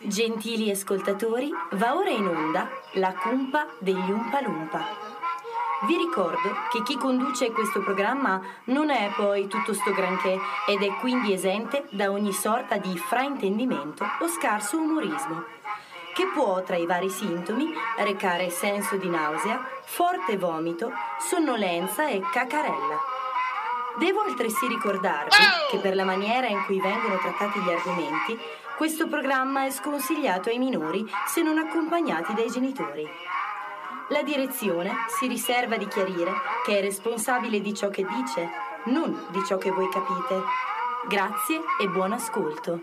Gentili ascoltatori, va ora in onda la cumpa degli Umpa Lumpa. Vi ricordo che chi conduce questo programma non è poi tutto sto granché ed è quindi esente da ogni sorta di fraintendimento o scarso umorismo, che può, tra i vari sintomi, recare senso di nausea, forte vomito, sonnolenza e cacarella. Devo altresì ricordarvi che per la maniera in cui vengono trattati gli argomenti, questo programma è sconsigliato ai minori se non accompagnati dai genitori. La direzione si riserva di chiarire che è responsabile di ciò che dice, non di ciò che voi capite. Grazie e buon ascolto.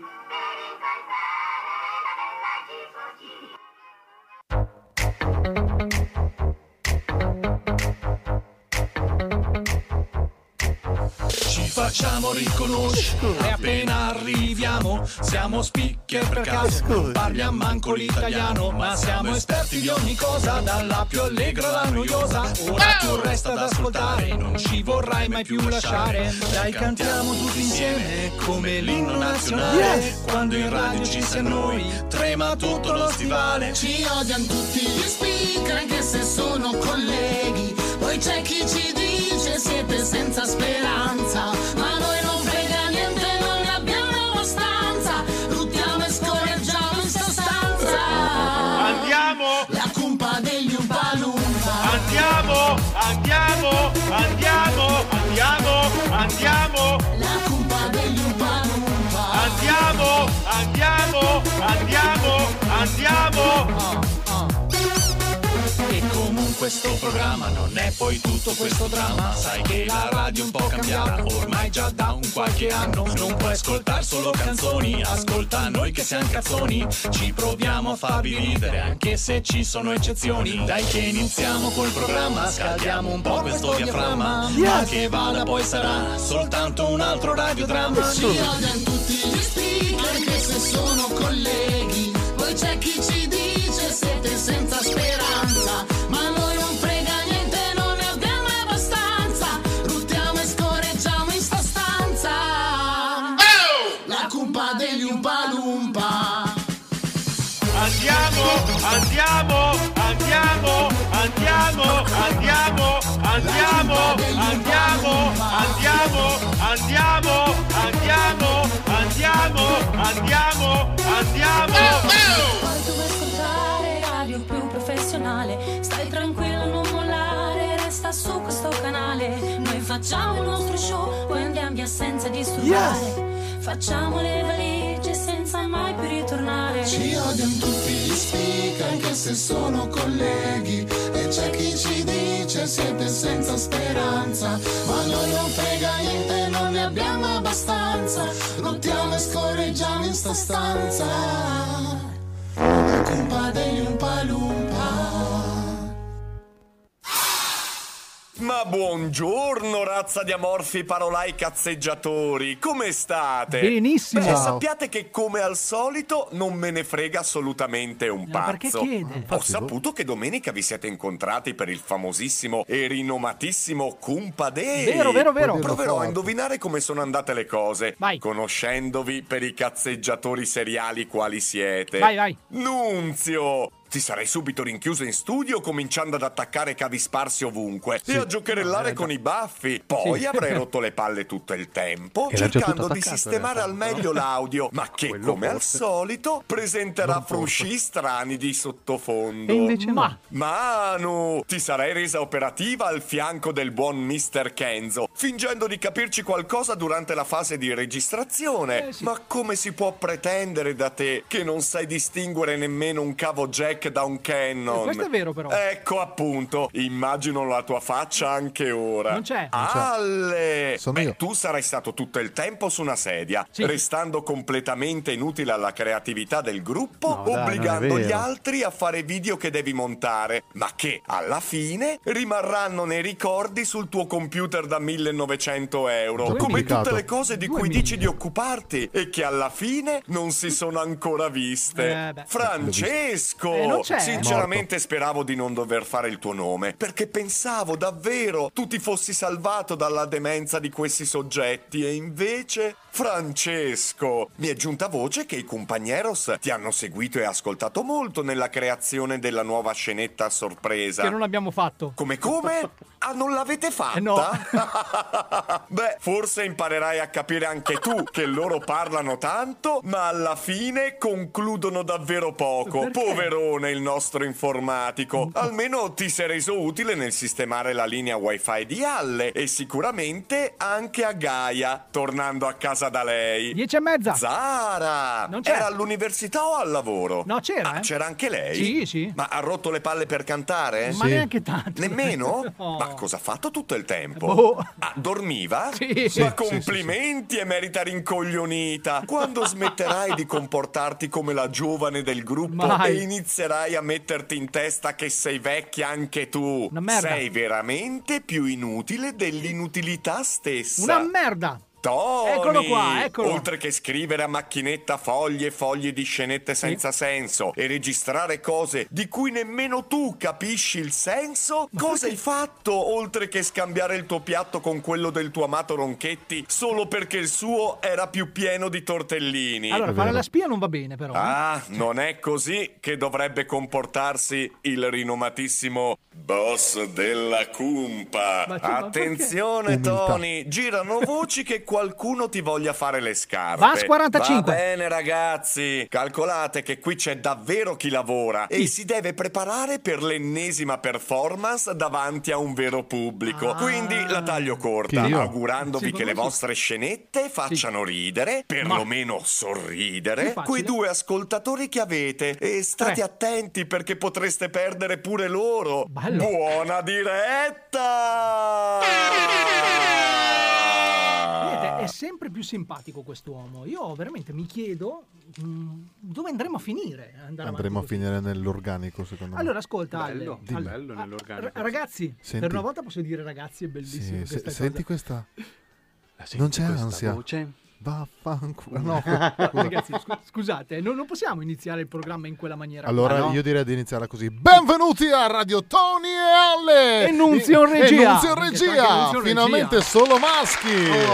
Facciamo riconoscere e appena arriviamo siamo speaker per caso, non parliamo manco l'italiano, ma siamo esperti di ogni cosa, dalla più allegra alla noiosa. Ora tu resta ad ascoltare, non ci vorrai mai più lasciare. Dai, cantiamo tutti insieme come l'inno nazionale. Quando in radio ci sei noi trema tutto lo stivale. Ci odiano tutti gli speaker anche se sono colleghi. Poi c'è chi ci dice siete senza speranza, ma noi non frega niente, non ne abbiamo abbastanza. Luttiamo e scorreggiamo in sostanza. Andiamo! La cumpa degli Umpa Lumpa. Andiamo! Andiamo! Andiamo! Andiamo! Andiamo! La cumpa degli Umpa Lumpa. Andiamo! Andiamo! Andiamo! Andiamo! E comunque sto programma non è poi tutto questo dramma. Sai che la radio è un po' cambiata, ormai già da un qualche anno. Non puoi ascoltare solo canzoni, ascolta noi che siamo cazzoni. Ci proviamo a farvi ridere anche se ci sono eccezioni. Dai che iniziamo col programma, scaldiamo un po' questo diaframma. Ma che vada poi sarà soltanto un altro radiodramma. Ci odiano tutti gli speaker anche se sono colleghi. Poi c'è chi ci dice siete senza speranza, ma noi non frega niente, non ne abbiamo abbastanza. Ruttiamo e scorreggiamo in sta stanza. La cumpa degli Umpa Lumpa. Andiamo, andiamo, andiamo, andiamo, andiamo, andiamo, andiamo, andiamo, andiamo, andiamo, andiamo, andiamo, andiamo. Poi tu vuoi ascoltare radio più professionale, stai tranquillo, non mollare, resta su questo canale. Noi facciamo il nostro show, poi andiamo via senza disturbare. Facciamo le valigie senza mai più ritornare. Ci odiano tutti gli speaker anche se sono colleghi. E c'è chi ci dice siete senza speranza, ma noi non frega niente, non ne abbiamo abbastanza. Rottiamo e scorreggiamo in sta stanza. La cumpa degli Umpa Lumpa. Ma buongiorno razza di amorfi parolai cazzeggiatori, come state? Benissimo. Beh, sappiate che come al solito non me ne frega assolutamente un Ma perché pazzo. chiede? Ho saputo che domenica vi siete incontrati per il famosissimo e rinomatissimo Cumpa Day. Vero. Proverò a indovinare come sono andate le cose, Vai. conoscendovi per i cazzeggiatori seriali quali siete. Vai. Nunzio! Ti sarei subito rinchiuso in studio cominciando ad attaccare cavi sparsi ovunque e a giocherellare con i baffi. Poi avrei rotto le palle tutto il tempo cercando di sistemare al meglio l'audio, ma che come al solito presenterà frusci strani di sottofondo. E invece no. Manu, ti sarei resa operativa al fianco del buon Mr. Kenzo, fingendo di capirci qualcosa durante la fase di registrazione. Sì. Ma come si può pretendere da te che non sai distinguere nemmeno un cavo jack da un Canon? Questo è vero però. Ecco appunto, immagino la tua faccia anche ora. Non c'è. Alle! Sono io. Tu sarai stato tutto il tempo su una sedia, Sì. restando completamente inutile alla creatività del gruppo, No, dai, non è obbligando gli vero. altri a fare video che devi montare, ma che alla fine rimarranno nei ricordi sul tuo computer da 1900 euro, come Duemilato. tutte le cose di cui dici di occuparti e che alla fine non si sono ancora viste. Beh. Francesco! Non c'è. Sinceramente speravo di non dover fare il tuo nome, perché pensavo davvero tu ti fossi salvato dalla demenza di questi soggetti e invece Francesco, mi è giunta voce che i Compagneros ti hanno seguito e ascoltato molto nella creazione della nuova scenetta a sorpresa. Che non abbiamo fatto. Come? Ah, non l'avete fatta? No. Beh, forse imparerai a capire anche tu che loro parlano tanto, ma alla fine concludono davvero poco. Perché? Poverone il nostro informatico. Almeno ti sei reso utile nel sistemare la linea wifi di Alle e sicuramente anche a Gaia, tornando a casa da lei. 10:30. Zara! Non c'era. Era all'università o al lavoro? No, c'era, Ah, c'era anche lei? Sì, sì. Ma ha rotto le palle per cantare? Ma neanche tanto. Nemmeno? No. Ma cosa ha fatto tutto il tempo? Boh. Ah, dormiva? Sì. Ma complimenti, emerita rincoglionita. Quando smetterai di comportarti come la giovane del gruppo Mai. e inizierai a metterti in testa che sei vecchia anche tu? Una merda. Sei veramente più inutile dell'inutilità stessa. Una merda. Tony, Eccolo qua, eccolo. Oltre che scrivere a macchinetta fogli e fogli di scenette senza senso e registrare cose di cui nemmeno tu capisci il senso, cosa hai fatto oltre che scambiare il tuo piatto con quello del tuo amato Ronchetti solo perché il suo era più pieno di tortellini? Allora, fare la spia non va bene, però. Ah, non è così che dovrebbe comportarsi il rinomatissimo boss della Cumpa. Ma tu, ma Attenzione, Umiltà. Tony, girano voci che qualcuno ti voglia fare le scarpe. Vas 45. Va bene, ragazzi, calcolate che qui c'è davvero chi lavora e si deve preparare per l'ennesima performance davanti a un vero pubblico. Quindi la taglio corta, Chi, io? augurandovi Secondo che le me sì. vostre scenette facciano ridere, perlomeno sorridere, Più facile. quei due ascoltatori che avete. E state 3. attenti perché potreste perdere pure loro. Bello. Buona diretta! Vedete, è sempre più simpatico quest'uomo. Io veramente mi chiedo dove andremo a finire. Andremo a finire nell'organico, secondo me. Allora, ascolta, Bello, Ale. bello nell'organico. Ragazzi, Senti. per una volta posso dire ragazzi, è bellissimo Sì, questa senti cosa. questa. Non c'è questa ansia. voce? Vaffanculo. No. Ragazzi, scusate, non possiamo iniziare il programma in quella maniera. Allora no? io direi di iniziare così. Benvenuti a Radio Tony e Alle. E Nunzio in regia. E Nunzio in Perché sta regia. anche Nunzio in Finalmente regia. solo maschi.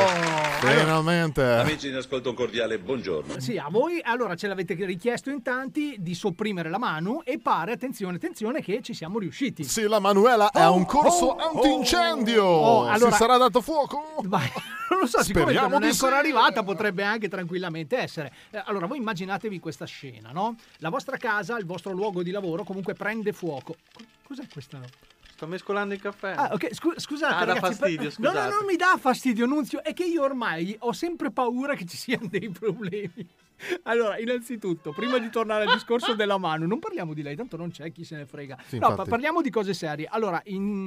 Oh, Finalmente. Amici in ascolto, un cordiale buongiorno. Sì, a voi allora ce l'avete richiesto in tanti di sopprimere la Manu e pare, attenzione, che ci siamo riusciti. Sì, la Manuela è a un corso antincendio. allora- Si sarà dato fuoco? Vai, non lo so, siccome Speriamo non è di ancora sì. arrivata, potrebbe anche tranquillamente essere. Allora, voi immaginatevi questa scena, no? La vostra casa, il vostro luogo di lavoro comunque prende fuoco. Cos'è questa? Sto mescolando il caffè. Ah, ok, scusate Ah, dà ragazzi. fastidio, No, scusate. non mi dà fastidio, Nunzio, è che io ormai ho sempre paura che ci siano dei problemi. Allora, innanzitutto, prima di tornare al discorso della Manu, non parliamo di lei, tanto non c'è chi se ne frega. Sì, No, infatti. parliamo di cose serie. Allora,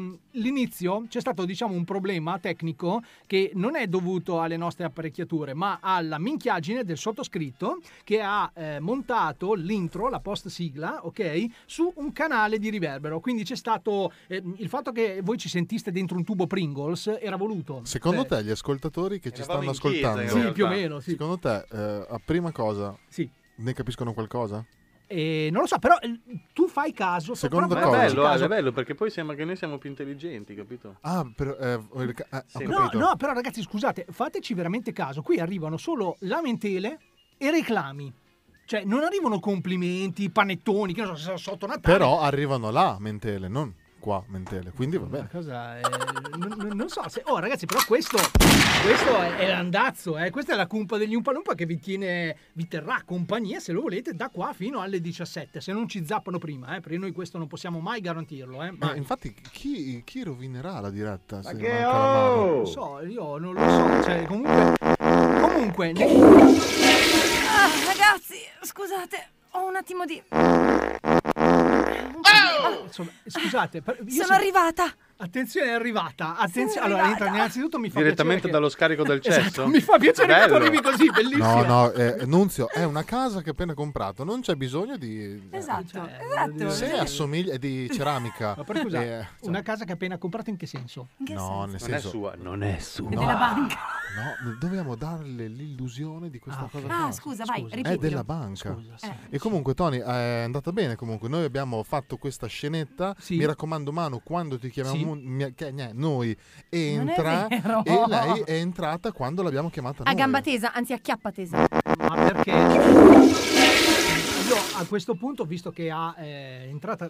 l'inizio c'è stato, diciamo, un problema tecnico che non è dovuto alle nostre apparecchiature, ma alla minchiaggine del sottoscritto che ha montato l'intro, la post sigla, ok, su un canale di riverbero. Quindi c'è stato il fatto che voi ci sentiste dentro un tubo Pringles era voluto. Secondo te gli ascoltatori che ci Eravamo stanno in chiesa, ascoltando, in Sì, realtà. più o meno, sì. secondo te a prima cosa Sì. ne capiscono qualcosa? Non lo so, però tu fai caso. Secondo però Ma cosa? è facci bello, caso. è bello perché poi sembra che noi siamo più intelligenti, capito? Ah, però, ho Sì. No, capito. no, però ragazzi, scusate, fateci veramente caso. Qui arrivano solo lamentele e reclami. Cioè, non arrivano complimenti, panettoni, che non so, sotto Natale. Però arrivano là, mentele, non qua, mentele. Quindi va Ma bene. cosa è? Non so se... Oh, ragazzi, però questo è l'andazzo, eh. Questa è la cumpa degli Umpalumpa che vi terrà compagnia, se lo volete, da qua fino alle 17. Se non ci zappano prima, perché noi questo non possiamo mai garantirlo, Ma infatti chi rovinerà la diretta? Se che manca la mano? oh! Non lo so, io non lo so. Cioè, comunque Ragazzi, scusate, ho un attimo di... insomma, scusate, Sono arrivata! Attenzione, è arrivata. Attenzione. Sono Allora, arrivata. innanzitutto mi fa Direttamente piacere dallo scarico del Esatto, cesso? mi fa piacere che tu Bello. arrivi così, bellissimo. No, Nunzio, è una casa che hai appena comprato, non c'è bisogno di... Esatto, Cioè, esatto. Se assomiglia è di ceramica. Ma per scusa, Eh, una casa che hai appena comprato in che senso? In che no, senso? nel Non è senso... sua, non è sua. È della banca. No, dobbiamo darle l'illusione di questa cosa qua. Scusa, vai, È ripetilo. della banca. Scusa, E comunque Tony è andata bene comunque. Noi abbiamo fatto questa scenetta. Sì. Mi raccomando Manu, quando ti chiamiamo noi entra, Non è vero. e lei è entrata quando l'abbiamo chiamata A noi. gamba tesa, anzi a chiappa tesa. Ma perché? Io a questo punto, visto che è entrata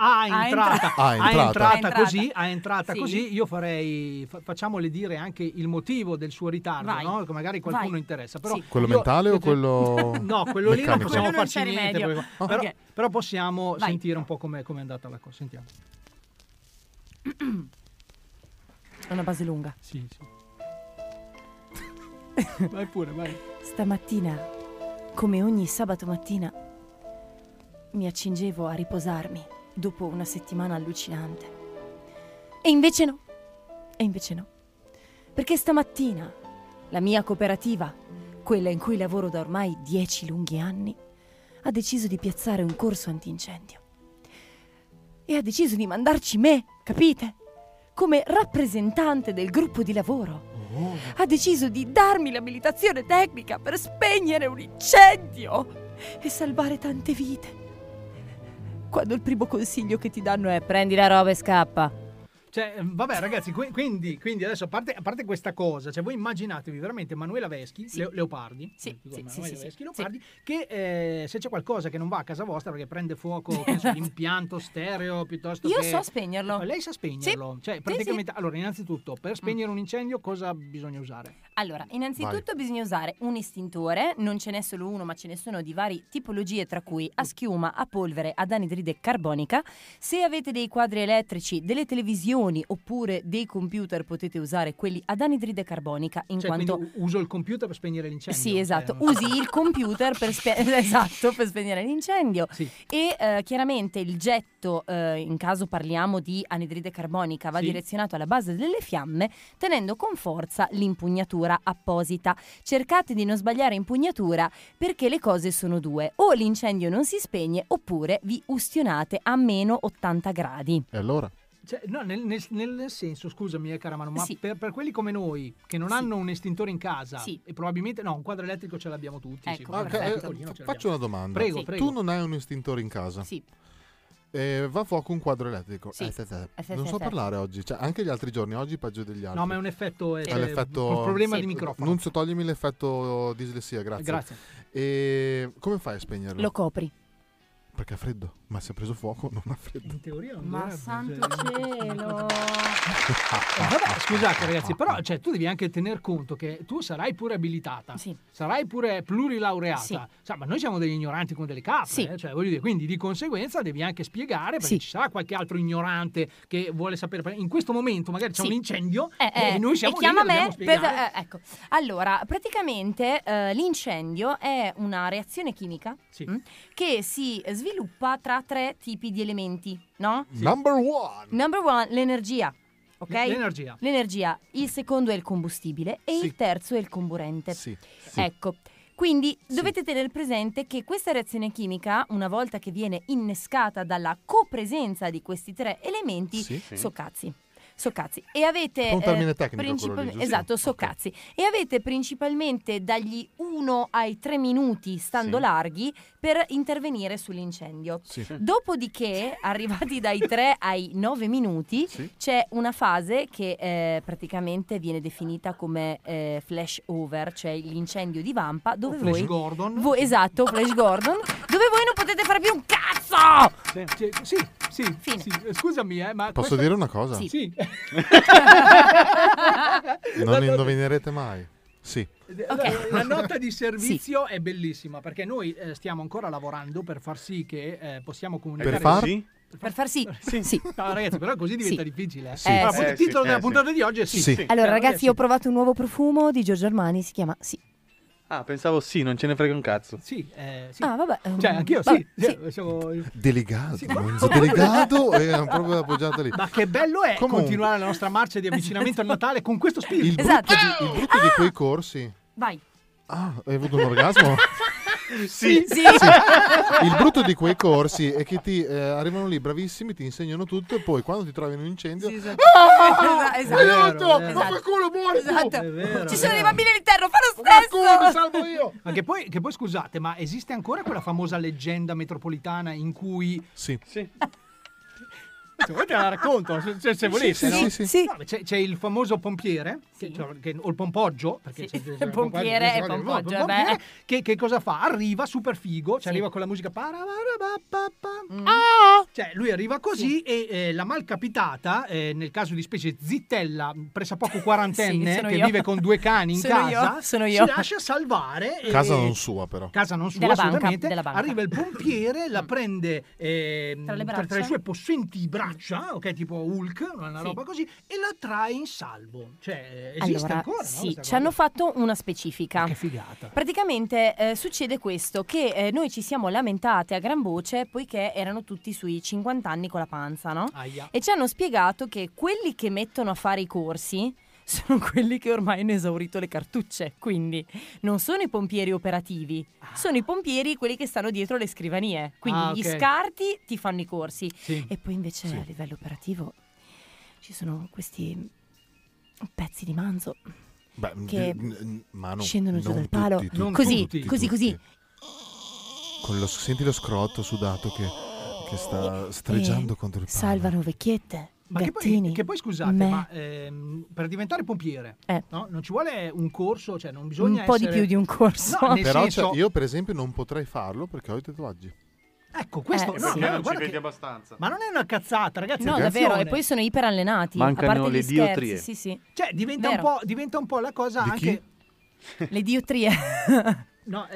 Sì. così, io farei, facciamole dire anche il motivo del suo ritardo, Vai. no? Che magari qualcuno Vai. interessa. Però Sì. Quello io- mentale o quello No, quello lì non meccanico? possiamo Quello non farci c'è niente. rimedio. Però, Ok. però possiamo Vai. sentire un po' come è andata la cosa. Sentiamo. È una base lunga. Sì. Vai pure, vai. Stamattina, come ogni sabato mattina, mi accingevo a riposarmi dopo una settimana allucinante. E invece no. Perché stamattina la mia cooperativa, quella in cui lavoro da ormai 10 lunghi anni, ha deciso di piazzare un corso antincendio. E ha deciso di mandarci me, capite? Come rappresentante del gruppo di lavoro. Ha deciso di darmi l'abilitazione tecnica per spegnere un incendio e salvare tante vite. Quando il primo consiglio che ti danno è prendi la roba e scappa. Cioè, vabbè ragazzi, quindi adesso a parte questa cosa, cioè voi immaginatevi veramente Manuela Veschi, Sì. Leopardi, Sì, Manuela sì, Veschi, sì. Leopardi, che se c'è qualcosa che non va a casa vostra perché prende fuoco, che ne so, l'impianto stereo piuttosto Io che... so spegnerlo. Lei sa spegnerlo, cioè praticamente, allora innanzitutto per spegnere un incendio cosa bisogna usare? Allora, innanzitutto bisogna usare un estintore, non ce n'è solo uno ma ce ne sono di varie tipologie tra cui a schiuma, a polvere, ad anidride carbonica. Se avete dei quadri elettrici, delle televisioni oppure dei computer potete usare quelli ad anidride carbonica in Cioè, quanto... quindi uso il computer per spegnere l'incendio? Sì, esatto, Cioè, usi il computer per, esatto, per spegnere l'incendio. Sì. E chiaramente il getto, in caso parliamo di anidride carbonica, va Sì. direzionato alla base delle fiamme tenendo con forza l'impugnatura apposita. Cercate di non sbagliare impugnatura perché le cose sono due: o l'incendio non si spegne oppure vi ustionate a meno 80 gradi. E allora? Cioè, no, nel senso, scusami cara Manu, ma Sì. per quelli come noi che non hanno un estintore in casa Sì. e probabilmente un quadro elettrico ce l'abbiamo tutti. Ecco, Ah, perfetto. faccio una domanda. Prego, Sì. prego. Tu non hai un estintore in casa. Sì. Va a fuoco un quadro elettrico. Sì. Non so parlare oggi, cioè, anche gli altri giorni, oggi peggio degli altri. No, ma è un effetto, È l'effetto- un problema Sì. di microfono. Nunzio, toglimi l'effetto dislessia, grazie. Grazie. E come fai a spegnerlo? Lo copri. Perché ha freddo, ma se ha preso fuoco non ha freddo. In teoria non Ma dovrebbe, santo cioè- cielo! Vabbè, scusate ragazzi, però cioè, tu devi anche tener conto che tu sarai pure abilitata, Sì. sarai pure plurilaureata, Sì. Sa, ma noi siamo degli ignoranti come delle capre, Sì. cioè, voglio dire, quindi di conseguenza devi anche spiegare, perché Sì. ci sarà qualche altro ignorante che vuole sapere, in questo momento magari c'è Sì. un incendio e noi siamo e chiama lì che me dobbiamo spiegare. ecco. Allora, praticamente l'incendio è una reazione chimica Sì. che si sviluppa tra 3 tipi di elementi, no? Number one! Number one, l'energia. Ok? L'energia. L'energia. Il secondo è il combustibile e Sì. il terzo è il comburente. Sì. Ecco. Quindi dovete tenere presente che questa reazione chimica, una volta che viene innescata dalla copresenza di questi 3 elementi, Sì. soccazzi. E avete Un termine tecnico quello lì, giusto? esatto, Ok. soccazzi. E avete principalmente dagli 1 ai 3 minuti, stando Sì. larghi, per intervenire sull'incendio. Sì. Dopodiché, arrivati dai 3 ai 9 minuti, Sì. c'è una fase che praticamente viene definita come flash over, cioè l'incendio di vampa, dove Flash voi... Gordon. Esatto, Flash Gordon, dove voi non potete fare più un cazzo! Sì. Fine. Sì. Scusami, ma Posso questo- dire una cosa? Sì. Sì. Non indovinerete mai. Sì. Ok. La nota di servizio è bellissima perché noi stiamo ancora lavorando per far sì che possiamo comunicare. Per far? Sì? Per far sì. Sì. No, ragazzi, però così diventa Sì. difficile. Sì. Allora, il titolo sì, della sì. puntata di oggi è sì. Sì. Allora, Ragazzi, ragazzi, ho provato un nuovo profumo di Giorgio Armani, si chiama Sì. Ah, pensavo sì, non ce ne frega un cazzo. Sì, sì. Ah, vabbè. Cioè, anch'io vabbè, sì. Cioè, siamo- Delegato, Sì. Monzo delegato e proprio appoggiato lì. Ma che bello è Comunque. continuare la nostra marcia di avvicinamento al Natale con questo spirito. Il Esatto. brutto di quei corsi. Vai. Ah, hai avuto un orgasmo? Sì. Il brutto di quei corsi è che ti arrivano lì bravissimi, ti insegnano tutto e poi quando ti trovi in un incendio Esatto. Ci sono dei bambini all'interno, fa lo stesso. Mi salvo io. Ma che poi scusate, ma esiste ancora quella famosa leggenda metropolitana in cui Sì. se volete la racconto, se volete, no? Sì. No, c'è il famoso pompiere, o il pompoggio, perché Sì. c'è Pompiere e pompoggio, pompiere, che cosa fa? Arriva super figo, Sì. arriva con la musica cioè lui arriva così e la malcapitata, nel caso di specie zittella, pressappoco quarantenne, Sì, sono che io. vive con 2 cani in casa, sono io. si lascia salvare. Casa non sua però. Casa non sua, Della banca, assolutamente. della banca. Arriva il pompiere, la prende Tra le braccia. tra le sue possenti braccia, ok, tipo Hulk, una roba così, e la trae in salvo. Cioè, esiste Allora, ancora, no, sì, questa ci cosa? hanno fatto una specifica. Che figata. Praticamente succede questo, che noi ci siamo lamentate a gran voce poiché erano tutti sui 50 anni con la panza, no? Aia. E ci hanno spiegato che quelli che mettono a fare i corsi sono quelli che ormai hanno esaurito le cartucce, quindi non sono i pompieri operativi, sono i pompieri quelli che stanno dietro le scrivanie, quindi gli ok. scarti ti fanno i corsi. Sì. E poi invece a livello operativo ci sono questi pezzi di manzo Beh, che ma non, scendono giù non dal palo, tutti, Non così, tutti. così. Senti lo scrotto sudato che sta streggiando contro il palo. Salvano vecchiette, Ma gattini. che poi scusate, me. ma per diventare pompiere, no? Non ci vuole un corso, cioè non bisogna un po' essere... di più di un corso. No, nel Però senso... io per esempio non potrei farlo perché ho i tatuaggi. Ecco, questo no, Perché no, non ci guarda vedi che- abbastanza. Ma non è una cazzata, ragazzi. No, attenzione. davvero, e poi sono iperallenati. Mancano a parte le gli scherzi, diotrie. sì. Cioè, diventa un po' la cosa Di anche... Le diotrie. No,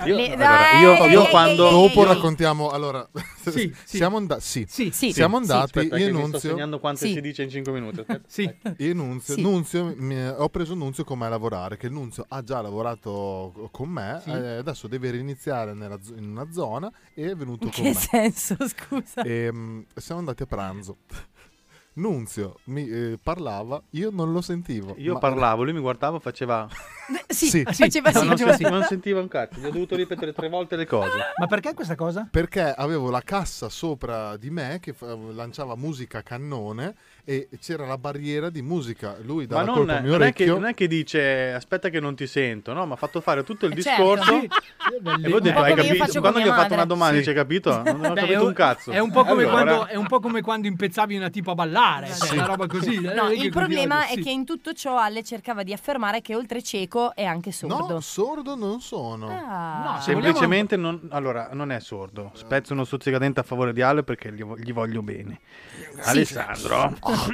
Io quando Dopo raccontiamo. Allora, Sì. siamo andati. Sì. Siamo andati. Aspetta, Io che mi sto Nunzio. segnando quanto Sì. si dice in 5 minuti. Aspetta. Sì. Io Nunzio, Sì. ho preso Nunzio con me a lavorare, che Nunzio ha già lavorato con me, Sì. adesso deve riniziare in una zona e è venuto In con che me. senso, scusa? E, siamo andati a pranzo. Nunzio mi parlava, io non lo sentivo. Io ma- parlavo, lui mi guardava, faceva... Sì. faceva Ma sì. non sentiva un cazzo, gli ho dovuto ripetere 3 volte le cose. Ma perché questa cosa? Perché avevo la cassa sopra di me che lanciava musica a cannone e c'era la barriera di musica. Lui Ma dava colpo al mio non è che, orecchio. non è che dice aspetta che non ti sento, no? Mi ha fatto fare tutto il Certo. discorso. Sì. E ho detto, Un po' hai come io capito? faccio Quando con gli ho mia fatto una madre. domanda, Sì. dice capito? Non ho Beh, capito un cazzo. È un po' come, Allora, è un po' come quando impezzavi una tipa a ballare, cioè, una roba così. No, il problema è sì. che in tutto ciò Ale cercava di affermare che oltre cieco è anche sordo. No, sordo non sono. Ah. No, se semplicemente non è sordo. Spezzo uno stuzzicadente a favore di Ale perché gli voglio bene. Alessandro.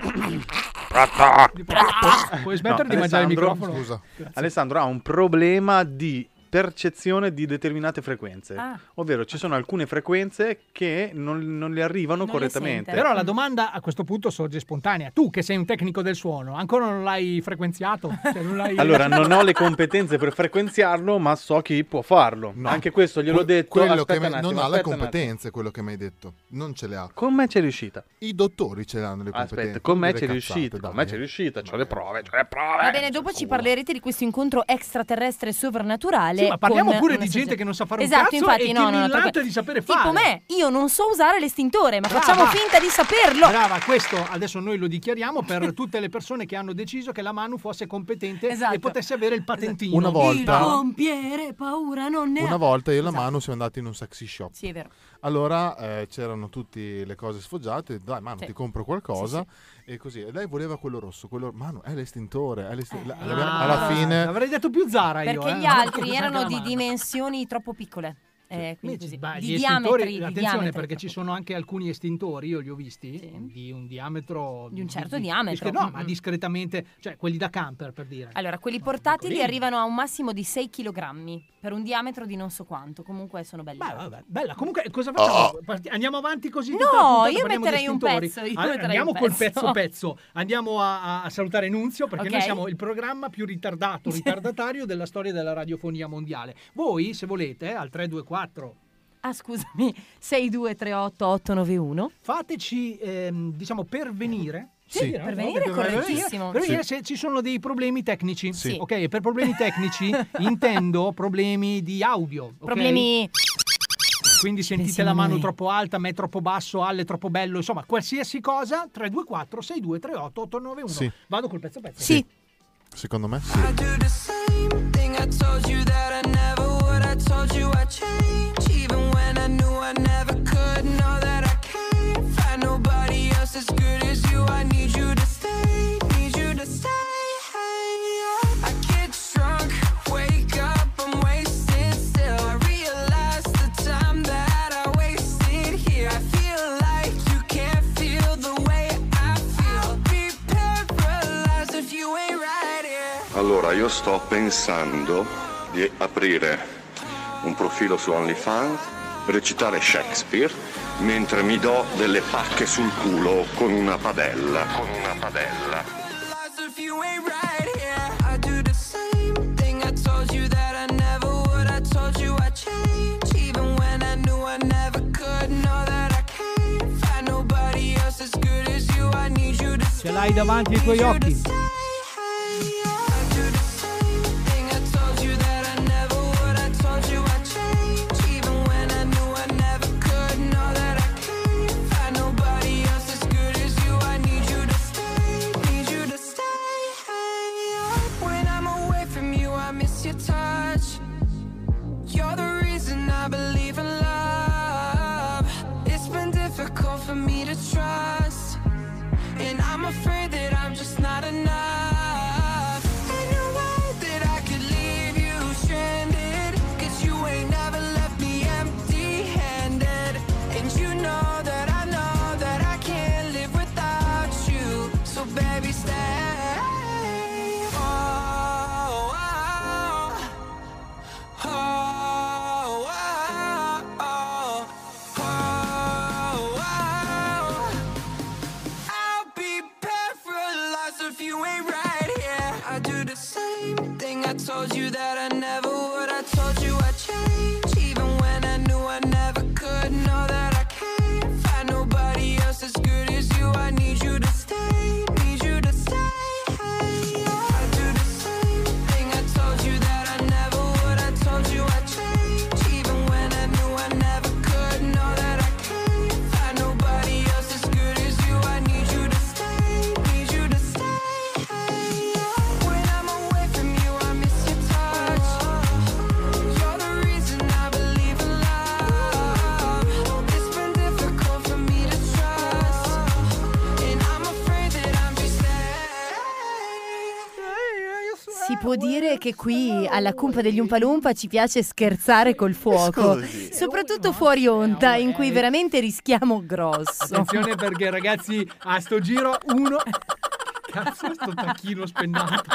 Puoi smettere No, di mangiare il Alessandro, microfono? Scusa. Alessandro ha un problema di percezione di determinate frequenze, Ah. ovvero ci sono alcune frequenze che non le arrivano Non le correttamente. sente. Però la domanda a questo punto sorge spontanea. Tu che sei un tecnico del suono, ancora non l'hai frequenziato? Cioè, non l'hai... Allora, non ho le competenze per frequenziarlo, ma so chi può farlo. No. Anche questo gliel'ho detto. Quello Aspetta che un attimo, non ha le aspetta un attimo. competenze, quello che mi hai detto. Non ce le ha. Con me c'è riuscita. I dottori ce l'hanno le competenze. Aspetta, con me Delle c'è cazzate, riuscita. dai. Con me c'è riuscita. C'ho le prove. Va bene, dopo ci parlerete di questo incontro extraterrestre sovrannaturale. Sì, ma parliamo con pure una di gente sogge- che non sa fare un Esatto, cazzo infatti, e che no, millanta tranquillo. di sapere Tipo fare. me, io non so usare l'estintore, ma Brava. facciamo finta di saperlo. Brava, questo adesso noi lo dichiariamo per tutte le persone che hanno deciso che la Manu fosse competente Esatto. e potesse avere il patentino. Una volta- Il pompiere paura non ne ha. Una volta io e la Esatto. Manu siamo andati in un sexy shop. Sì, è vero. Allora c'erano tutte le cose sfoggiate. Dai Manu, Sì. ti compro qualcosa. E così. E lei voleva quello rosso. Manu, è l'estintore. Alla fine... Avrei detto più Zara io. Perché gli altri erano di dimensioni troppo piccole. Quindi così. Beh, Di gli diametri, estintori, di attenzione diametri perché ci proprio. sono anche alcuni estintori, io li ho visti, Sì. di un diametro... Di un certo diametro. No, Mm-mm. ma discretamente, cioè quelli da camper per dire. Allora, quelli portatili piccolini. arrivano a un massimo di 6 kg per un diametro di non so quanto. Comunque sono belli. Beh, vabbè, bella. Comunque, cosa facciamo? Andiamo avanti così? No, tutta la puntata, io parliamo di metterei un estintori? pezzo, io Allora, metterei andiamo un col pezzo. pezzo. Andiamo a salutare Nunzio perché Ok. noi siamo il programma più ritardatario della storia della radiofonia mondiale. Voi, se volete, al 324 Ah, scusami, 6238 891. fateci, diciamo, pervenire Sì, per venire correttissimo. Per venire se ci sono dei problemi tecnici. Sì. Ok, e per problemi tecnici intendo problemi di audio. Okay? Problemi... Quindi sentite la mano troppo alta, me troppo basso, Alle troppo bello, insomma, qualsiasi cosa, 324 6238 891. Sì. Vado col pezzo pezzo. Sì. Secondo me sì. Allora, io sto pensando di aprire un profilo su OnlyFans, recitare Shakespeare, mentre mi do delle pacche sul culo con una padella. Ce l'hai davanti ai tuoi occhi. Può dire che qui alla Cumpa degli Umpalumpa ci piace scherzare col fuoco, soprattutto fuori onda, in cui veramente rischiamo grosso. Attenzione perché ragazzi, a sto giro uno... Cazzo, sto tacchino spennato.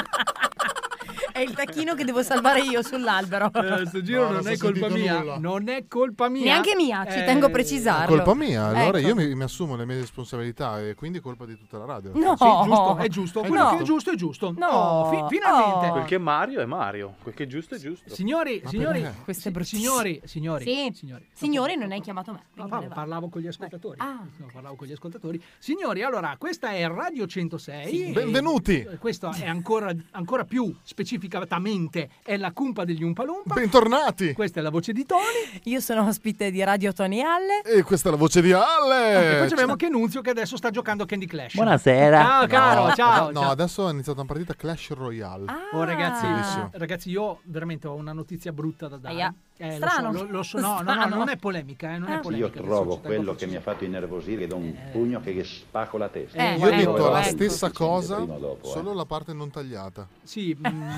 È il tacchino che devo salvare io sull'albero. Sto giro non è colpa mia. Nulla. Non è colpa mia. Neanche mia, ci tengo a precisarlo. Colpa mia, allora Ecco. io mi assumo le mie responsabilità e quindi è colpa di tutta la radio. No. Sì, giusto, è giusto. Quello No. che è giusto è giusto. No. Finalmente. Oh. Quel che è Mario è Mario, quel che è giusto è giusto. Signori, Questo è bruttissimo. signori. Signori, non hai chiamato me. No, Quindi parlavo con gli ascoltatori. Ah. No, parlavo con gli ascoltatori. Signori, allora, questa è Radio 106. Sì. Benvenuti. Questo è ancora più specificatamente è la Cumpa degli Umpalumpa. Bentornati. Questa è la voce di Tony. Io sono ospite di Radio Tony Alle. E questa è la voce di Ale. E poi abbiamo anche Nunzio che adesso sta giocando a Candy Clash. Buonasera. Ciao caro, No, ciao. No, ciao. adesso è iniziata una partita Clash Royale. Oh ragazzi, Bellissimo. ragazzi, io veramente ho una notizia brutta da dare. Aia. Strano. Lo so, no, Strano. non è polemica, non è polemica. Io trovo Adesso ci tengo quello a che mi ha precisare. fatto innervosire, che do un pugno che spacco la testa. Io ho detto la ecco. stessa cosa, Prima o dopo, solo la parte non tagliata. Sì,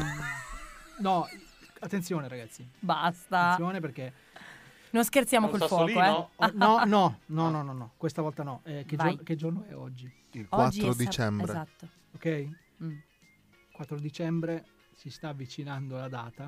no, attenzione ragazzi. Basta. Attenzione perché Non scherziamo col fuoco, no, questa volta no. Vai. Che giorno è oggi? Il Oggi 4 è dicembre. Esatto. Ok? Mm. 4 dicembre si sta avvicinando la data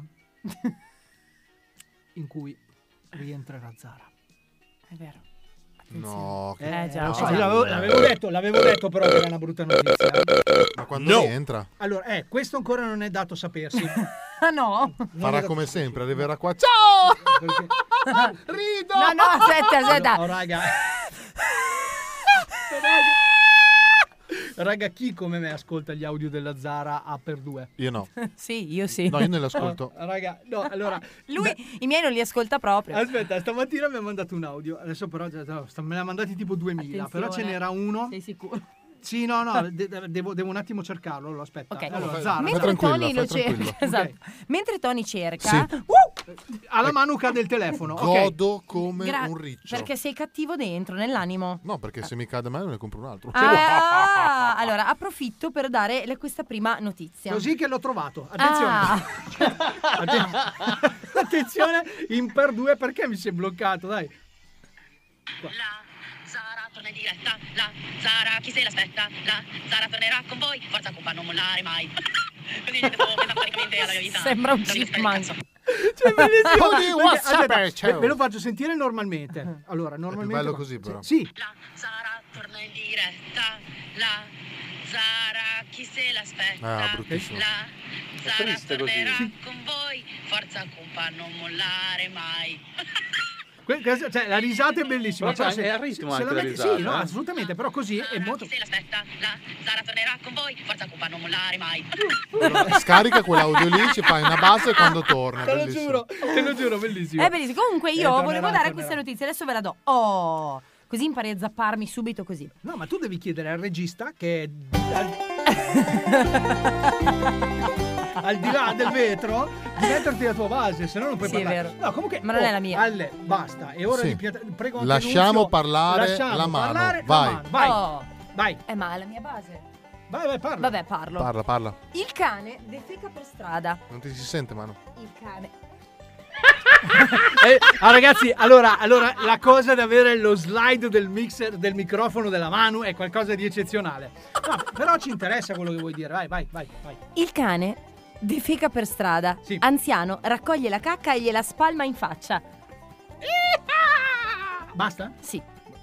in cui rientrerà Zara. È vero. No, già. Lo so, già. l'avevo detto però che era una brutta notizia. ma quando rientra? Allora, questo ancora non è dato sapersi. Ah no? Farà come sempre, arriverà qua. Ciao! Perché... Rido! No, aspetta. No, raga. Raga, chi come me ascolta gli audio della Zara a per due? Io no. Sì, io sì. No, io non li ascolto. Raga, no, allora... I miei non li ascolta proprio. Aspetta, stamattina mi ha mandato un audio. Adesso però me ne ha mandati tipo 2000. Però ce n'era uno. Sei sicuro? Sì, no, devo un attimo cercarlo. Allora, aspetta. Ok. Allora, Zara, mentre Tony lo cerca, esatto. Mentre Tony cerca, Sì. alla mano cade il telefono. Godo come un riccio. Perché sei cattivo dentro, nell'animo. No, perché se mi cade male ne compro un altro. Allora, approfitto per dare questa prima notizia. Così che l'ho trovato. Attenzione. Attenzione, in per due, perché mi sei bloccato? Dai. La Zara torna in diretta, la Zara chi se l'aspetta, la Zara tornerà con voi, forza Cumpa non mollare mai. Così niente dopo, metaforicamente alla mia vita. Sembra un chipmunk. Cioè, bellissimo. Aspetta, ciao. ve lo faccio sentire normalmente. Allora, normalmente. È più bello così, però. Sì. La Zara torna in diretta, la Zara chi se l'aspetta, bruttissimo. la Zara tornerà con voi, forza Cumpa non mollare mai. Cioè, la risata è bellissima. Però Cioè, è a ritmo anche la metti, risata, sì, no, assolutamente, però così è molto... Se l'aspetta, la Zara tornerà con voi, forza Cumpa non mollare mai. Scarica quell'audio lì, ci fai una base e quando torna. Te lo giuro, bellissimo. È bellissimo. Comunque io volevo dare questa notizia, adesso ve la do. Così impari a zapparmi subito così. No, ma tu devi chiedere al regista che al di là del vetro di metterti la tua base, se no non puoi parlare. È vero. No, comunque, ma non è la mia. Alle, basta. È ora di prego anche lasciamo Nunzio, parlare la mano. Vai. Vai. Ma è la mia base. Vai, parla. Vabbè, parlo. Parla. Il cane defeca per strada. Non ti si sente, mano? Il cane. Ragazzi, allora la cosa di avere lo slide del mixer del microfono della Manu è qualcosa di eccezionale. No, però ci interessa quello che vuoi dire. Vai. Il cane defeca per strada. Sì. Anziano raccoglie la cacca e gliela spalma in faccia. Basta? Sì.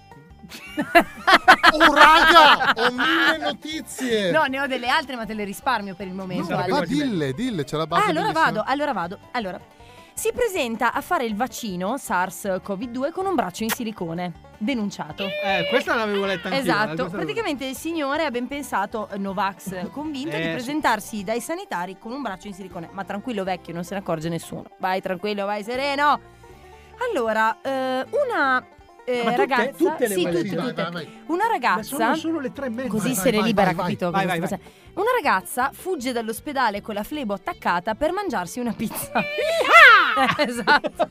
Oh raga, ho 1000 notizie. No, ne ho delle altre, ma te le risparmio per il momento. Ma dille, c'è la base. Allora vado. Allora, si presenta a fare il vaccino SARS-CoV-2 con un braccio in silicone. Denunciato. Questa l'avevo letta anch'io. Esatto, praticamente il signore ha ben pensato, Novax convinto, di presentarsi dai sanitari con un braccio in silicone. Ma tranquillo vecchio, non se ne accorge nessuno. Vai tranquillo, vai sereno. Allora, una ragazza, tutte le tutte. Una ragazza, sono solo le 3:30. così se ne libera, vai, capito? vai. Una ragazza fugge dall'ospedale con la flebo attaccata per mangiarsi una pizza. Esatto.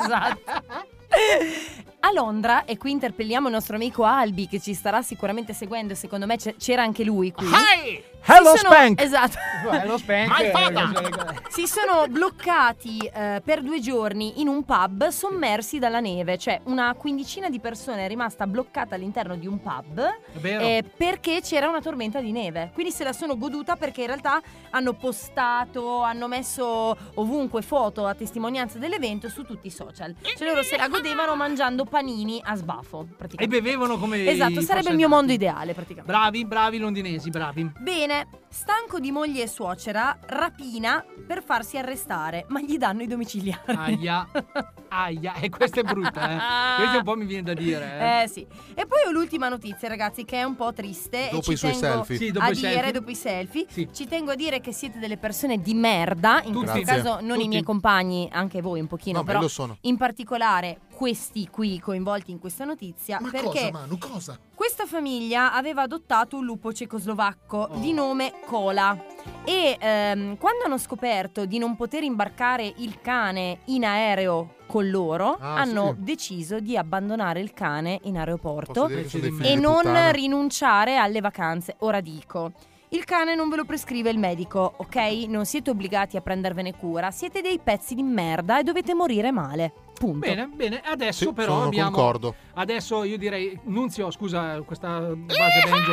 A Londra, e qui interpelliamo il nostro amico Albi, che ci starà sicuramente seguendo, secondo me c'era anche lui qui. Hello Spank! Esatto. Hello Spank. Si sono bloccati per 2 giorni in un pub sommersi dalla neve. Cioè una quindicina di persone è rimasta bloccata all'interno di un pub perché c'era una tormenta di neve. Quindi se la sono goduta, perché in realtà hanno postato, hanno messo ovunque foto a testimonianza dell'evento su tutti i social. Cioè loro se la godevano mangiando panini a sbafo praticamente. E bevevano come esatto, sarebbe il mio mondo ideale praticamente. Bravi londinesi, bravi. Bene, stanco di moglie e suocera, rapina per farsi arrestare, ma gli danno i domiciliari. Aia, e questa è brutta, Questa un po' mi viene da dire. Sì. E poi ho l'ultima notizia, ragazzi, che è un po' triste. Dopo i suoi selfie. Sì, dopo i selfie. Sì. Ci tengo a dire che siete delle persone di merda. In questo caso non i miei compagni, anche voi un pochino, però lo sono. In particolare questi qui coinvolti in questa notizia. Ma perché cosa, Manu, cosa? Questa famiglia aveva adottato un lupo cecoslovacco di nome Kola e quando hanno scoperto di non poter imbarcare il cane in aereo con loro, hanno deciso di abbandonare il cane in aeroporto e non rinunciare alle vacanze. Ora dico, il cane non ve lo prescrive il medico, ok? Non siete obbligati a prendervene cura, siete dei pezzi di merda e dovete morire male. Punto. Bene, adesso però abbiamo... concordo. Adesso io direi, Nunzio, scusa, questa base banjo...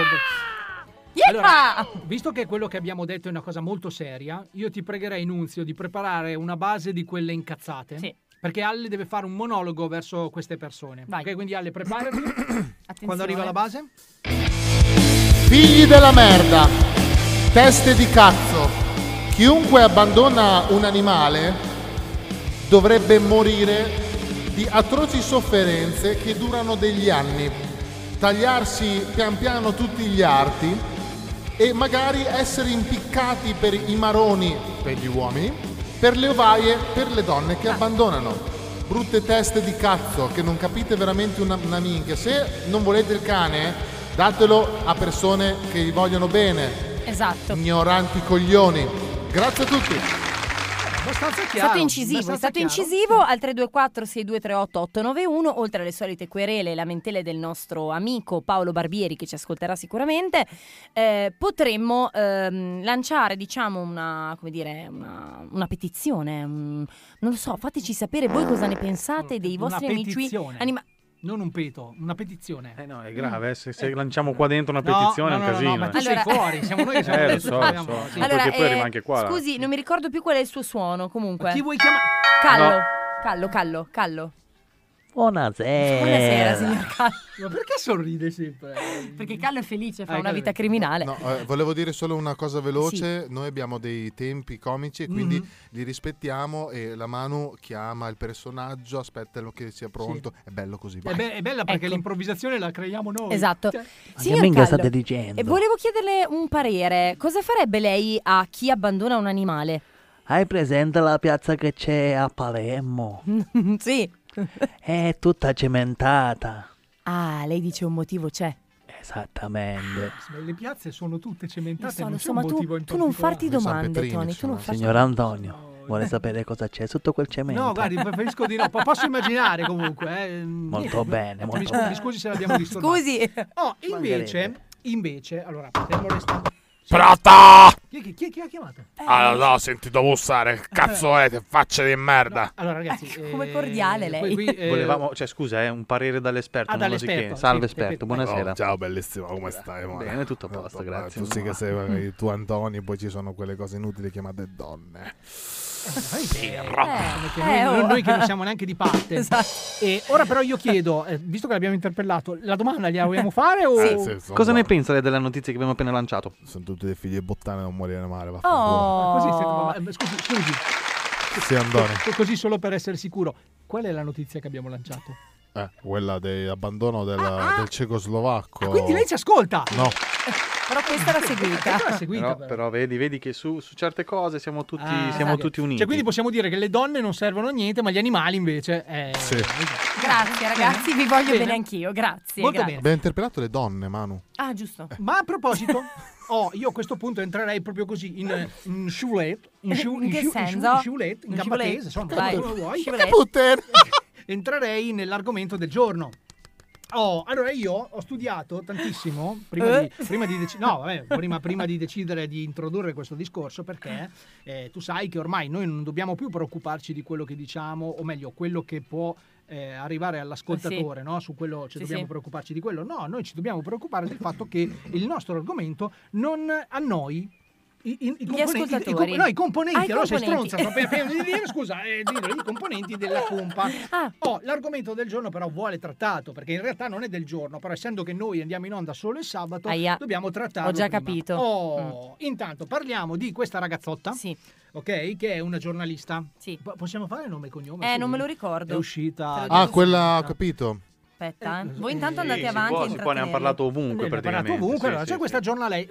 Allora, visto che quello che abbiamo detto è una cosa molto seria, io ti pregherei, Nunzio, di preparare una base di quelle incazzate. Sì. Perché Alle deve fare un monologo verso queste persone. Vai. Ok, quindi Alle, preparati. Quando arriva la base. Figli della merda, teste di cazzo, chiunque abbandona un animale dovrebbe morire di atroci sofferenze che durano degli anni, tagliarsi pian piano tutti gli arti e magari essere impiccati per i maroni per gli uomini, per le ovaie per le donne che abbandonano. Brutte teste di cazzo che non capite veramente una minchia. Se non volete il cane, datelo a persone che gli vogliono bene. Esatto. Ignoranti coglioni. Grazie a tutti. Abbastanza È chiaro. stato incisivo, al 324-623-8891, oltre alle solite querele e lamentele del nostro amico Paolo Barbieri, che ci ascolterà sicuramente, potremmo lanciare, diciamo, una petizione, non lo so, fateci sapere voi cosa ne pensate dei vostri amici non un peto, una petizione. No, è grave, se lanciamo qua dentro una petizione è un casino. No, ma tu sei fuori, siamo noi che siamo lo so. Sì. Allora, perché poi arriva anche qua. Scusi, non mi ricordo più qual è il suo suono, comunque. Chi vuoi chiamare? Callo. Buonasera, signor Callo. Ma perché sorride sempre? Perché Callo è felice, fa una vita criminale. No, volevo dire solo una cosa veloce. Sì. Noi abbiamo dei tempi comici e quindi li rispettiamo, e la Manu chiama il personaggio, aspetta che sia pronto. Sì. È bello così. È bella perché l'improvvisazione la creiamo noi. Esatto. Signor Callo, state dicendo? E volevo chiederle un parere. Cosa farebbe lei a chi abbandona un animale? Hai presente la piazza che c'è a Palermo? Sì. È tutta cementata. Ah, lei dice un motivo c'è. Esattamente. Le piazze sono tutte cementate. Lo so, ma tu non farti domande, Tony. Signor Antonio, vuole sapere cosa c'è sotto quel cemento? No, guardi, preferisco di no. Posso immaginare comunque. Molto bene, molto mi bene. scusi se l'abbiamo disturbato. Scusi. Oh, invece, allora, fermo restando. Pronto! Chi ha chiamato? Allora, no, ho sentito bussare. Che cazzo è? Facce di merda. No, allora, ragazzi, come cordiale lei. Volevamo, scusa, un parere dall'esperto. Dall'esperto. Salve esperto, buonasera. Ciao bellissimo, come stai? Bene, tutto a posto, grazie. Tu sì che sei tu Antoni, poi ci sono quelle cose inutili chiamate donne. Noi che non siamo neanche di parte. Esatto. E ora però io chiedo, visto che l'abbiamo interpellato, la domanda gliela vogliamo fare o... Sì, cosa ne pensa lei delle notizie che abbiamo appena lanciato? Sono tutti dei figli di bottane, non morire male. Scusi. Sì, Andone. Così solo per essere sicuro, qual è la notizia che abbiamo lanciato? Quella dell'abbandono del cecoslovacco. Quindi lei ci ascolta? No. Però questa l'ha seguita. Però vedi che su certe cose siamo tutti uniti. Cioè, quindi possiamo dire che le donne non servono a niente, ma gli animali invece... Sì. Grazie ragazzi, vi voglio bene anch'io, grazie. Molto grazie. bene. Abbiamo interpellato le donne, Manu. Ah, giusto. Ma a proposito, io a questo punto entrerei proprio così in choulet. In che senso? In gabbatese, insomma, come vuoi. Che puttana! Entrerei nell'argomento del giorno. Allora io ho studiato tantissimo prima di decidere di introdurre questo discorso, perché tu sai che ormai noi non dobbiamo più preoccuparci di quello che diciamo, o meglio, quello che può arrivare all'ascoltatore, no? Su quello dobbiamo preoccuparci di quello. No, noi ci dobbiamo preoccupare del fatto che il nostro argomento non annoi i componenti. Allora sei stronza, scusa, i componenti della Cumpa. L'argomento del giorno però vuole trattato, perché in realtà non è del giorno, però essendo che noi andiamo in onda solo il sabato, dobbiamo trattarlo. Ho già prima. capito. Intanto parliamo di questa ragazzotta, ok, che è una giornalista. Sì. Possiamo fare nome e cognome? Non me lo ricordo. È uscita. Quella, ho capito. Aspetta, voi intanto andate avanti. Si può, ne hanno parlato ovunque praticamente. C'è questa giornalaia.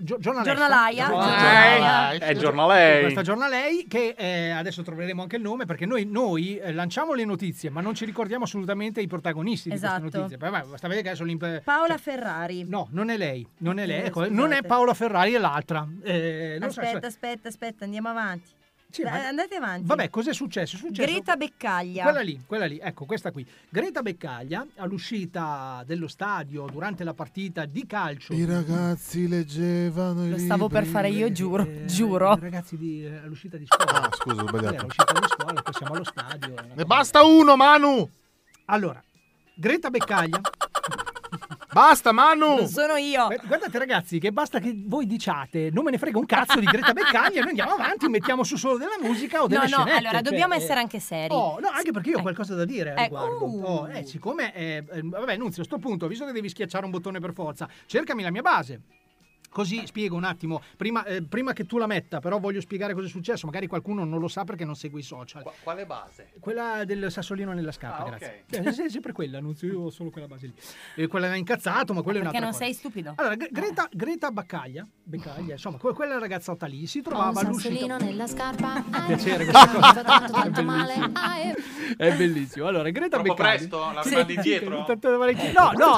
È giornalei. Questa giornalei che adesso troveremo anche il nome, perché noi lanciamo le notizie, ma non ci ricordiamo assolutamente i protagonisti di queste notizie. Basta vedere che sono Paola Ferrari. No, non è lei. Non è Paola Ferrari, è l'altra. Aspetta, andiamo avanti. Andate avanti. Vabbè, cos'è successo? Greta Beccaglia. Quella lì, ecco, questa qui. Greta Beccaglia, all'uscita dello stadio durante la partita di calcio. I ragazzi leggevano Lo stavo per fare io, giuro. I ragazzi all'uscita di scuola. Scusa, ho sbagliato. All'uscita di scuola, poi siamo allo stadio. Ne basta uno, Manu! Allora, Greta Beccaglia. Basta, Manu! Non sono io. Guardate ragazzi, che basta che voi diciate non me ne frega un cazzo di Greta Beccaglia, noi andiamo avanti, mettiamo su solo della musica o delle scenette. Allora dobbiamo essere anche seri. Anche perché io ho qualcosa da dire a riguardo. Siccome vabbè, Nunzio, a sto punto, visto che devi schiacciare un bottone per forza, cercami la mia base. Così spiego un attimo, prima che tu la metta, però voglio spiegare cosa è successo, magari qualcuno non lo sa perché non segue i social. Quale base? Quella del sassolino nella scarpa, okay. grazie. È sempre quella, Nunzio, io ho solo quella base lì. Quella era incazzato, ma quella è un'altra non cosa. sei stupido. Allora, Greta Baccaglia, insomma, quella ragazzotta lì si trovava all'uscita. Nella scarpa. Piacere questa cosa. Tanto male. È bellissimo. Allora, Greta Troppo Baccaglia. presto? La rimandi indietro? No.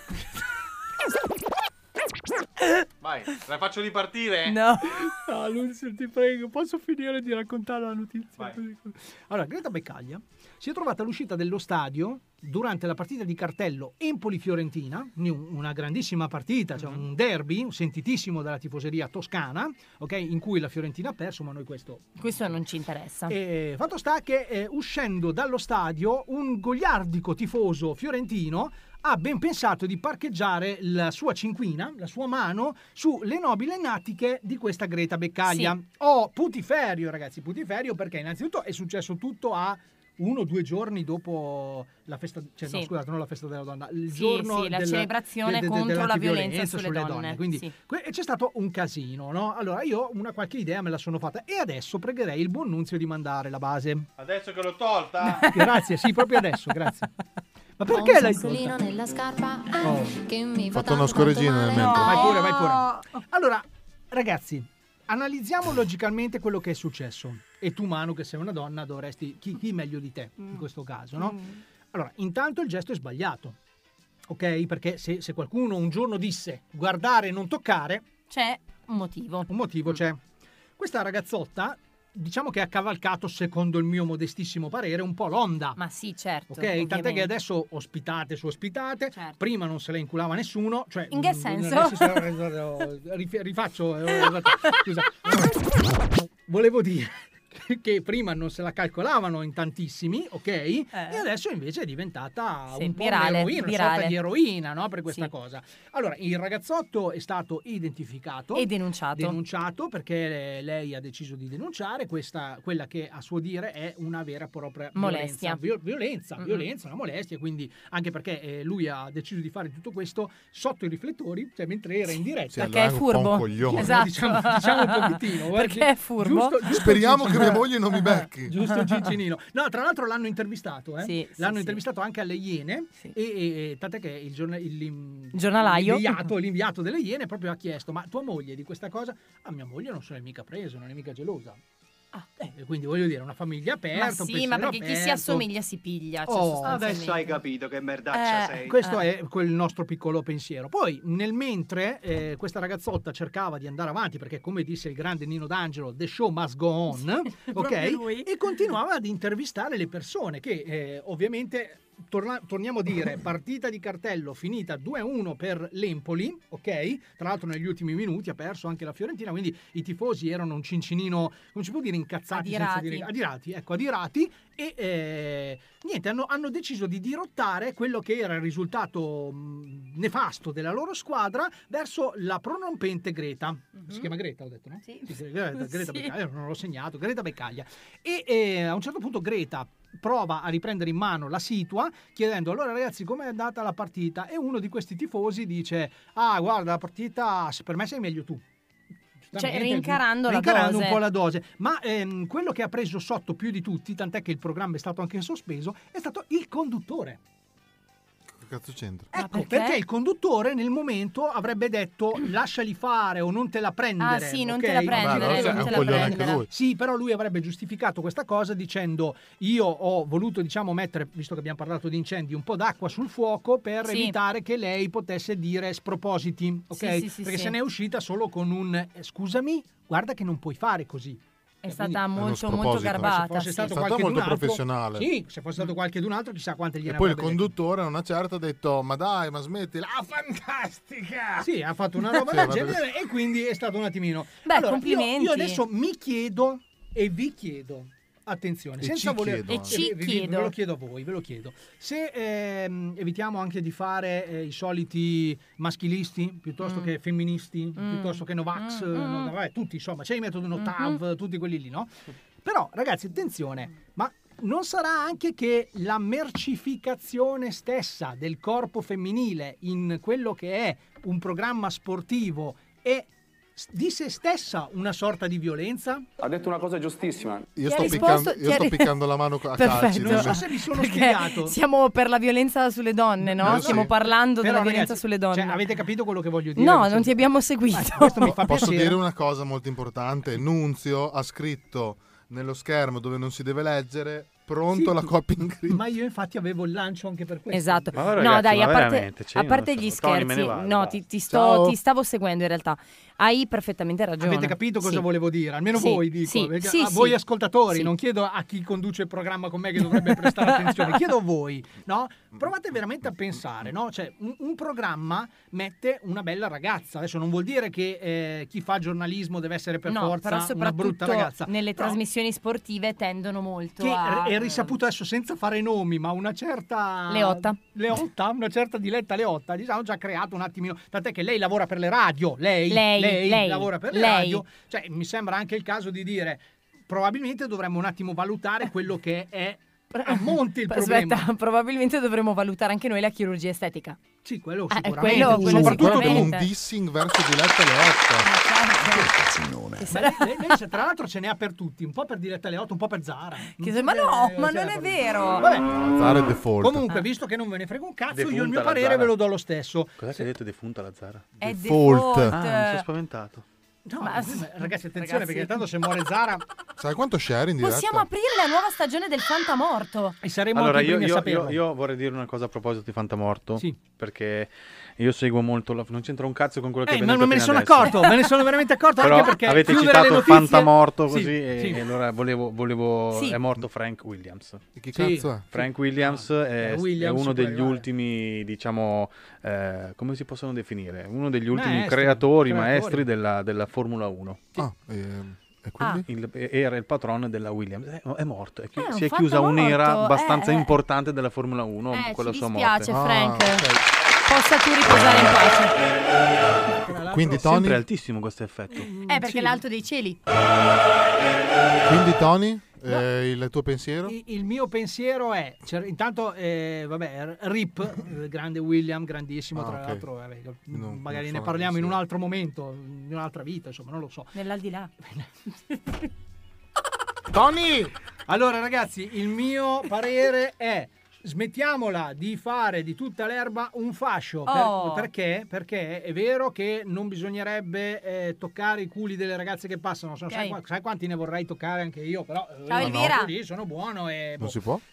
Vai, la faccio ripartire? No. Nunzio, ti prego, posso finire di raccontare la notizia? Vai. Allora, Greta Baccaglia si è trovata all'uscita dello stadio durante la partita di cartello Empoli-Fiorentina, una grandissima partita, cioè un derby sentitissimo dalla tifoseria toscana, ok, in cui la Fiorentina ha perso, ma noi questo non ci interessa. Fatto sta che uscendo dallo stadio un goliardico tifoso fiorentino ha ben pensato di parcheggiare la sua cinquina, la sua mano, sulle nobili natiche di questa Greta Baccaglia. Sì. Putiferio, ragazzi, putiferio, perché innanzitutto è successo tutto a 1 o 2 giorni dopo la festa, no, scusate, non la festa della donna, il giorno la celebrazione contro la violenza sulle donne. Quindi c'è stato un casino, no? Allora io qualche idea me la sono fatta e adesso pregherei il buon Nunzio di mandare la base. Adesso che l'ho tolta? Grazie, sì, proprio adesso, grazie. Ma perché l'hai tolta? Nella scarpa che mi ho fatto uno scorreggino nel mentre. Vai pure. Allora, ragazzi, analizziamo logicamente quello che è successo. E tu, Manu, che sei una donna, dovresti... Chi meglio di te in questo caso, no? Allora, intanto il gesto è sbagliato, ok? Perché se qualcuno un giorno disse guardare e non toccare... C'è un motivo. Un motivo c'è. Questa ragazzotta, diciamo che ha cavalcato, secondo il mio modestissimo parere, un po' l'onda. Ma sì, certo. Ok, ovviamente. tant'è che adesso ospitate su ospitate, certo. Prima non se la inculava nessuno. Cioè, in che senso? Rifaccio, scusa. Volevo dire che prima non se la calcolavano in tantissimi, ok? E adesso invece è diventata un po' un'eroina, una sorta di eroina, no? Per questa cosa. Allora, il ragazzotto è stato identificato e denunciato perché lei ha deciso di denunciare quella che a suo dire è una vera e propria molestia. Violenza, una molestia, quindi anche perché lui ha deciso di fare tutto questo sotto i riflettori, cioè mentre era in diretta. Perché è furbo. Esatto. Diciamo un pochettino. Perché è furbo. Giusto speriamo che mia moglie non mi becchi. Giusto Cincinino. No, tra l'altro l'hanno intervistato, l'hanno intervistato anche alle Iene e tant'è che il giornalaio, l'inviato delle Iene proprio ha chiesto: ma tua moglie di questa cosa? Mia moglie non se l'è mica preso, non è mica gelosa. Quindi voglio dire, una famiglia aperta. Ma perché chi si assomiglia si piglia. Adesso hai capito che merdaccia sei. Questo è quel nostro piccolo pensiero. Poi nel mentre questa ragazzotta cercava di andare avanti, perché come disse il grande Nino D'Angelo, the show must go on, ok? E continuava ad intervistare le persone che ovviamente torniamo a dire, partita di cartello finita 2-1 per l'Empoli, ok? Tra l'altro negli ultimi minuti ha perso anche la Fiorentina, quindi i tifosi erano un cincinino, come si può dire, incazzati, adirati e niente, hanno deciso di dirottare quello che era il risultato nefasto della loro squadra verso la prorompente Greta. Si chiama Greta, ho detto, no? Sì. Greta Baccaglia, non l'ho segnato, Greta Baccaglia. E a un certo punto Greta prova a riprendere in mano la situa chiedendo: allora ragazzi, com'è andata la partita? E uno di questi tifosi dice: guarda, la partita per me sei meglio tu, cioè rincarando un po' la dose. Ma quello che ha preso sotto più di tutti, tant'è che il programma è stato anche sospeso, è stato il conduttore. Cazzo c'entra? Ecco, perché il conduttore nel momento avrebbe detto lasciali fare o non te la prendere. Non te la prendere. Sì, però lui avrebbe giustificato questa cosa dicendo: io ho voluto, mettere, visto che abbiamo parlato di incendi, un po' d'acqua sul fuoco per evitare che lei potesse dire spropositi, ok? Perché se ne è uscita solo con un scusami, guarda che non puoi fare così. È stata molto garbata. Se fosse stato molto professionale. Sì, se fosse stato qualche d'un altro, chissà quante gliene avrebbe. E poi il conduttore a una certa ha detto: ma dai, ma smettila. Fantastica! Sì, ha fatto una roba del genere e quindi è stato un attimino. Allora, complimenti. Io adesso mi chiedo e vi chiedo. Attenzione, senza voler... ve lo chiedo a voi, ve lo chiedo. Se evitiamo anche di fare i soliti maschilisti piuttosto che femministi, piuttosto che Novax, tutti insomma, c'è il metodo Notav, tutti quelli lì, no? Però ragazzi, attenzione, ma non sarà anche che la mercificazione stessa del corpo femminile in quello che è un programma sportivo è di se stessa una sorta di violenza? Ha detto una cosa giustissima. Io sto piccando la mano a calci. Non so se mi sono spiegato. Siamo per la violenza sulle donne, no? Stiamo parlando della violenza sulle donne. Cioè, avete capito quello che voglio dire? No, non ti abbiamo seguito. Questo mi fa Posso piacere. dire una cosa molto importante? Nunzio ha scritto nello schermo dove non si deve leggere pronto la coppia in crisi. Ma io infatti avevo il lancio anche per questo. Esatto. Ma ragazzi, no, dai, ma a parte veramente, cioè, gli Tony, me ne scherzi, vado, no, dai. ti stavo seguendo in realtà. Hai perfettamente ragione. Avete capito cosa Sì. volevo dire? Almeno Sì, voi, dico. sì, Perché sì, a voi sì. ascoltatori, Sì. non chiedo a chi conduce il programma con me che dovrebbe prestare attenzione, chiedo a voi, no? Provate veramente a pensare, no? Cioè, un programma mette una bella ragazza. Adesso non vuol dire che chi fa giornalismo deve essere per No, forza però una brutta soprattutto ragazza. nelle Però trasmissioni sportive tendono molto che a... è risaputo adesso senza fare nomi, ma una certa Leotta, una certa Diletta Leotta, diciamo, già creato un attimino, tant'è che lei lavora per le radio, lei lavora per le radio, cioè mi sembra anche il caso di dire probabilmente dovremmo un attimo valutare quello che è a monte il problema. Aspetta, probabilmente dovremmo valutare anche noi la chirurgia estetica. Sì, quello quello sicuramente. Soprattutto con un sicuramente. dissing verso Diletta Leotta. Lei, tra l'altro ce n'è per tutti, un po' per Diletta Leotta, un po' per Zara. Ma no, ma non è vero. Vabbè. Zara è default. Comunque, visto che non ve ne frega un cazzo, io il Defunta mio la parere Zara. ve lo do lo stesso. Cos'è che hai detto defunta la Zara? È Default. default. Ah, mi sono spaventato. No, Ma- ragazzi, attenzione, ragazzi. perché tanto se muore Zara Sai quanto share in diretta? Possiamo aprire la nuova stagione del Fantamorto. e saremo Allora, anche i io, primi a io- saperlo. io vorrei dire una cosa a proposito di Fantamorto. Sì. Perché io seguo molto, non c'entra un cazzo con quello che Ma avete non me ne appena sono detto. accorto, me ne sono veramente accorto Però anche perché avete chiudere le citato notizie... Fantamorto così Sì, e, sì. e allora volevo Sì. è morto Frank Williams. E chi Sì. cazzo è? Frank Williams è Williams uno può degli arrivare. ultimi, diciamo, come si possono definire? Uno degli ultimi Maestri. maestri della Formula 1. Ah, e quindi? Era il patron della Williams. È morto. un Si è chiusa un'era fantamorto, abbastanza importante della Formula 1 con la ci sua dispiace, morte. Frank. ok. Possa tu riposare in pace. Quindi È sempre Tony? altissimo questo effetto. Perché è l'alto dei cieli. Quindi Tony? Il tuo pensiero? Il mio pensiero è, intanto, RIP, grande William, grandissimo, tra ok. l'altro, magari non ne so parliamo in un pensiero. altro momento, in un'altra vita, insomma, non lo so. Nell'aldilà. Tony! Allora ragazzi, il mio parere è smettiamola di fare di tutta l'erba un fascio. Oh. Perché? Perché è vero che non bisognerebbe toccare i culi delle ragazze che passano. Ok. Sai quanti ne vorrei toccare anche io, però Ciao, Elvira. lì sono buono e Non si può?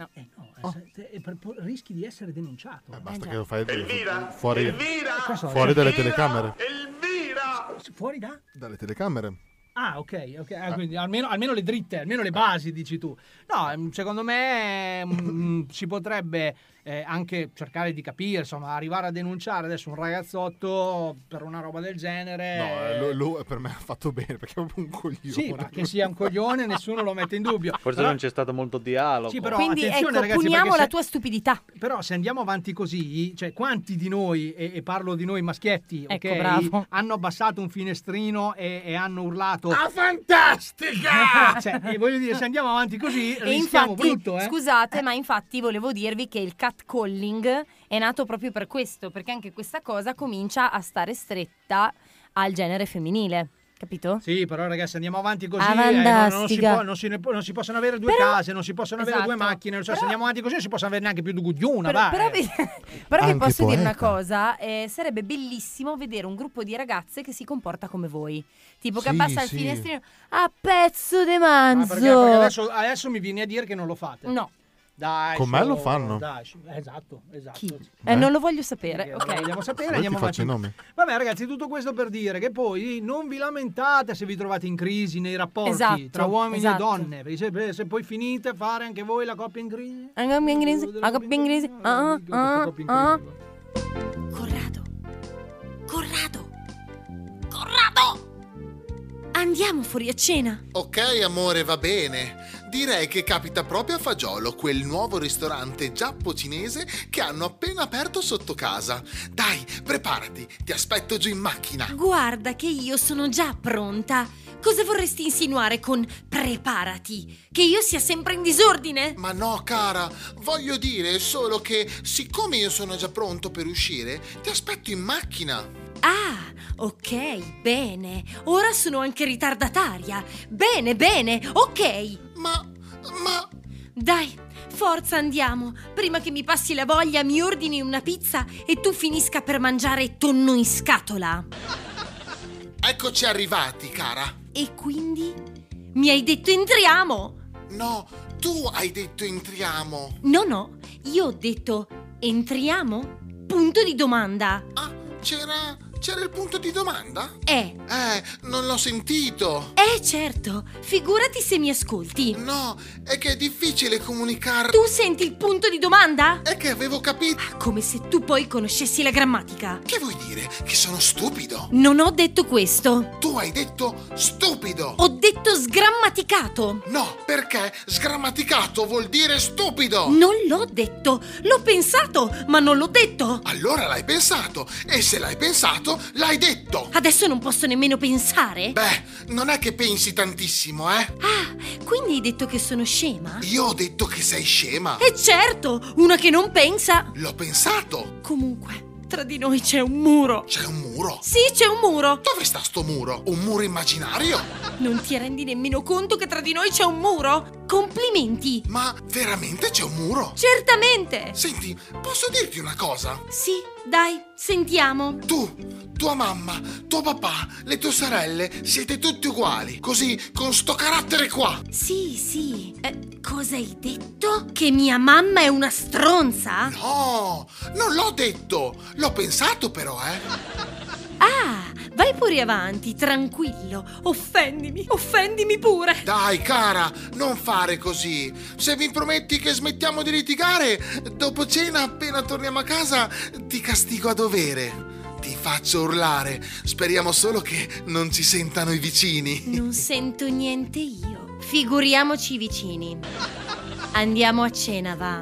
rischi di essere denunciato. Basta già. che lo fai Elvira! fuori, Cosa? fuori dalle telecamere. Elvira! Fuori da? Dalle telecamere. Ah, ok. Quindi almeno le dritte, almeno le basi, dici tu. No, secondo me si potrebbe anche cercare di capire, insomma, arrivare a denunciare adesso un ragazzotto per una roba del genere. No, lui per me ha fatto bene perché è proprio un coglione. Sì, ma che sia un coglione nessuno lo mette in dubbio. Forse Però- non c'è stato molto dialogo. Sì, però Quindi attenzione, ecco, ragazzi, puniamo perché la se- tua stupidità. Però se andiamo avanti così, cioè quanti di noi, e parlo di noi maschietti, Ecco, ok, bravo. hanno abbassato un finestrino e hanno urlato Ah, fantastica! cioè, voglio dire, se andiamo avanti così E rischiamo infatti, brutto, scusate, ma infatti volevo dirvi che il catcalling è nato proprio per questo, perché anche questa cosa comincia a stare stretta al genere femminile, capito? Sì, però ragazzi, andiamo avanti così, Fantastica. non si possono avere due Però- case, non si possono avere due Esatto. macchine, cioè, Però- se andiamo avanti così non si possono avere neanche più di una, Però, vai. però vi Anche posso dire una poeta. cosa, sarebbe bellissimo vedere un gruppo di ragazze che si comporta come voi, tipo che Sì, abbassa il sì. finestrino a pezzo de Ah, manzo. perché adesso mi vieni a dire che non lo fate. No, Dai, Con me lo fanno. Dai, esatto. chi? Eh? Non lo voglio sapere, Lo ok. vogliamo sapere, Io ti andiamo faccio avanti. i nomi. Vabbè ragazzi, tutto questo per dire che poi non vi lamentate se vi trovate in crisi nei rapporti Esatto, tra uomini esatto. e donne, perché se poi finite a fare anche voi la coppia in crisi. La coppia in crisi, la coppia in crisi. Corrado. Andiamo fuori a cena. Ok amore, va bene. Direi che capita proprio a Fagiolo, quel nuovo ristorante giappo-cinese che hanno appena aperto sotto casa. Dai, preparati, ti aspetto giù in macchina. Guarda che io sono già pronta. Cosa vorresti insinuare con preparati? Che io sia sempre in disordine? Ma no, cara, voglio dire solo che, siccome io sono già pronto per uscire, ti aspetto in macchina. Ah, ok, bene. Ora sono anche ritardataria. Bene, ok. Ma... Dai, forza, andiamo. Prima che mi passi la voglia, mi ordini una pizza e tu finisca per mangiare tonno in scatola. Eccoci arrivati, cara. E quindi? Mi hai detto entriamo? No, tu hai detto entriamo. No, io ho detto entriamo? Punto di domanda. Ah, c'era il punto di domanda? Non l'ho sentito. Certo, figurati se mi ascolti. No, è che è difficile comunicare. Tu senti il punto di domanda? È che avevo capito. Come se tu poi conoscessi la grammatica. Che vuoi dire? Che sono stupido? Non ho detto questo. Tu hai detto stupido. Ho detto sgrammaticato. No, perché sgrammaticato vuol dire stupido. Non l'ho detto. L'ho pensato, ma non l'ho detto. Allora l'hai pensato. E se l'hai pensato, l'hai detto. Adesso non posso nemmeno pensare? Beh, non è che pensi tantissimo, eh? Ah, quindi hai detto che sono scema? Io ho detto che sei scema. Certo, una che non pensa. L'ho pensato. Comunque, tra di noi c'è un muro. C'è un muro? Sì, c'è un muro. Dove sta sto muro? Un muro immaginario? Non ti rendi nemmeno conto che tra di noi c'è un muro? Complimenti. Ma veramente c'è un muro? Certamente. Senti, posso dirti una cosa? Sì, dai, sentiamo. Tu, tua mamma, tuo papà, le tue sorelle, siete tutti uguali. Così, con sto carattere qua. Sì. Cosa hai detto? Che mia mamma è una stronza? No, non l'ho detto. L'ho pensato però, Ah, vai pure avanti, tranquillo. Offendimi pure. Dai, cara, non fare così. Se mi prometti che smettiamo di litigare, dopo cena, appena torniamo a casa, ti castigo a dovere. Ti faccio urlare. Speriamo solo che non ci sentano i vicini. Non sento niente io. Figuriamoci i vicini. Andiamo a cena, va.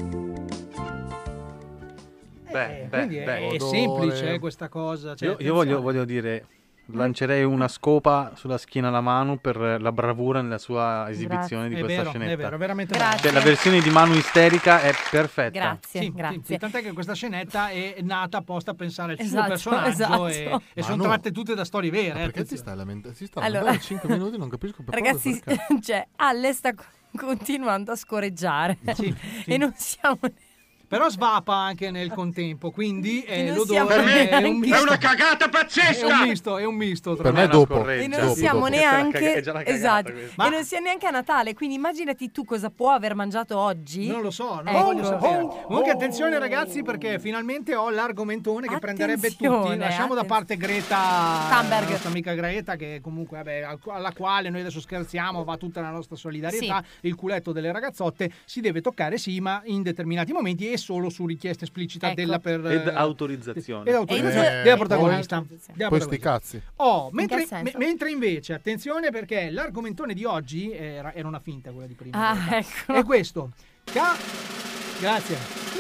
Quindi è semplice questa cosa. Cioè, Io voglio dire, lancerei una scopa sulla schiena alla Manu per la bravura nella sua esibizione di questa scenetta. È vero, veramente Grazie. Cioè, la versione di Manu isterica è perfetta. Grazie. Sì, tant'è che questa scenetta è nata apposta a pensare al suo Esatto, personaggio esatto. e sono tratte tutte da storie vere. Perché ti stai lamentando? Si sta Allora- lamentando 5 minuti, non capisco per Ragazzi, cioè, Alle sta continuando a scoreggiare. Sì. E non siamo... Però svapa anche nel contempo, quindi non l'odore siamo è un neanche- misto. È una cagata pazzesca! È un misto tra Per me le è dopo. E non Dopo, siamo dopo. neanche È già una cagata esatto. questa. E non sia neanche a Natale, quindi immaginati tu cosa può aver mangiato oggi. Non lo so, non Ecco. lo voglio sapere. Comunque attenzione ragazzi, perché finalmente ho l'argomentone che prenderebbe tutti. Attenzione, Lasciamo da parte Greta Thunberg. la nostra amica Greta, che comunque alla quale noi adesso scherziamo, va tutta la nostra solidarietà. Il culetto delle ragazzotte si deve toccare sì, ma in determinati momenti e solo su richiesta esplicita Ecco. della Ed autorizzazione. della protagonista. Della Poi sti protagonista. cazzi. Mentre, che senso? mentre invece, attenzione perché l'argomentone di oggi era una finta quella di prima. in Ah, realtà. ecco. È questo. Grazie.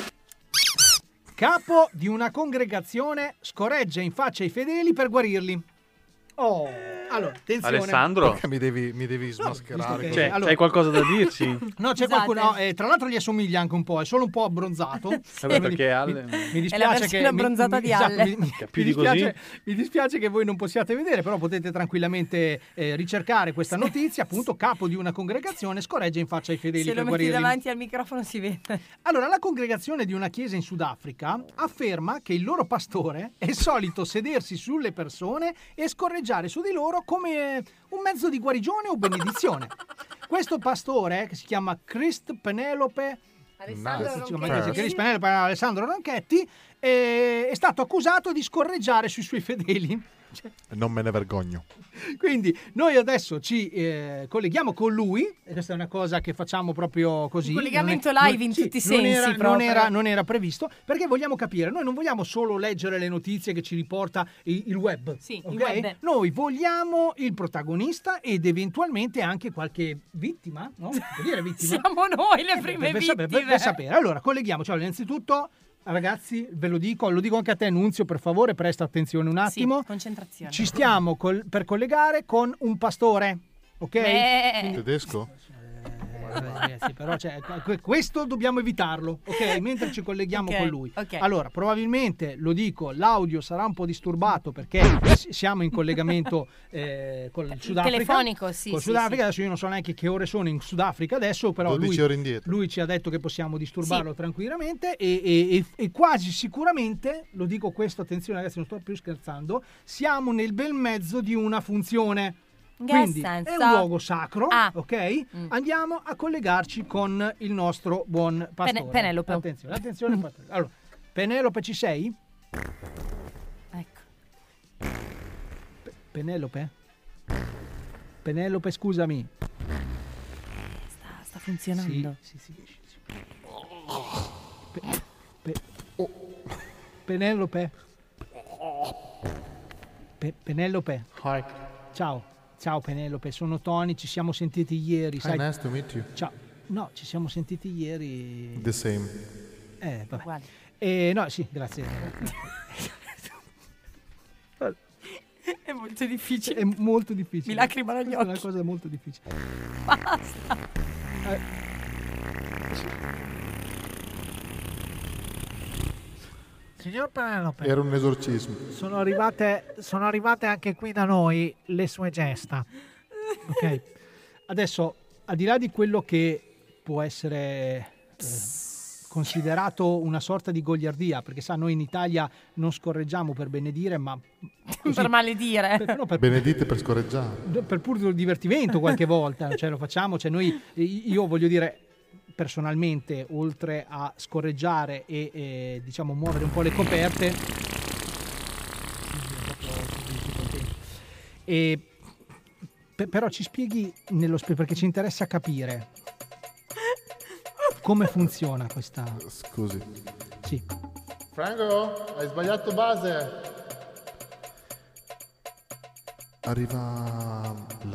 Capo di una congregazione scorreggia in faccia ai fedeli per guarirli. Allora, attenzione. Alessandro? Perché mi devi smascherare? visto che- Cioè, allora- hai qualcosa da dirci? No, c'è Scusate. qualcuno. Tra l'altro gli assomiglia anche un po', è solo un po' abbronzato. Vabbè, perché Alle... Mi dispiace È la versione che abbronzata di Alle. Più di così? mi dispiace che voi non possiate vedere, però potete tranquillamente ricercare questa notizia. Appunto, capo di una congregazione scorreggia in faccia ai fedeli Se per lo metti guarirli. davanti al microfono si vede. Allora, la congregazione di una chiesa in Sudafrica afferma che il loro pastore è solito sedersi sulle persone e scorreggiare su di loro come un mezzo di guarigione o benedizione. Questo pastore, che si chiama Chris Penelope Alessandro Ronchetti, è stato accusato di scorreggiare sui suoi fedeli. Non me ne vergogno. Quindi noi adesso ci colleghiamo con lui, e questa è una cosa che facciamo proprio così. Un collegamento non è- live in sì, tutti i non sensi proprio. non era previsto, perché vogliamo capire, noi non vogliamo solo leggere le notizie che ci riporta il web. Sì, ok? il web. Noi vogliamo il protagonista ed eventualmente anche qualche vittima, no? Può dire vittima? Siamo noi le prime Per vittime. per sapere. Allora, colleghiamoci. Allora, innanzitutto, ragazzi, ve lo dico anche a te, Nunzio, per favore, presta attenzione un attimo. Sì, concentrazione. Ci stiamo per collegare con un pastore, ok? Beh. Quindi- Tedesco? ragazzi, però questo dobbiamo evitarlo, ok? Mentre ci colleghiamo con lui. Okay. Allora, probabilmente, lo dico, l'audio sarà un po' disturbato perché siamo in collegamento con il Sudafrica. Telefonico, sì. Con Sudafrica, adesso io non so neanche che ore sono in Sudafrica adesso, però 12 ore indietro. Lui ci ha detto che possiamo disturbarlo tranquillamente e quasi sicuramente, lo dico questo, attenzione ragazzi, non sto più scherzando, siamo nel bel mezzo di una funzione. Quindi è un luogo sacro, ok? Andiamo a collegarci con il nostro buon pastore. Penelope. Attenzione. Allora, Penelope, ci sei? Ecco. Penelope, scusami. Sta funzionando. Sì. Penelope. Penelope. Hi. Ciao Penelope, sono Tony, ci siamo sentiti ieri. Hi, nice to meet you. Ciao. No, ci siamo sentiti ieri. The same. Vabbè. No, sì, grazie. È molto difficile. È molto difficile. Mi lacrimano gli occhi. È una cosa molto difficile. Basta. Signor Penelope, Era un esorcismo. sono arrivate anche qui da noi le sue gesta. Ok. Adesso, al di là di quello che può essere considerato una sorta di goliardia, perché sa, noi in Italia non scorreggiamo per benedire, ma così, per maledire. Benedite per scorreggiare. Per puro divertimento qualche volta, lo facciamo, io voglio dire, personalmente, oltre a scorreggiare e diciamo muovere un po' le coperte, però ci spieghi perché ci interessa capire come funziona questa. Scusi. Sì. Franco, hai sbagliato base. Arriva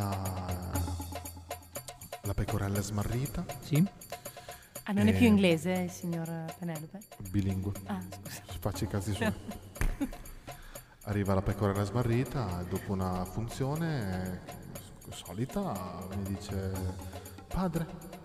la pecorella smarrita. Sì. Non è più inglese, signor Penelope? Bilingue. Scusa. Faccia i cazzi suoi. Arriva la pecorella smarrita, dopo una funzione solita mi dice: padre,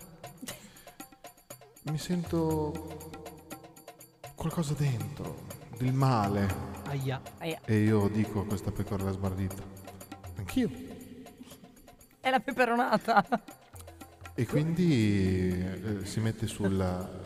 mi sento qualcosa dentro, del male. Aia. E io dico a questa pecorella smarrita: anch'io. È la peperonata. E quindi si mette sul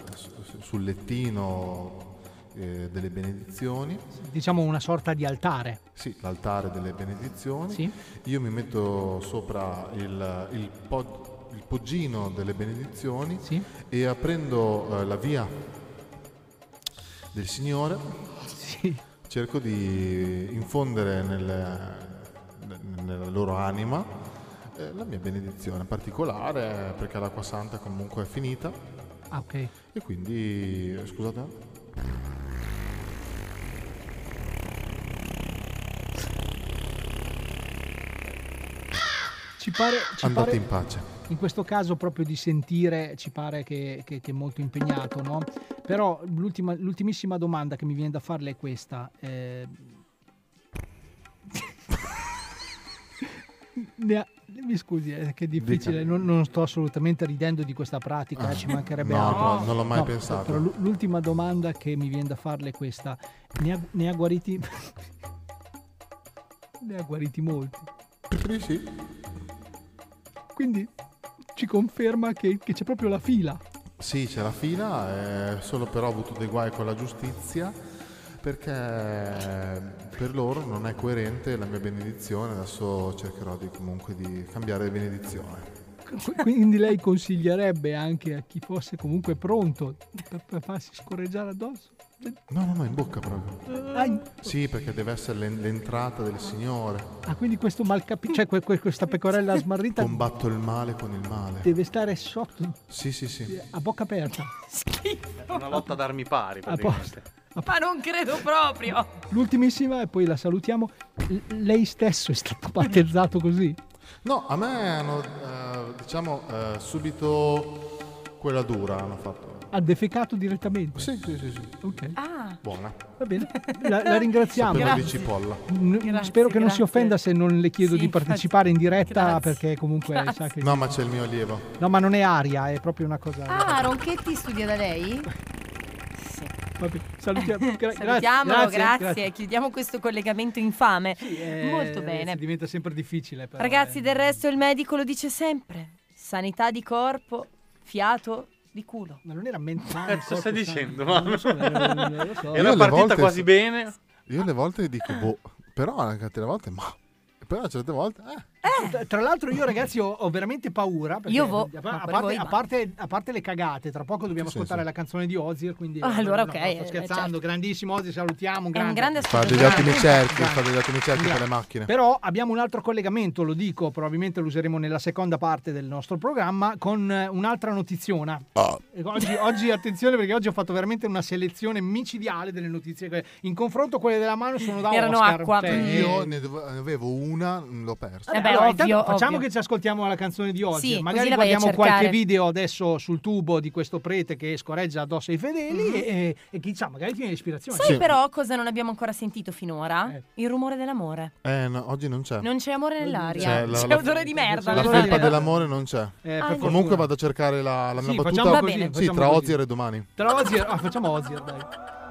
lettino delle benedizioni. Diciamo una sorta di altare. Sì, l'altare delle benedizioni. Sì. Io mi metto sopra il poggino delle benedizioni, sì, e aprendo la via del Signore, sì, cerco di infondere nella loro anima la mia benedizione particolare, perché l'acqua santa comunque è finita. Ok. E quindi, scusate. Andate in pace. In questo caso proprio di sentire ci pare che è molto impegnato, no? Però l'ultimissima domanda che mi viene da farle è questa. Mi scusi, che è difficile, non sto assolutamente ridendo di questa pratica, ci mancherebbe altro. No, non l'ho mai pensato. Però l'ultima domanda che mi viene da farle è questa. Ne ha guariti? Ne ha guariti molti. Sì. Quindi ci conferma che c'è proprio la fila. Sì, c'è la fila, solo però ho avuto dei guai con la giustizia, perché per loro non è coerente la mia benedizione. Adesso cercherò comunque di cambiare benedizione. Quindi lei consiglierebbe anche a chi fosse comunque pronto per farsi scorreggiare addosso? No, in bocca proprio. Sì, perché deve essere l'entrata del Signore. Quindi questo cioè questa pecorella smarrita combatto il male con il male. Deve stare sotto. Sì. A bocca aperta. È una lotta ad armi pari, praticamente. Ma non credo proprio. L'ultimissima, e poi la salutiamo. Lei stesso è stato battezzato così? No, a me hanno subito quella dura hanno fatto. Ha defecato direttamente? Sì. Ok. Buona. Va bene, la ringraziamo. Sapeva di cipolla. Spero che non si offenda se non le chiedo di partecipare in diretta, perché comunque sa che... No, ma c'è il mio allievo. No, ma non è aria, è proprio una cosa... Ronchetti studia da lei? Vabbè, salutiamo. Salutiamolo, grazie. Chiudiamo questo collegamento infame. Molto bene. Diventa sempre difficile. Però, ragazzi, del resto il medico lo dice sempre. Sanità di corpo, fiato di culo. Ma non era mentale. Cosa stai dicendo? Non lo so. È una partita quasi bene. Io alle volte dico però anche altre volte però certe volte Tra l'altro io ragazzi ho veramente paura perché io a parte le cagate, tra poco dobbiamo ascoltare la canzone di Ozzy, quindi allora sto scherzando, certo. Grandissimo Ozzy, salutiamo, un grande fa degli ottimi cerchi per le macchine. Però abbiamo un altro collegamento, lo dico, probabilmente lo useremo nella seconda parte del nostro programma con un'altra notiziona. Oggi attenzione, perché oggi ho fatto veramente una selezione micidiale delle notizie, in confronto quelle della mano sono da erano Oscar. acqua. Io ne avevo una, l'ho persa. Facciamo che ci ascoltiamo la canzone di oggi. Sì, magari guardiamo qualche video adesso sul tubo di questo prete che scorreggia addosso ai fedeli e chi sa, magari tiene l'ispirazione. Sai però cosa non abbiamo ancora sentito finora? Il rumore dell'amore. No, oggi non c'è. Non c'è amore nell'aria. C'è odore di merda. La felpa dell'amore non c'è. Comunque vado a cercare la mia battuta. Sì, tra Ozzy e domani. Tra Ozzy facciamo Ozzy, dai.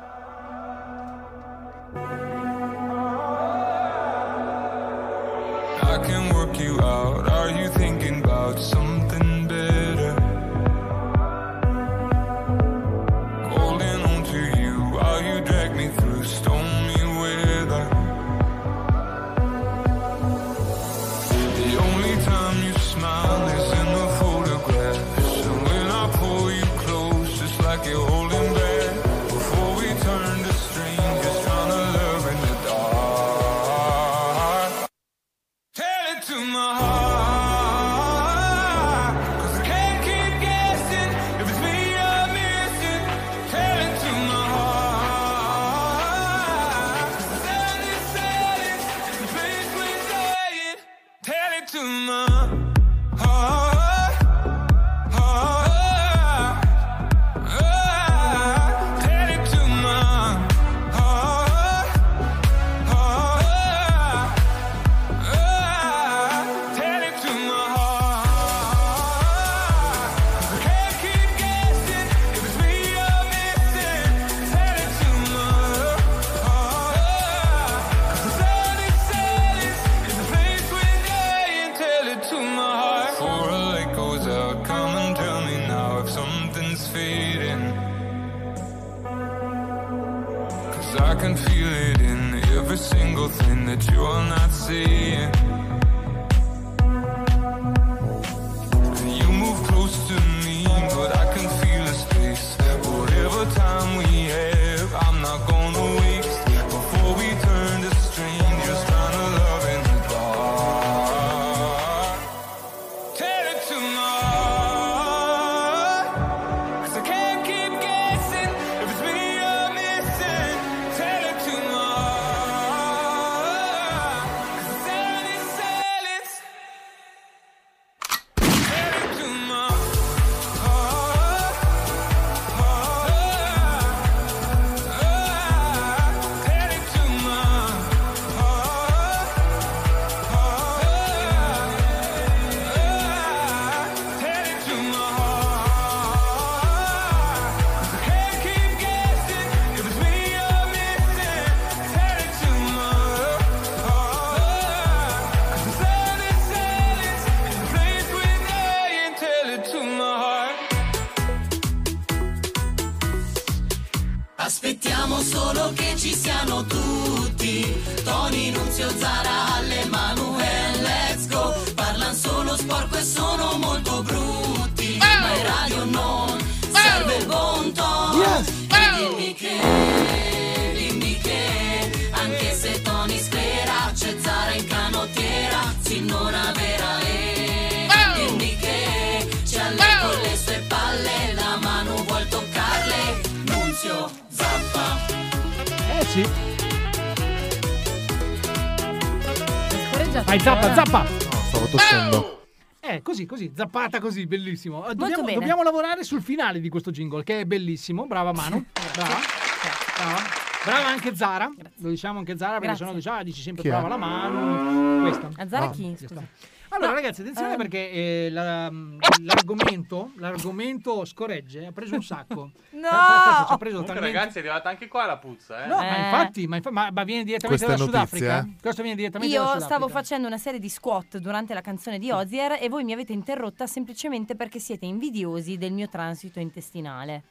I can work you out. Are you thinking about something better? Holding on to you while you drag me through stormy weather. The only time you smile is in the photographs, and when I pull you close, it's like you're holding back. Before we turn to strangers, trying to love in the dark. Tell it to my heart, 'cause I can't keep guessing if it's me you're missing. Tell it to my heart, 'cause the sound is silence, the place we're dying. Tell it to my heart, tell it to my heart, tell it to my heart. I can't keep guessing if it's me you're missing. Tell it to my heart, 'cause the sound is silence, is the place we're dying. Tell it to my heart. Before a light goes out, come and tell me now if something's fading. 'Cause I can feel it in every single thing that you're not seeing. And you move close to me, but I can feel the space. Whatever time we have, I'm not gonna waste. Before we turn to strangers, trying to love in the dark. Tell it to my heart, 'cause I can't keep guessing if it's me you're missing. Tell it to my heart, 'cause the sound is silence. Tell it to my heart, tell it to my tell it to my heart, 'cause I can't keep guessing if it's me you're missing. Tell it to my heart, 'cause the sound is silence, is the place we're dying. Tell it to my heart. Aspettiamo solo che ci siano tutti. Tony, Nunzio, Zara, Alle, Manuel, let's go. Parlan solo sporco e sono molto brutti. Ma in radio non serve il buon tono. E dimmi che anche se Tony spera, c'è Zara in canottiera, sì, non avera. Dimmi che c'è Alle con le sue palle, la mano vuol toccarle. Nunzio, Zappa. Sì. Vai, zappa. No, stavo tossendo. Così, zappata così, bellissimo. Molto bene. Dobbiamo lavorare sul finale di questo jingle, che è bellissimo. Brava Manu. Brava anche Zara. Lo diciamo anche Zara, perché sennò dici sempre Chi è? brava la Manu. Questa. A Zara chi? Scusa. Allora, ragazzi, attenzione perché l'argomento scorregge, ha preso un sacco. No! Ci ha preso Comunque, talmente... ragazzi, è arrivata anche qua la puzza, No, ma infatti, ma viene direttamente Questa dalla è notizia, Sudafrica? Questo viene direttamente dalla Io Sudafrica. stavo facendo una serie di squat durante la canzone di Ozier e voi mi avete interrotta semplicemente perché siete invidiosi del mio transito intestinale.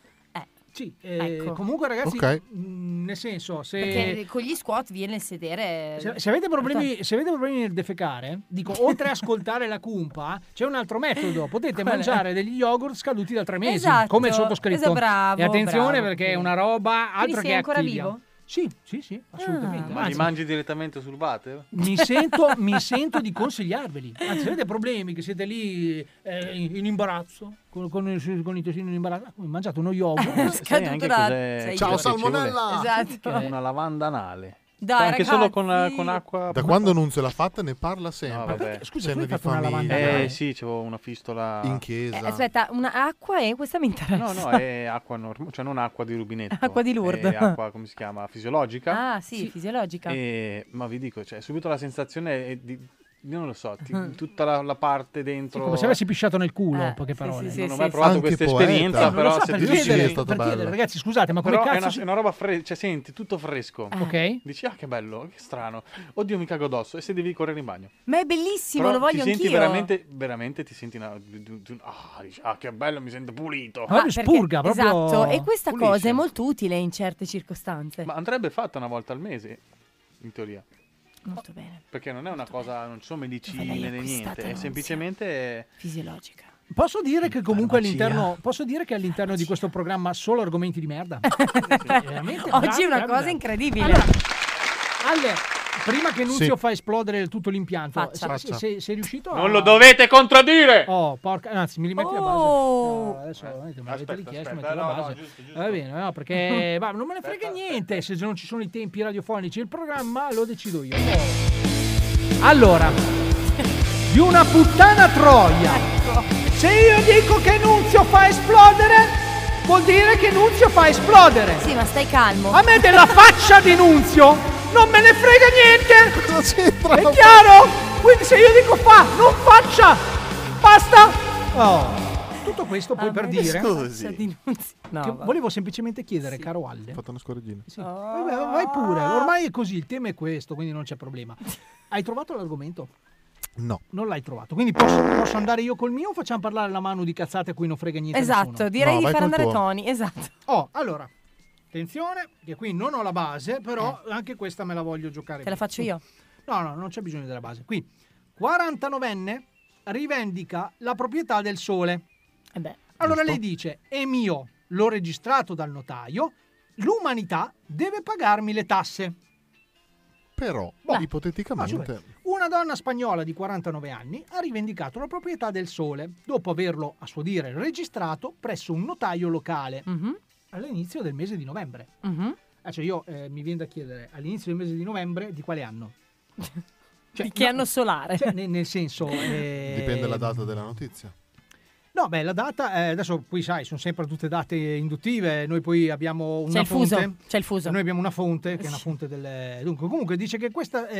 Sì, Ecco. comunque ragazzi, Ok. nel senso, Perché con gli squat viene il sedere. se avete problemi nel defecare, dico, oltre a ascoltare la cumpa, c'è un altro metodo. Potete Qual è? mangiare degli yogurt scaduti da 3 mesi, Esatto, come il sottoscritto. esatto, bravo, e attenzione bravo. perché è una roba altro Quindi che sei ancora Activia. vivo? Sì, assolutamente. Ma li Anzi, mangi direttamente sul water? mi sento di consigliarveli. Anzi, se avete problemi, che siete lì in imbarazzo, con i tesini in imbarazzo, mangiate uno yogurt. Sai anche cos'è? Ciao salmonella! Esatto. Una lavanda anale. Dai, anche ragazzi. solo con acqua. Da quando Nunzio l'ha fatta ne parla sempre. No, vabbè. Scusa, Cene tu hai di fatto una lavanda famiglia. anale? Sì, c'avevo una fistola. In chiesa. Aspetta, una acqua e questa mi interessa. No, è acqua normale, cioè non acqua di rubinetto. Acqua di Lourdes. È acqua, come si chiama? Fisiologica. Ah, sì, fisiologica. Ma vi dico, cioè, subito la sensazione è di. Io non lo so, tutta la parte dentro. Come se avessi pisciato nel culo, in poche sì, parole. sì, non ho mai provato Anche questa poeta. esperienza, Non lo però so, se per tu chiedere, dici. è stato per chiedere, bello. ragazzi, scusate, ma come Però cazzo è una roba fresca, cioè senti, tutto fresco. Ok. Dici, che bello, che strano. Oddio, mi cago addosso. E se devi correre in bagno. Ma è bellissimo, Però lo voglio ti senti anch'io. veramente ti senti dici, che bello, mi sento pulito. Proprio spurga, proprio... Esatto, e questa pulisce. cosa è molto utile in certe circostanze. Ma andrebbe fatta una volta al mese, in teoria. Molto bene. Perché non è una cosa, non ci sono medicine Lei è né acquistata niente, è Nunzia. semplicemente. Fisiologica. Posso dire che comunque Farmacia. all'interno di questo programma solo argomenti di merda? Veramente, Oggi è una bravi, cosa bravi. incredibile. Allora, Ale, prima che Nunzio Sì. fa esplodere tutto l'impianto, Faccia. sei riuscito a... Non lo dovete contraddire! Oh, porca... Anzi, mi rimetti la base. Oh. No, adesso veramente me l'avete Aspetta, richiesto, aspetta, metti la no, base. giusto. Va bene, no, perché non me ne frega niente se non ci sono i tempi radiofonici. Il programma lo decido io. Allora, di una puttana troia. Se io dico che Nunzio fa esplodere, vuol dire che Nunzio fa esplodere. Sì, ma stai calmo. A me della faccia di Nunzio non me ne frega niente. Cosa c'entra? È chiaro? Quindi se io dico fa, non faccia. Basta. Oh. Tutto questo poi per dire Scusi. No, che vabbè. volevo semplicemente chiedere, caro Alle. Ho fatto una scorreggina. Sì. Vabbè, vai pure, ormai è così, il tema è questo, quindi non c'è problema. Hai trovato l'argomento? No. Non l'hai trovato, quindi posso andare io col mio o facciamo parlare la mano di cazzate a cui non frega niente Esatto, nessuno? direi No, di vai far col andare tuo. Tony. Esatto. Oh, allora, attenzione, che qui non ho la base, però anche questa me la voglio giocare. Te la bene. faccio io. No, non c'è bisogno della base. Qui, 49enne rivendica la proprietà del sole. Allora Giusto. lei dice, è mio, l'ho registrato dal notaio, l'umanità deve pagarmi le tasse. Però, Beh, ipoteticamente, Una donna spagnola di 49 anni ha rivendicato la proprietà del sole dopo averlo, a suo dire, registrato presso un notaio locale all'inizio del mese di novembre. Cioè io mi viene da chiedere, all'inizio del mese di novembre di quale anno? Di che anno solare? Cioè, nel senso... dipende dalla data della notizia. No, beh, la data, adesso qui sai, sono sempre tutte date induttive, noi poi abbiamo una C'è il fuso, fonte. c'è il fuso. Noi abbiamo una fonte, che è una fonte del... Dunque, comunque dice che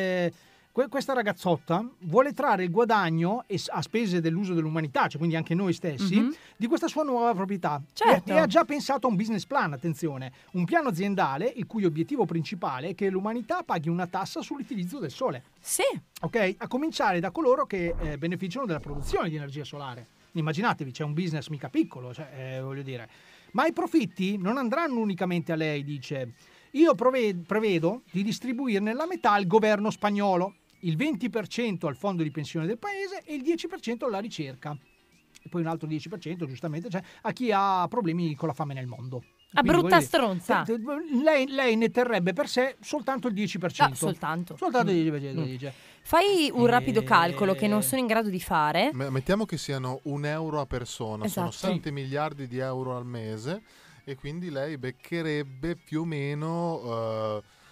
questa ragazzotta vuole trarre il guadagno a spese dell'uso dell'umanità, cioè quindi anche noi stessi, di questa sua nuova proprietà. Certo. E ha già pensato a un business plan, attenzione, un piano aziendale il cui obiettivo principale è che l'umanità paghi una tassa sull'utilizzo del sole. Sì. Ok? A cominciare da coloro che beneficiano della produzione di energia solare. Immaginatevi, c'è un business mica piccolo, cioè, voglio dire. Ma i profitti non andranno unicamente a lei, dice. Io prevedo di distribuirne la metà al governo spagnolo, il 20% al fondo di pensione del paese e il 10% alla ricerca. E poi un altro 10%, giustamente, cioè, a chi ha problemi con la fame nel mondo. A Quindi, brutta voglio stronza. dire, lei ne terrebbe per sé soltanto il 10%. No, soltanto. Soltanto il 10%, dice. Fai un rapido calcolo che non sono in grado di fare. Mettiamo che siano €1 a persona, Esatto. sono 7 miliardi di euro al mese e quindi lei beccherebbe più o meno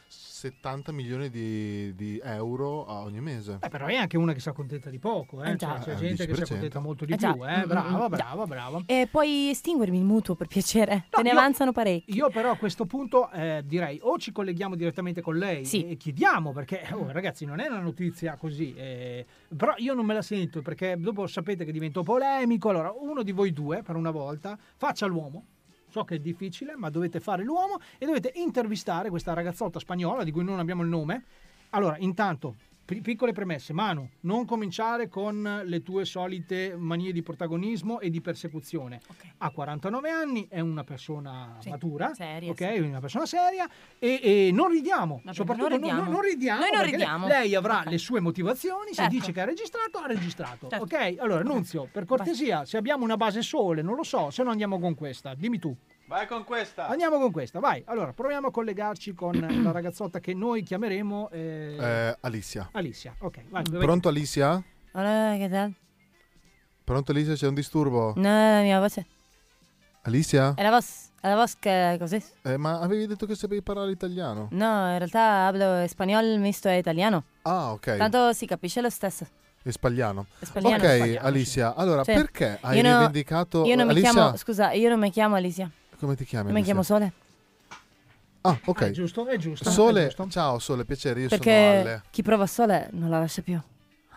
70 milioni di euro a ogni mese. Però è anche una che si accontenta di poco, Cioè, c'è gente che si accontenta molto di più, Brava. E puoi estinguermi il mutuo, per piacere? Te ne avanzano parecchi. Io però a questo punto direi o ci colleghiamo direttamente con lei e chiediamo, perché ragazzi non è una notizia così, però io non me la sento, perché dopo sapete che divento polemico. Allora uno di voi due per una volta faccia l'uomo. So che è difficile, ma dovete fare l'uomo e dovete intervistare questa ragazzotta spagnola di cui non abbiamo il nome. Allora, intanto, piccole premesse. Manu, non cominciare con le tue solite manie di protagonismo e di persecuzione. Ha 49 anni, è una persona matura, seria, una persona seria e non ridiamo. Soprattutto non ridiamo. Noi non ridiamo. Lei avrà le sue motivazioni, se dice che ha registrato. Ok? Allora, Nunzio, per cortesia, se abbiamo una base sole, non lo so, se no andiamo con questa. Dimmi tu. Vai con questa. Andiamo con questa, vai. Allora, proviamo a collegarci con la ragazzotta che noi chiameremo Alicia. Alicia, ok. Vai. Pronto Alicia? Hola, che tal? Pronto Alicia, c'è un disturbo? No, la mia voce. Alicia? È la voce che così. Ma avevi detto che sapevi parlare italiano? No, in realtà hablo spagnolo misto e italiano. Ah, ok. Tanto si capisce lo stesso. Spagliano. Spagliano. Ok, Alicia, allora perché hai rivendicato... Io non Alicia? mi chiamo, scusa, io non mi chiamo Alicia. Come ti chiami? Mi chiamo Sole. Ah, ok. È giusto. Sole, è giusto. Ciao Sole, piacere, io Perché sono Ale. chi prova Sole non la lascia più.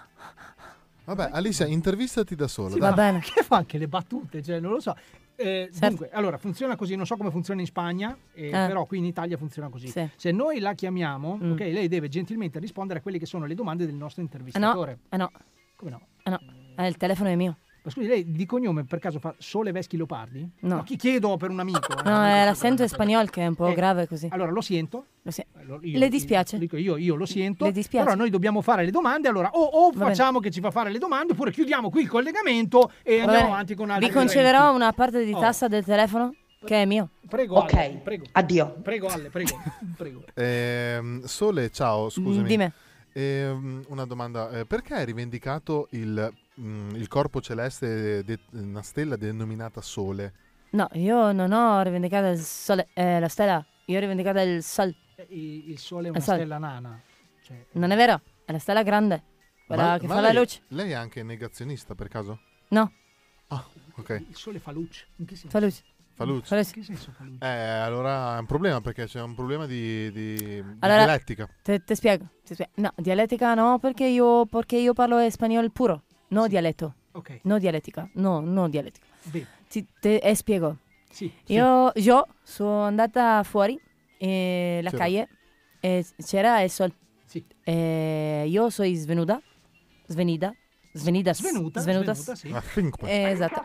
Vabbè, Alicia, intervistati da sola. Va bene. Che fa anche le battute, cioè non lo so. Dunque, allora, funziona così, non so come funziona in Spagna, però qui in Italia funziona così. Sì. Se noi la chiamiamo, ok, lei deve gentilmente rispondere a quelle che sono le domande del nostro intervistatore. No. Come no? No, il telefono è mio. Ma scusi, lei di cognome per caso fa Sole Veschi Leopardi? No. Chi chiedo per un amico? No, l'accento è spagnolo che è un po' grave così. Allora, lo sento. Le dispiace? Io lo sento. Le dispiace? Però noi dobbiamo fare le domande, allora o facciamo che ci fa fare le domande, oppure chiudiamo qui il collegamento e andiamo avanti con altri. Vi concederò una parte di tassa del telefono che è mio. Prego, ok, Ale, prego. Addio. Prego, Ale, prego. Sole, ciao, scusami. Dimmi. Una domanda, perché hai rivendicato il corpo celeste, una stella denominata Sole? No, io non ho rivendicato il sole, la stella, io ho rivendicato il sol. Il sole è una stella nana. Cioè, non è vero, è la stella grande, quella che fa la luce. Lei è anche negazionista per caso? No. Ah, ok. Il sole fa luce. In che senso? Fa luce. Fa luce. In che senso fa luce? Allora è un problema, perché c'è un problema di dialettica. Te spiego. No, dialettica no, perché io parlo spagnolo puro, no dialetto. Ok. No dialettica, no dialettica. Te spiego. Sì. Io sono andata fuori la calle e c'era il sol. Sì. Io sono svenuta. Sì. Esatto.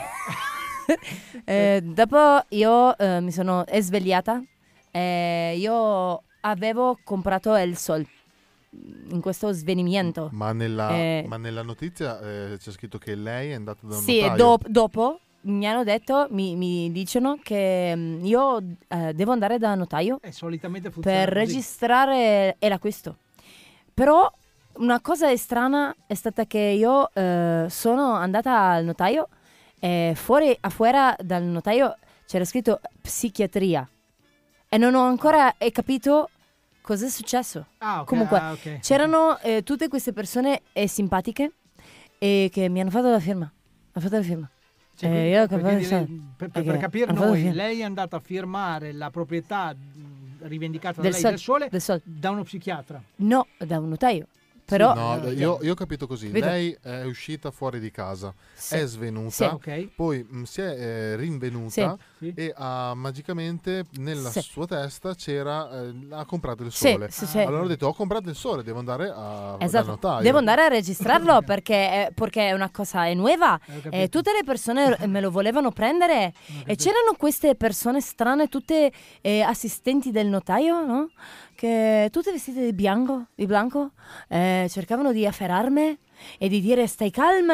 Dopo io mi sono svegliata e io avevo comprato il sol in questo svenimento. Ma nella notizia c'è scritto che lei è andata da un sì, notaio. dopo mi hanno detto, mi dicono che io devo andare da un notaio solitamente funziona per così. registrare l'acquisto. Però una cosa strana è stata che io sono andata al notaio e fuori dal notaio c'era scritto psichiatria e non ho ancora capito cosa è successo. Comunque c'erano tutte queste persone simpatiche e che mi hanno fatto la firma. Cioè, per capire noi, lei è andata a firmare la proprietà rivendicata da lei del sole da uno psichiatra? No, da un notaio. Però, no, io ho capito così. Vedo. Lei è uscita fuori di casa, è svenuta, poi si è rinvenuta e ha magicamente nella sua testa ha comprato il sole. Allora ho detto, ho comprato il sole, devo andare dal notaio. Devo andare a registrarlo perché è una cosa nuova e tutte le persone me lo volevano prendere e c'erano queste persone strane, tutte assistenti del notaio, no? Che tutte vestite di bianco, cercavano di afferrarmi e di dire stai calma,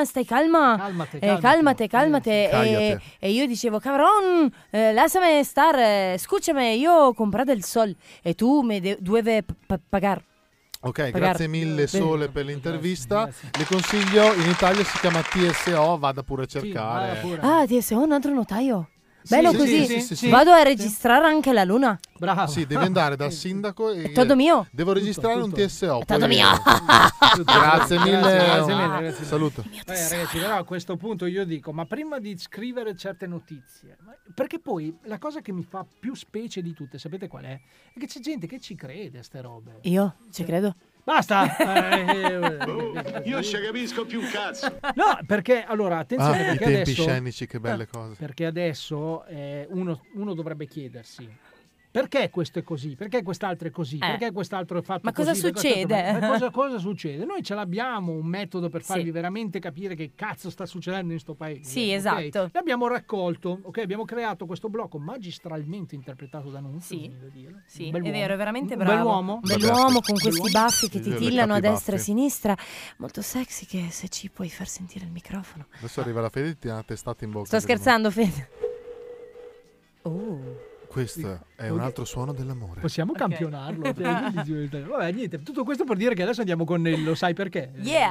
calmate. E io dicevo cabron, lasciami stare, scusami, io ho comprato il sol e tu mi devi pagare. Ok, grazie mille Sole per l'intervista. Grazie. Le consiglio, in Italia si chiama TSO, vada pure a cercare. TSO è un altro notaio. Bello Sì, così. sì. Vado a registrare anche la luna. Bravo. Sì, devi andare dal sindaco e... È tutto mio. Devo registrare un TSO. È tutto poi- mio. Grazie mille. Grazie mille, ragazzi. Saluto. Ragazzi, però a questo punto io dico, ma prima di scrivere certe notizie, perché poi la cosa che mi fa più specie di tutte, sapete qual è? È che c'è gente che ci crede a ste robe. Io ci credo. Basta! Io ci capisco più un cazzo. No, perché allora attenzione, I perché tempi adesso scenici, che belle cose. perché adesso uno dovrebbe chiedersi perché questo è così, perché quest'altro è così, perché quest'altro è fatto Ma così. cosa perché quest'altro è succede? fatto- cosa succede? Noi ce l'abbiamo un metodo per farvi veramente capire che cazzo sta succedendo in sto paese. Sì, ok? esatto. L'abbiamo raccolto, ok? Abbiamo creato questo blocco magistralmente interpretato da Nunzio. Sì, Un è bell'uomo. vero, è veramente Un bravo. bell'uomo. Bell'uomo con questi Bell'uomo. baffi che Sì, le titillano a capi destra e a baffi. sinistra. Molto sexy, che se ci puoi far sentire il microfono. Adesso arriva la Fede e ti ha testata in bocca. Sto scherzando, Fede. Questo è un altro suono dell'amore. Possiamo campionarlo? Vabbè, niente, tutto questo per dire che adesso andiamo con Nello, sai perché? Yeah!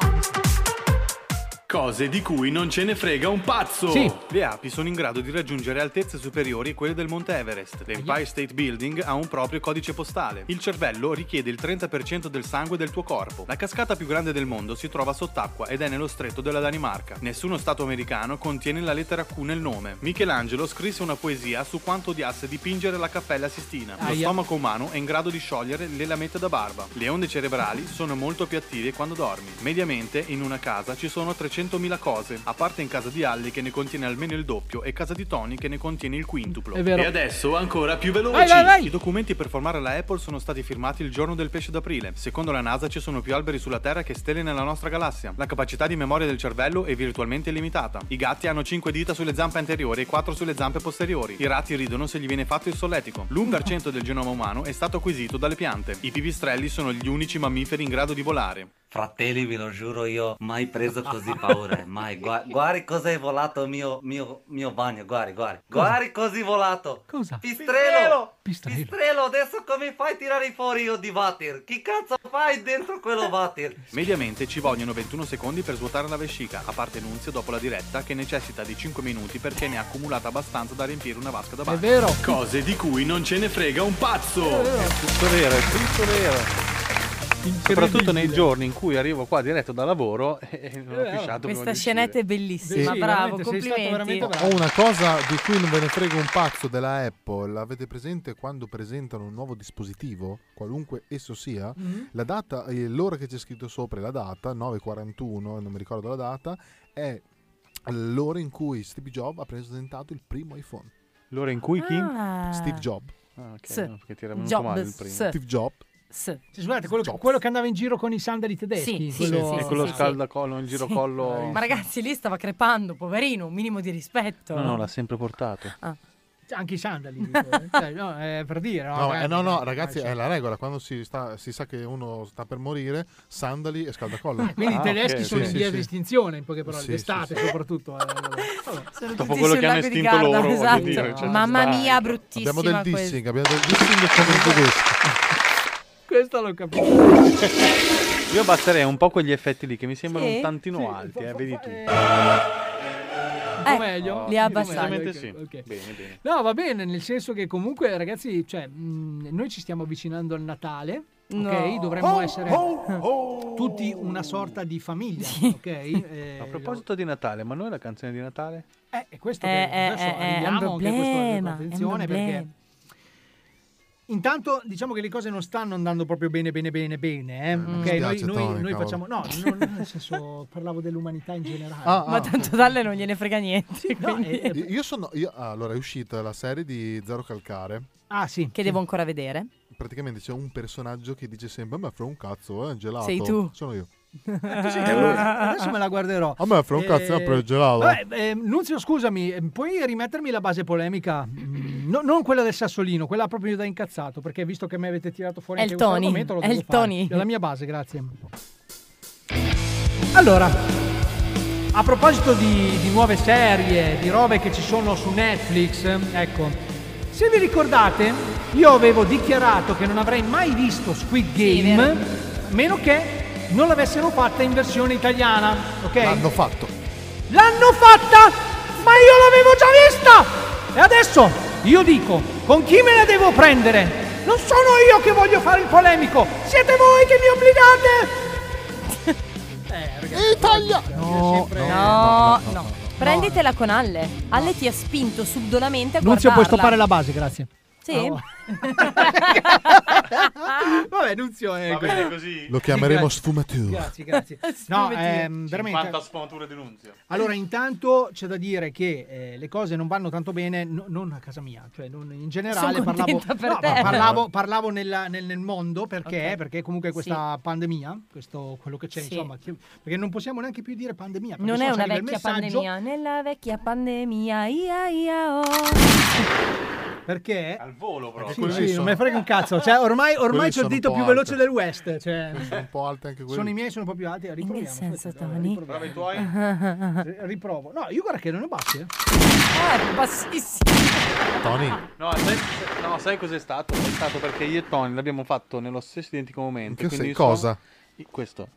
Cose di cui non ce ne frega un pazzo! Sì. Le api sono in grado di raggiungere altezze superiori a quelle del Monte Everest. L'Empire State Building ha un proprio codice postale. Il cervello richiede il 30% del sangue del tuo corpo. La cascata più grande del mondo si trova sott'acqua ed è nello stretto della Danimarca. Nessuno stato americano contiene la lettera Q nel nome. Michelangelo scrisse una poesia su quanto odiasse dipingere la Cappella Sistina. Lo stomaco umano è in grado di sciogliere le lamette da barba. Le onde cerebrali sono molto più attive quando dormi. Mediamente in una casa ci sono 300.000 cose, a parte in casa di Alli che ne contiene almeno il doppio e casa di Tony che ne contiene il quintuplo. È vero. E adesso ancora più veloci! Vai. I documenti per formare la Apple sono stati firmati il giorno del pesce d'aprile. Secondo la NASA ci sono più alberi sulla Terra che stelle nella nostra galassia. La capacità di memoria del cervello è virtualmente illimitata. I gatti hanno 5 dita sulle zampe anteriori e 4 sulle zampe posteriori. I ratti ridono se gli viene fatto il solletico. L'1% del genoma umano è stato acquisito dalle piante. I pipistrelli sono gli unici mammiferi in grado di volare. Fratelli, ve lo giuro, io mai preso così paura, mai. Guardi cosa è volato mio bagno, guardi. Guardi così volato. Cosa? Pistrello, adesso come fai a tirare fuori io di water? Chi cazzo fai dentro quello water? Mediamente ci vogliono 21 secondi per svuotare la vescica, a parte Nunzio dopo la diretta che necessita di 5 minuti perché ne ha accumulata abbastanza da riempire una vasca da bagno. È vero. Cose di cui non ce ne frega un pazzo! È tutto vero. Soprattutto nei giorni in cui arrivo qua diretto da lavoro e non ho pisciato. Questa scenetta è bellissima, Sì, bravo, sei stato veramente complimenti. bravo. Ho una cosa di cui non ve ne frega un pazzo della Apple. Avete presente quando presentano un nuovo dispositivo, qualunque esso sia, la data, l'ora che c'è scritto sopra, la data 9:41, non mi ricordo la data, è l'ora in cui Steve Jobs ha presentato il primo iPhone. L'ora in cui chi? Steve Jobs. Ah, ok, Sì. no, perché ti era venuto male il primo. Steve Jobs. Sì, scusate, quello che andava in giro con i sandali tedeschi. Sì, E quello scaldacollo, in girocollo. Ma ragazzi, lì stava crepando, poverino, un minimo di rispetto. No, l'ha sempre portato. Anche i sandali, dico, per dire. No, ragazzi, è la regola. Quando si sa che uno sta per morire, sandali e scaldacollo. Quindi i tedeschi sono in via sì. di estinzione, in poche parole, Sì, l'estate sì. soprattutto. Dopo quello che hanno estinto loro, voglio esatto. dire, cioè, Mamma mia, bruttissima Abbiamo del questa. dissing come i tedeschi. Questo l'ho capito. Io abbasserei un po' quegli effetti lì che mi sembrano Sì? un tantino alti, vedi tu. Un po' meglio? li ha abbassati. Decisamente sì. Ok. Bene. No, va bene, nel senso che comunque, ragazzi, cioè, noi ci stiamo avvicinando al Natale. No. Ok, dovremmo essere tutti una sorta di famiglia, ok? A proposito di Natale, ma noi la canzone di Natale? È questo che adesso arriviamo anche a questo, attenzione perché intanto diciamo che le cose non stanno andando proprio bene, ok? spiace, Tony, Noi cavolo. facciamo nel senso parlavo dell'umanità in generale. Ma tanto dalle non gliene frega niente. No, quindi- Allora è uscita la serie di Zero Calcare. Ah sì. Che devo ancora vedere. Praticamente c'è un personaggio che dice sempre: a me frega un cazzo, gelato. Sei tu. Sono io. Adesso me la guarderò. A me frega un cazzo, sempre il gelato. Vabbè, Nunzio, scusami, puoi rimettermi la base polemica? Non quella del sassolino, quella proprio da incazzato, perché visto che mi avete tirato fuori È anche il questo Tony, argomento, lo è devo il fare. Tony. È la mia base, grazie. Allora, a proposito di nuove serie, di robe che ci sono su Netflix, ecco, se vi ricordate, io avevo dichiarato che non avrei mai visto Squid Game, vero. meno che non l'avessero fatta in versione italiana, ok? L'hanno fatto. L'hanno fatta, ma io l'avevo già vista! E adesso io dico, con chi me la devo prendere? Non sono io che voglio fare il polemico, siete voi che mi obbligate! Italia! No. Prenditela con Alle. Alle ti ha spinto subdolamente a Nunzio, guardarla. puoi stoppare la base, grazie. Sì? Vabbè, Nunzio è Va bene così. Lo chiameremo Grazie. sfumatura. Grazie. No, veramente. 50 sfumature di Nunzio. Allora, intanto c'è da dire che le cose non vanno tanto bene, non a casa mia, cioè non in generale. Sono contenta per te. Parlavo nel mondo perché, Ok. perché comunque questa pandemia, questo quello che c'è, Sì. insomma, perché non possiamo neanche più dire pandemia. perché Non sennò è ci una arriva il vecchia messaggio. pandemia. Nella vecchia pandemia. Ia, ia, oh. Perché? Al volo proprio. Sì, quelli sì, sono- non me ne frega un cazzo. Cioè, ormai Quelli c'è il sono dito un po' più veloce alte. del West. Cioè, Sono un po' alte anche quelli. sono i miei, sono un po' più alti. In che Riproviamo. senso, aspetta, Tony? Bravo i tuoi? Riprovo. No, io guarda che non ne bassi. Bassissimo. Tony, No, sai cos'è stato? È stato perché io e Tony l'abbiamo fatto nello stesso identico momento. che quindi sei? il suono- Cosa? Questo.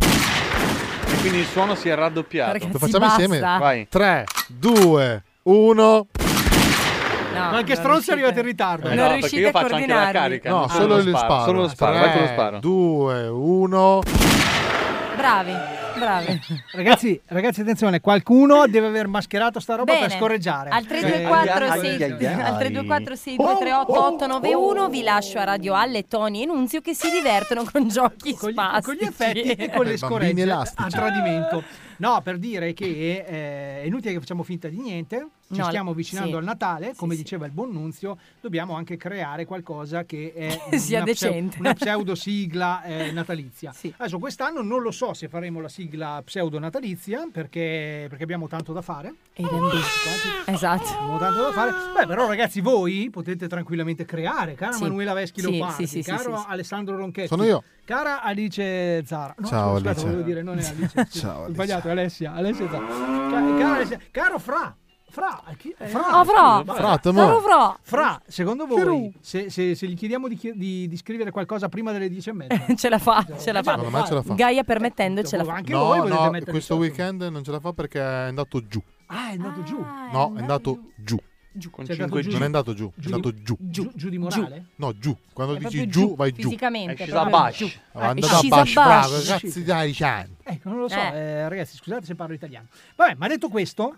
E quindi il suono si è raddoppiato. Ragazzi, Lo facciamo basta. insieme? Vai. 3, 2, 1. No, Qualche non stronzo è arrivato in riuscite. ritardo. Non No, perché riuscite io a faccio anche la coordinarvi. carica. No, non solo lo il sparo. Solo lo sparo, vai con lo 3, sparo. 2, 1. Bravi. Ragazzi, attenzione, qualcuno deve aver mascherato sta roba Bene. per scorreggiare. Al 324 Ai, ai, ai, ai. al 324 6238 891 vi lascio a Radio Alle, Tony e Nunzio che si divertono con giochi con spastici. gli effetti e con le Bambini scoregge elastici. a tradimento. No, per dire che è inutile che facciamo finta di niente, ci No, stiamo avvicinando sì. al Natale, come Sì. diceva il buon Nunzio, dobbiamo anche creare qualcosa che è Sia decente. una pseudo sigla natalizia. Sì. Adesso quest'anno non lo so se faremo la sigla pseudo natalizia perché abbiamo tanto da fare. E i bambini. Esatto. Abbiamo tanto da fare. Beh, però ragazzi, voi potete tranquillamente creare, cara Sì. Manuela Veschi Sì, Leopardi, sì, sì, caro sì, sì. Alessandro Ronchetti. Sono io. Cara Alice Zara. No, Ciao, aspetta, Alice. volevo dire, non è Alice. Sì, Ciao, ho Alice. sbagliato, è Alessia Zara. Cara Alessia, caro Fra. Fra, Ah, Fra. Secondo voi, se gli chiediamo di scrivere qualcosa prima delle 10:30, Ce la fa, ce la fa. Secondo me ce la fa. Gaia permettendo ce la fa. anche voi No, potete no, mettere questo sotto. weekend non ce la fa perché è andato giù. Ah, è andato giù. No, è andato giù. Con C'è 5 giù. G. Non è andato giù, è andato giù. Giù di morale? No, giù. Quando È dici proprio giù, vai giù. fisicamente. È sceso a proprio bash. giù. È andato a sceso bash, a bravo, bash. ragazzi, stai dicendo. Ecco, non lo so, ragazzi, scusate se parlo italiano. Vabbè, ma detto questo,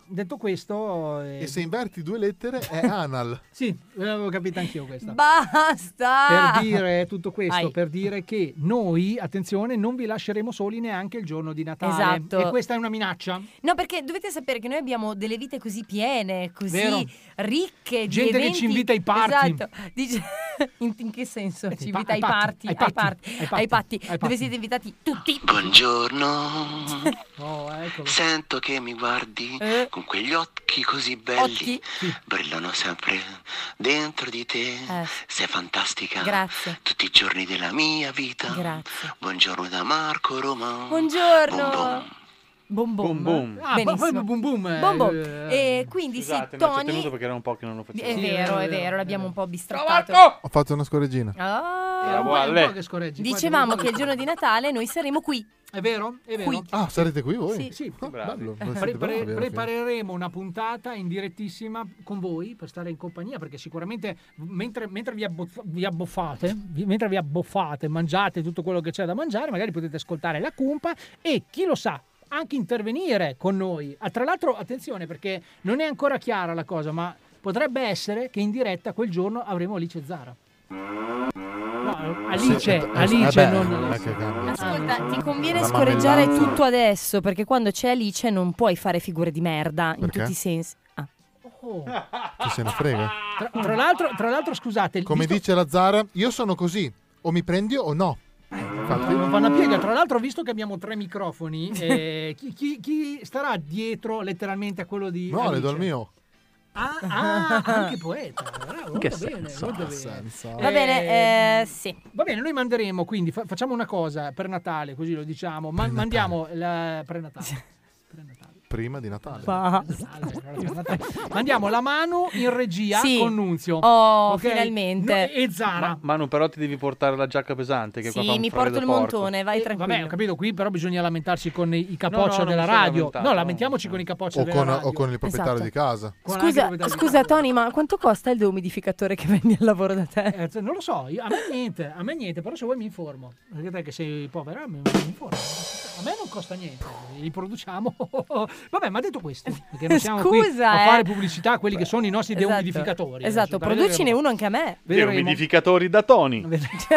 E se inverti due lettere è anal. sì, l'avevo capito anch'io questa. Basta. Per dire tutto questo, Vai. per dire che noi, attenzione, non vi lasceremo soli neanche il giorno di Natale. Esatto. E questa è una minaccia. No, perché dovete sapere che noi abbiamo delle vite così piene, così Vero. ricche di Gente che eventi. ci invita ai party. Esatto. In che senso? Ci Ai invita pa- ai ai party, patti, ai party, ai patti, ai dove patti. siete invitati tutti. Buongiorno, Oh, eccolo. sento che mi guardi con quegli occhi così belli, Occhi. brillano sempre dentro di te, sei fantastica, Grazie. tutti i giorni della mia vita. Grazie. Buongiorno da Marco Roma. Buongiorno. Bom bom. Boom, boom. Ah, Benissimo. boom boom. Bom bom. E quindi Scusate, sì, non ci ho Tony. tenuto perché era un po' che non lo facevo. È vero, l'abbiamo un po' bistrattato. Ho fatto una scorreggina. Ah. Era un po', Ale. che scorreggi. Dicevamo che il giorno di Natale noi saremo qui. È vero? È vero. Qui. Ah, sarete qui voi? Sì. Sì, Ah, Bravi. bello. Pre- Siete bravi, alla fine. prepareremo una puntata in direttissima con voi per stare in compagnia, perché sicuramente mentre vi abboffate, mangiate tutto quello che c'è da mangiare, magari potete ascoltare la cumpa e chi lo sa anche intervenire con noi. Ah, tra l'altro attenzione, perché non è ancora chiara la cosa, ma potrebbe essere che in diretta quel giorno avremo Alice Zara. No, Alice, non Ascolta, ti conviene La scorreggiare marmellata. tutto adesso, perché quando c'è Alice non puoi fare figure di merda in Perché? tutti i sensi. Ah. Oh. Chi se ne frega? Tra l'altro, scusate, Come visto- dice la Zara, io sono così. O mi prendi o no. Infatti, non fanno a piega. Tra l'altro, visto che abbiamo 3 microfoni, chi starà dietro letteralmente a quello di no, Alice? le do il mio. Anche poeta. Bravo, che molto bene, senso? molto bene. Senza. Va bene, sì. Va bene, noi manderemo, quindi facciamo una cosa per Natale, così lo diciamo. Mandiamo la pre-Natale. prima di Natale. Mandiamo la Manu in regia con Nunzio. Finalmente. E Zara. Manu, però ti devi portare la giacca pesante. Che qua fa un mi freddo porto il porco. montone, vai tranquillo. Vabbè, ho capito, qui però bisogna lamentarsi con i capoccia della radio. No, lamentiamoci con i capoccia della radio. O con il proprietario di casa. Scusa Tony, ma quanto costa il deumidificatore che vendi al lavoro da te? Non lo so, a me niente, però se vuoi mi informo. Perché te che sei povera, mi informo. A me non costa niente, li produciamo. Vabbè, ma detto questo, perché non siamo qui a fare pubblicità a quelli che sono i nostri deumidificatori. Esatto, producine uno anche a me. Deumidificatori da Tony. Non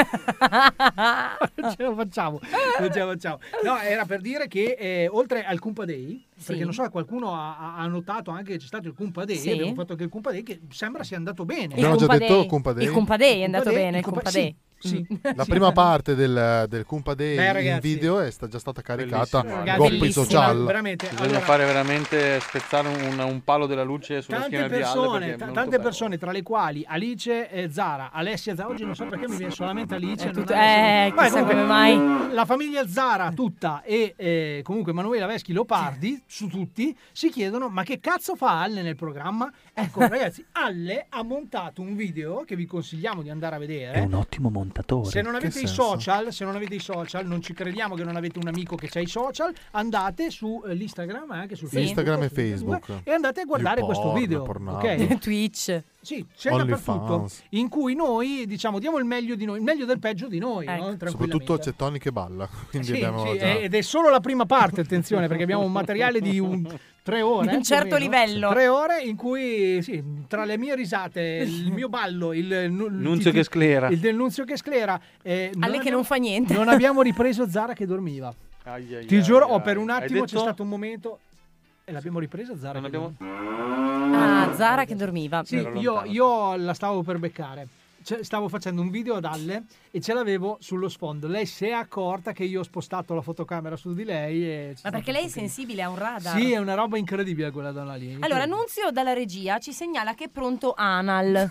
ce la facciamo. No, era per dire che oltre al Cumpa Day, perché non so, qualcuno ha notato anche che c'è stato il Cumpa Day, abbiamo fatto anche il Cumpa Day che sembra sia andato bene. Abbiamo già detto il Cumpa Day? Il Cumpa Day è andato bene, il Cumpa Day. Sì. La prima parte del Cumpa Day in video è già stata caricata Goppi Social. Veramente. Bisogna fare veramente spezzare un palo della luce sulla schiena di Ale. Tante persone, tra le quali Alice e Zara, Alessia Zara. Oggi non so perché mi viene solamente Alice. Chissà come mai. La famiglia Zara tutta e comunque Manuela Veschi Leopardi, su tutti, si chiedono: ma che cazzo fa Alle nel programma? Ecco, ragazzi, Alle ha montato un video che vi consigliamo di andare a vedere. È un ottimo montatore. Se non avete i social, non ci crediamo che non avete un amico che ha i social, andate su l'Instagram e anche su Facebook. Instagram e Facebook. E andate a guardare questo video. Ok? Twitch. Sì, c'è dappertutto. In cui noi diciamo diamo il meglio di noi, il meglio del peggio di noi, no? Soprattutto c'è Tony che balla. Quindi ed è solo la prima parte, attenzione, perché abbiamo un materiale di 3 ore. Di un certo livello. 3 ore in cui, tra le mie risate, il mio ballo, il Nunzio che sclera. Il del Nunzio che sclera. Alle che non fa niente. Non abbiamo ripreso Zara che dormiva. Ti giuro, per un attimo c'è stato un momento. E l'abbiamo ripresa Zara. Zara che dormiva. Sì, io la stavo per beccare. Stavo facendo un video ad Alle e ce l'avevo sullo sfondo. Lei si è accorta che io ho spostato la fotocamera su di lei. Ma perché lei è sensibile a un radar? Sì, è una roba incredibile quella donna lì. Allora, Nunzio dalla regia ci segnala che è pronto Anal.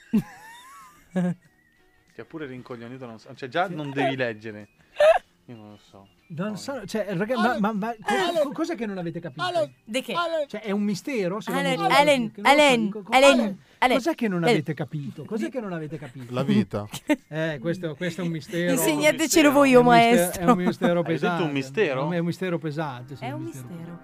Che ha pure rincoglionito, cioè già non devi leggere. Io non lo so. Non so, cos'è che non avete capito? De che? Cioè, è un mistero? Alen. Cos'è che non avete capito? Cos'è che non avete capito? La vita. Questo è un mistero. Insegnatecelo voi, maestro. È un mistero pesante. Hai detto un mistero? È un mistero pesante. È un mistero.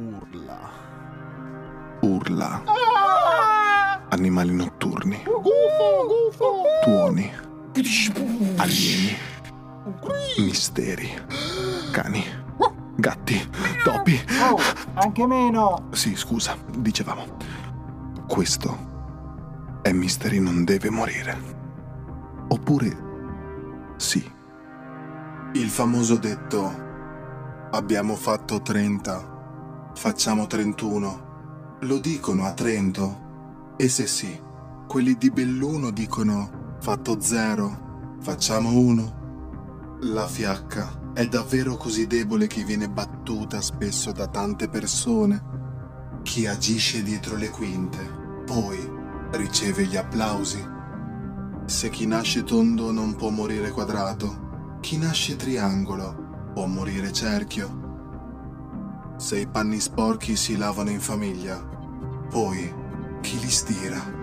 Urla. Animali notturni. Gufo. Tuoni. Alieni. Misteri. Cani. Gatti. Topi. Anche meno. Sì, scusa, dicevamo. Questo è Mystery non deve morire. Oppure sì. Il famoso detto abbiamo fatto 30, facciamo 31. Lo dicono a Trento? E se sì, quelli di Belluno dicono fatto 0, facciamo 1. La fiacca è davvero così debole che viene battuta spesso da tante persone? Chi agisce dietro le quinte, poi riceve gli applausi. Se chi nasce tondo non può morire quadrato, chi nasce triangolo può morire cerchio. Se i panni sporchi si lavano in famiglia, poi chi li stira?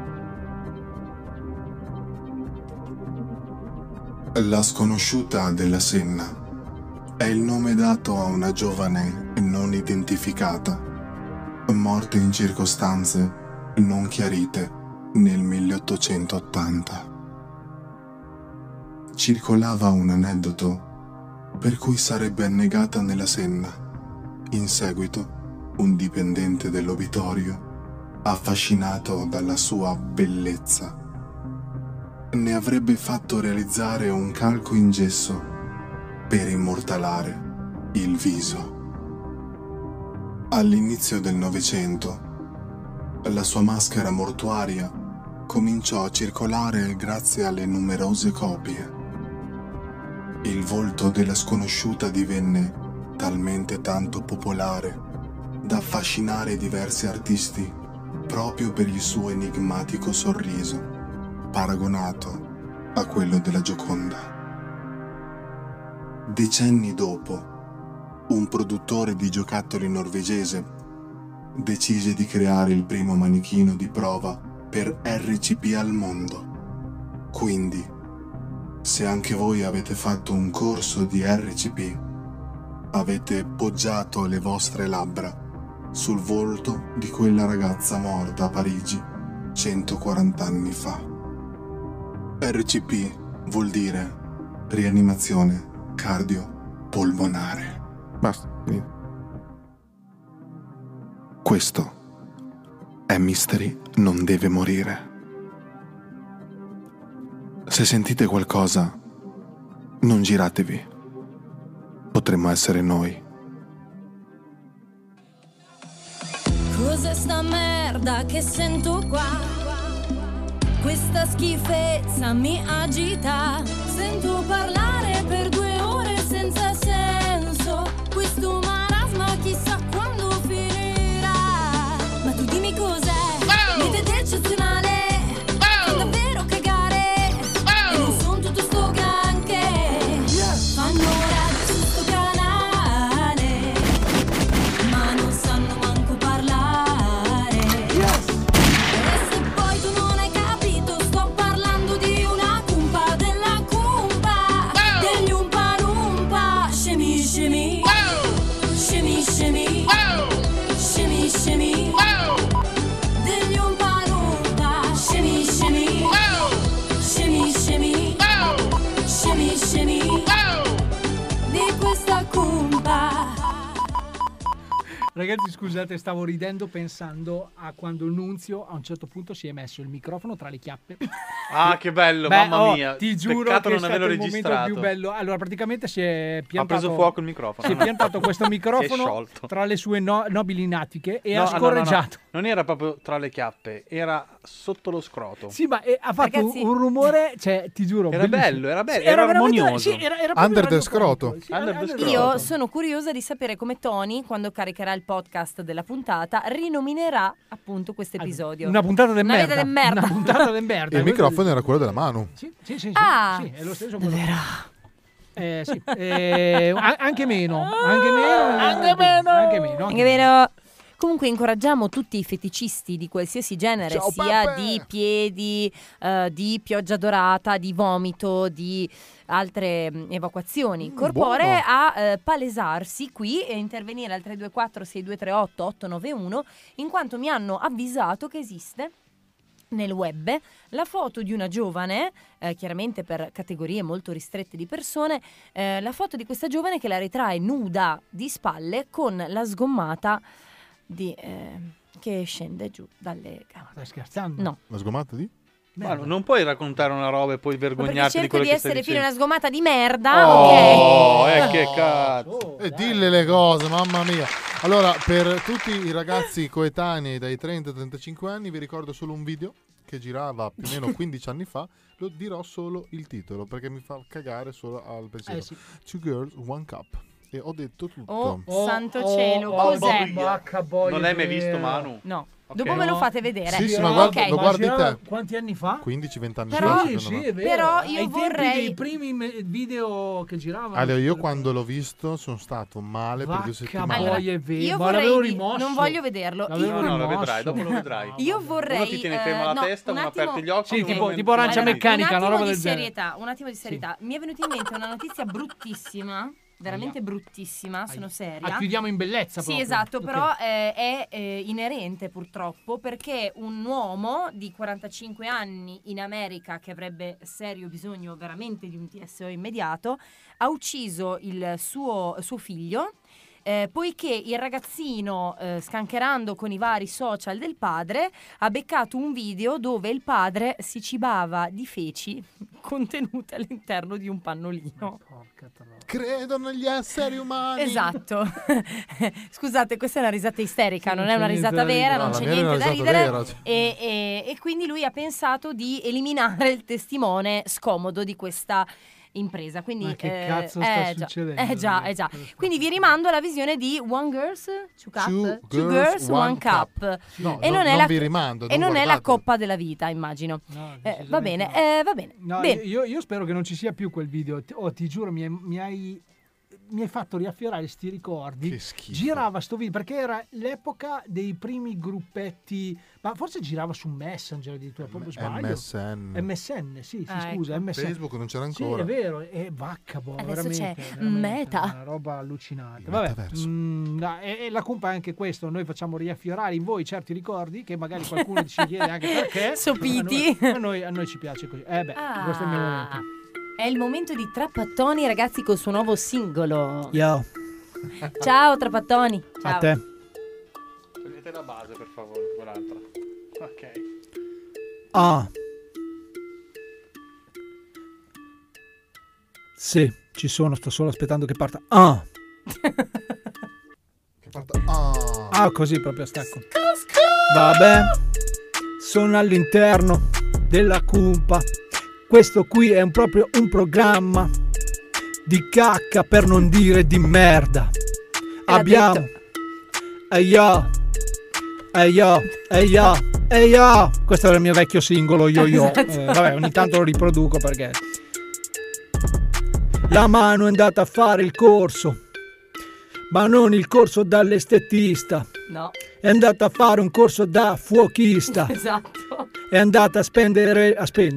La sconosciuta della Senna è il nome dato a una giovane non identificata, morta in circostanze non chiarite nel 1880. Circolava un aneddoto per cui sarebbe annegata nella Senna. In seguito, un dipendente dell'obitorio, affascinato dalla sua bellezza, ne avrebbe fatto realizzare un calco in gesso per immortalare il viso. All'inizio del Novecento, la sua maschera mortuaria cominciò a circolare grazie alle numerose copie. Il volto della sconosciuta divenne talmente tanto popolare da affascinare diversi artisti proprio per il suo enigmatico sorriso, paragonato a quello della Gioconda. Decenni dopo, un produttore di giocattoli norvegese, decise di creare il primo manichino di prova per RCP al mondo. Quindi, se anche voi avete fatto un corso di RCP, avete poggiato le vostre labbra sul volto di quella ragazza morta a Parigi 140 anni fa. RCP vuol dire rianimazione cardiopolmonare. Basta. Questo è Mystery non deve morire. Se sentite qualcosa, non giratevi. Potremmo essere noi. Cos'è sta merda che sento qua? Questa schifezza mi agita. Sento parlare per 2 ore senza senso. Questo marasma chissà quando finirà. Ma tu dimmi cos'è? Niente di eccezionale. Fa davvero cagare. E non son tutto sto granché. Fanno radio su sto canale, ma non sanno manco parlare. E se poi tu non hai capito, sto parlando di una cumpa, della cumpa, degli umpa lumpa. Scemi scemi, scemi scemi, scemi scemi, degli umpa lumpa. Scemi scemi, scemi scemi, scemi scemi, di questa cumpa. Ragazzi, scusate, stavo ridendo pensando a quando Nunzio a un certo punto si è messo il microfono tra le chiappe. Ah, che bello, mamma mia. Ti giuro Peccato che è non stato averlo il momento registrato. più bello. Allora, praticamente si è piantato. Ha preso fuoco il microfono. Si è piantato questo Si è microfono sciolto. tra le sue nobili natiche e No, ha scorreggiato. no. Non era proprio tra le chiappe, era sotto lo scroto. Sì, ma ha fatto Ragazzi, un rumore, cioè, ti giuro. Era bellissimo. bello, era bello, Sì, era veramente- armonioso. sì, era proprio Under the radiofonico. scroto. Sì, Under the under the scroto. Io scroto. sono curiosa di sapere come Tony, quando caricherà il podcast della puntata, rinominerà appunto questo episodio. Una puntata del Una merda. vita del merda. Una puntata del merda. Il microfono era quello della Manu. Sì, sì, sì, Ah, sì, è lo stesso. davvero? Sì, anche meno. Anche meno. Anche vero. Comunque incoraggiamo tutti i feticisti di qualsiasi genere, Ciao, sia Peppe! di piedi, di pioggia dorata, di vomito, di altre evacuazioni corporee, a palesarsi qui e intervenire al 324 6238 891, in quanto mi hanno avvisato che esiste nel web la foto di una giovane, chiaramente per categorie molto ristrette di persone, la foto di questa giovane che la ritrae nuda di spalle con la sgommata che scende giù dalle gambe. Stai scherzando? No. La sgommata di? Ma non puoi raccontare una roba e poi Ma perché vergognarti di cerco quello di che stai essere fino a dicendo. una sgommata di merda, Oh, ok? che cazzo. E dille le cose, mamma mia. Allora, per tutti i ragazzi coetanei dai 30 ai 35 anni, vi ricordo solo un video che girava più o meno 15 anni fa. Lo dirò solo il titolo perché mi fa cagare solo al pensiero. Sì. Two Girls, One Cup. E ho detto tutto. Oh, santo cielo, cos'è? Non l'hai mai visto, Manu? No. Ok. Dopo me lo fate vedere. Sì, sì, ma guarda, Ok. lo guardi te. Quanti anni fa? 15-20 anni Però- fa. Sì, secondo me. è vero. Però io Ai tempi vorrei- dei primi video che giravano. Allora, io quando l'ho visto sono stato male per 2 Vacca settimane. boia, Allora, è vero. io ma vorrei l'avevo di- rimosso. non voglio vederlo. L'avevo Io- No, lo rimosso. vedrai, dopo lo vedrai. Io vorrei Uno ti tiene fermo la no, testa, un uno attimo- aperti gli occhi. Sì, uno tipo arancia Allora, meccanica, un una attimo roba di del genere. serietà, un attimo di serietà. Mi è venuta in mente una notizia bruttissima, veramente bruttissima, sono seria. Chiudiamo in bellezza Sì, proprio. esatto, Ok. però è inerente purtroppo, perché un uomo di 45 anni in America, che avrebbe serio bisogno veramente di un TSO immediato, ha ucciso il suo figlio. Poiché il ragazzino, scancherando con i vari social del padre, ha beccato un video dove il padre si cibava di feci contenute all'interno di un pannolino. Credo negli esseri umani. Esatto. Scusate, questa è una risata isterica, Sì, non non è una c'è niente risata da vera, ridere. non No, c'è la mia è niente da una ridere. risata vera, cioè. E quindi lui ha pensato di eliminare il testimone scomodo di questa impresa. Quindi, Ma che cazzo sta succedendo? È già. Quindi vi rimando alla visione di One Girls, Two Cup, Two Girls, One Cup. No, E non non è vi rimando. e non non è la guardatelo. coppa della vita, immagino. No, Va bene, va bene. No, Bene. io spero che non ci sia più quel video. Ti giuro, mi hai mi hai fatto riaffiorare sti ricordi. Che schifo. Girava sto video perché era l'epoca dei primi gruppetti, ma forse girava su Messenger addirittura, proprio sbaglio. MSN, sì, scusa, ecco. MSN. Facebook non c'era ancora. Sì, è vero, è vacca, Adesso c'è veramente Meta. una roba allucinante. Vabbè, e la colpa è anche questo, noi facciamo riaffiorare in voi certi ricordi che magari qualcuno ci chiede anche perché. Sopiti. A noi ci piace così. Questo è il mio momento. È il momento di Trappattoni, ragazzi, col suo nuovo singolo. Yo. Ciao Trappattoni. Ciao. A te. Togliete la base, per favore, quell'altra. Ok. Sì, ci sono, sto solo aspettando che parta. Così proprio a stacco. Vabbè, sono all'interno della cumpa. Questo qui è proprio un programma di cacca, per non dire di merda. Abbiamo Eyo. Questo era il mio vecchio singolo yo. Vabbè, ogni tanto lo riproduco perché la mano è andata a fare il corso, ma non il corso dall'estetista. No. È andata a fare un corso da fuochista. Esatto. È andata a spengere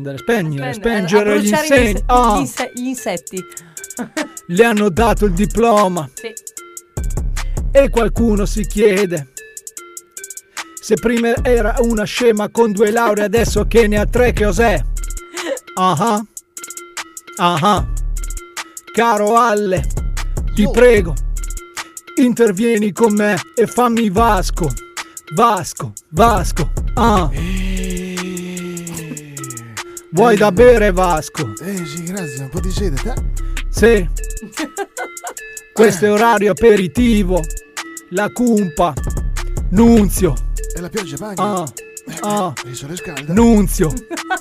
gli insetti. Le hanno dato il diploma. Sì. E qualcuno si chiede se prima era una scema con 2 lauree, adesso che ne ha 3, che cos'è? Caro Alle, ti prego, intervieni con me e fammi Vasco. Vuoi da bere, Vasco? Sì, grazie, un po' di sede, te? Sì. Questo è orario aperitivo. La cumpa. Nunzio. E la pioggia bagna. Il sole scalda. Nunzio.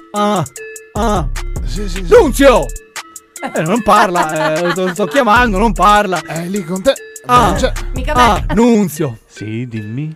Sì. Nunzio! Non parla, lo sto chiamando, non parla. È lì con te. Mica me. Nunzio. Sì, dimmi.